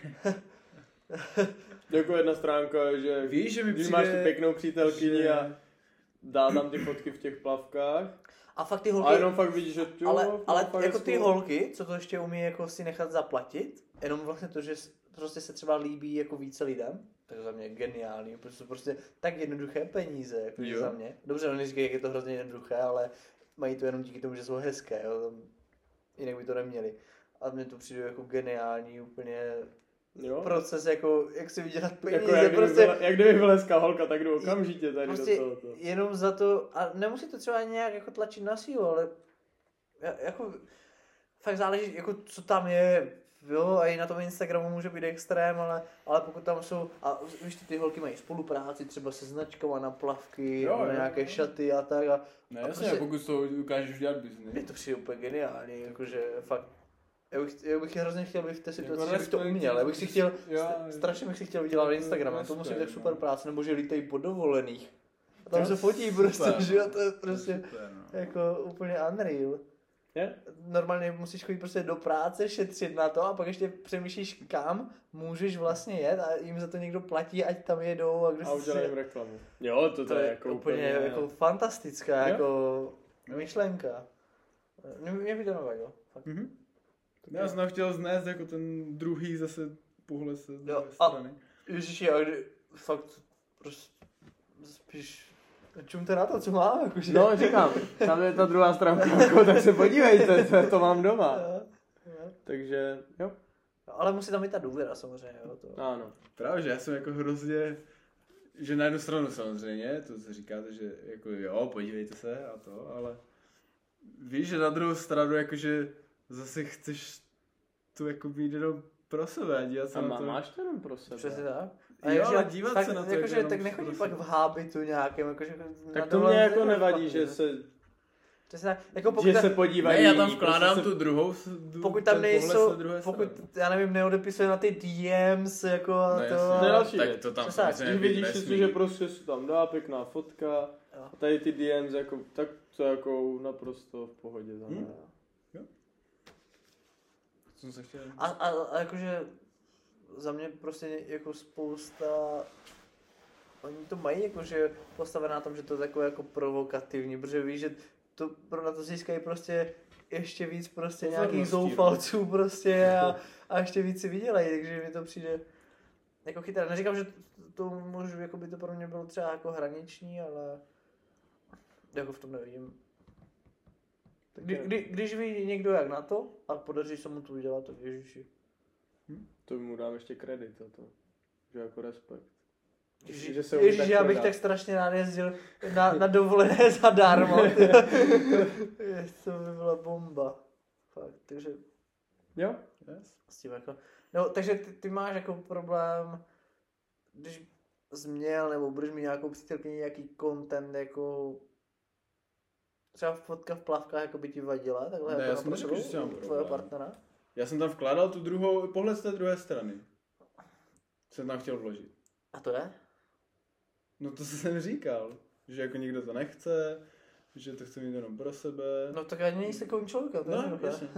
D: Jako jedna stránka, že
C: víš, že mi
D: když
C: přijde,
D: máš tu pěknou přítelkyni
C: že...
D: a dá tam ty fotky v těch plavkách.
B: A fakt ty holky...
D: A jenom fakt vidíš, že jo,
B: ale jako ty holky, co to ještě umí jako si nechat zaplatit, jenom vlastně to, že prostě se třeba líbí jako více lidem, tak za mě je geniální, protože to prostě tak jednoduché peníze, jako za mě. Dobře, oni říkají, jak je to hrozně jednoduché, ale mají to jenom díky tomu, že jsou hezké, jo, jinak by to neměli. A mně to přijde jako geniální úplně proces, jako jak si vydělat peníze.
D: Jako jak kdyby byla hezká holka, tak jdu okamžitě tady
B: prostě
D: do tohoto.
B: Jenom za to, a nemusí to třeba nějak jako tlačit na sílu, ale jako fakt záleží, jako co tam je, jo, a i na tom Instagramu může být extrém, ale pokud tam jsou, a víš, ty holky mají spolupráci třeba se značkama na plavky, na nějaké šaty a tak.
C: Ne, jasně, prostě, pokud to ukážeš dělat biznis.
B: Je to přijde úplně geniální, jakože fakt. Já bych hrozně chtěl být v té situaci, že bych to uměl. Já bych si chtěl, strašně bych si chtěl vydělat Instagram, to musí být super práce, nebo že lítají po dovolených. A tam se fotí prostě, že to je prostě jako úplně unreal. Normálně musíš chodit prostě do práce, šetřit na to a pak ještě přemýšlíš, kam můžeš vlastně jet a jim za to někdo platí, ať tam jedou.
D: A udělají jim reklamu. Jo, to je jako
B: úplně jako fantastická jako myšlenka. Mě by to nevadilo.
C: Já jsem chtěl znést jako ten druhý zase pohled z druhé strany.
B: Ježiši, a fakt prostě spíš čumte na to, co mám, jakože.
D: No, říkám, tam je ta druhá stránka, tak se podívejte, to mám doma. Takže, jo.
B: Ale musí tam být ta důvěra samozřejmě, jo. To.
D: Ano.
C: Právě, že já jsem jako hrozně, že na jednu stranu samozřejmě, to co říkáte, že jako jo, podívejte se a to, ale víš, že na druhou stranu jakože zase chceš tu jako být jenom pro sebe a dívat se na to.
D: Máš to jenom pro sebe.
B: Přesně tak.
C: A jo, ale dívat tak, se na to
B: jakože tak nechodí pak v hábitu nějakém, jakože
D: tak to mě jako nevadí, že se
B: jako
D: že se podívají.
C: Ne, já tam vkládám tu druhou,
B: pokud tam nejsou, pokud, já nevím, neodepisuje na ty DMs, jako a to.
C: Tak to tam
D: samozřejmě vidíš si, že prostě se tam dá pěkná fotka a tady ty DMs, jako, tak to jako naprosto v pohodě za mě.
C: Co jsem chtěl?
B: A jakože za mě prostě jako spousta, oni to mají jakože postavené na tom, že to je takové jako provokativní, protože víš, že to na to získají prostě ještě víc prostě nějakých zoufalců prostě a ještě víc si vydělají, takže mi to přijde jako chytré. Neříkám, že to můžu, jako by to pro mě bylo třeba jako hraniční, ale jako v tom nevidím. Když ví někdo jak na to a podaří se mu to udělat, tak ježiši.
D: To mu dám ještě kredit za to, že jako respekt.
B: Ježiši, já bych tak strašně rád jezdil na dovolené zadarmo. To by byla bomba. Fakt, takže...
D: Jo?
B: Yes. S tím jako... No, takže ty máš jako problém, když jsi měl, nebo budeš mít nějakou přítelkyni, nějaký content, jako... Třeba fotka v plavkách jako by ti vadila, takhle
C: ne,
B: jako
C: já jsem neřekl, že si mám
B: tvojho partnera?
C: Já jsem tam vkládal tu druhou, pohled z té druhé strany. Jsem tam chtěl vložit.
B: A to je?
C: No to jsem říkal, že jako nikdo to nechce, že to chce mít jenom pro sebe.
B: No tak ani nejsi takovým člověkem, to je
C: jasně.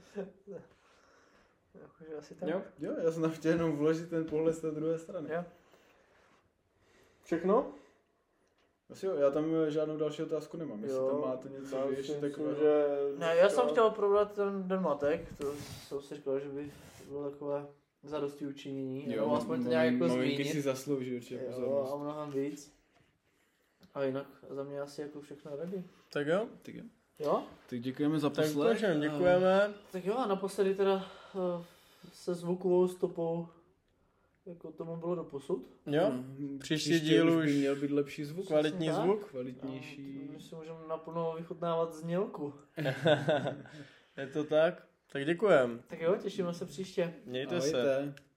B: Jakože asi tak.
C: Jo, já jsem tam chtěl jenom vložit ten pohled z té druhé strany.
B: Jo.
D: Všechno?
C: Asi jo, já tam žádnou další otázku nemám, jestli tam máte něco ještě takového. Že...
B: Ne, já jsem chtěl probrat ten matek, to jsem si říkal, že by bylo takové zadosti učinění,
C: jo,
B: aspoň to nějak jako
C: zmínit.
B: Maminky
C: si zaslouží určitě pozornost.
B: A mnohem víc. A jinak za mě asi jako všechno ready.
C: Tak jo.
B: Jo?
C: Tak děkujeme za poslech.
D: Tak děkujeme.
B: Tak jo, a naposledy teda se zvukovou stopou, jako tomu bylo doposud.
D: Jo, příští díl už
C: měl být lepší zvuk.
D: Kvalitní zvuk.
C: Kvalitnější.
B: My si můžeme naplno vychutnávat znělku.
D: Je to tak? Tak děkujem.
B: Tak jo, těšíme se příště.
D: Mějte se.
C: Ahojte.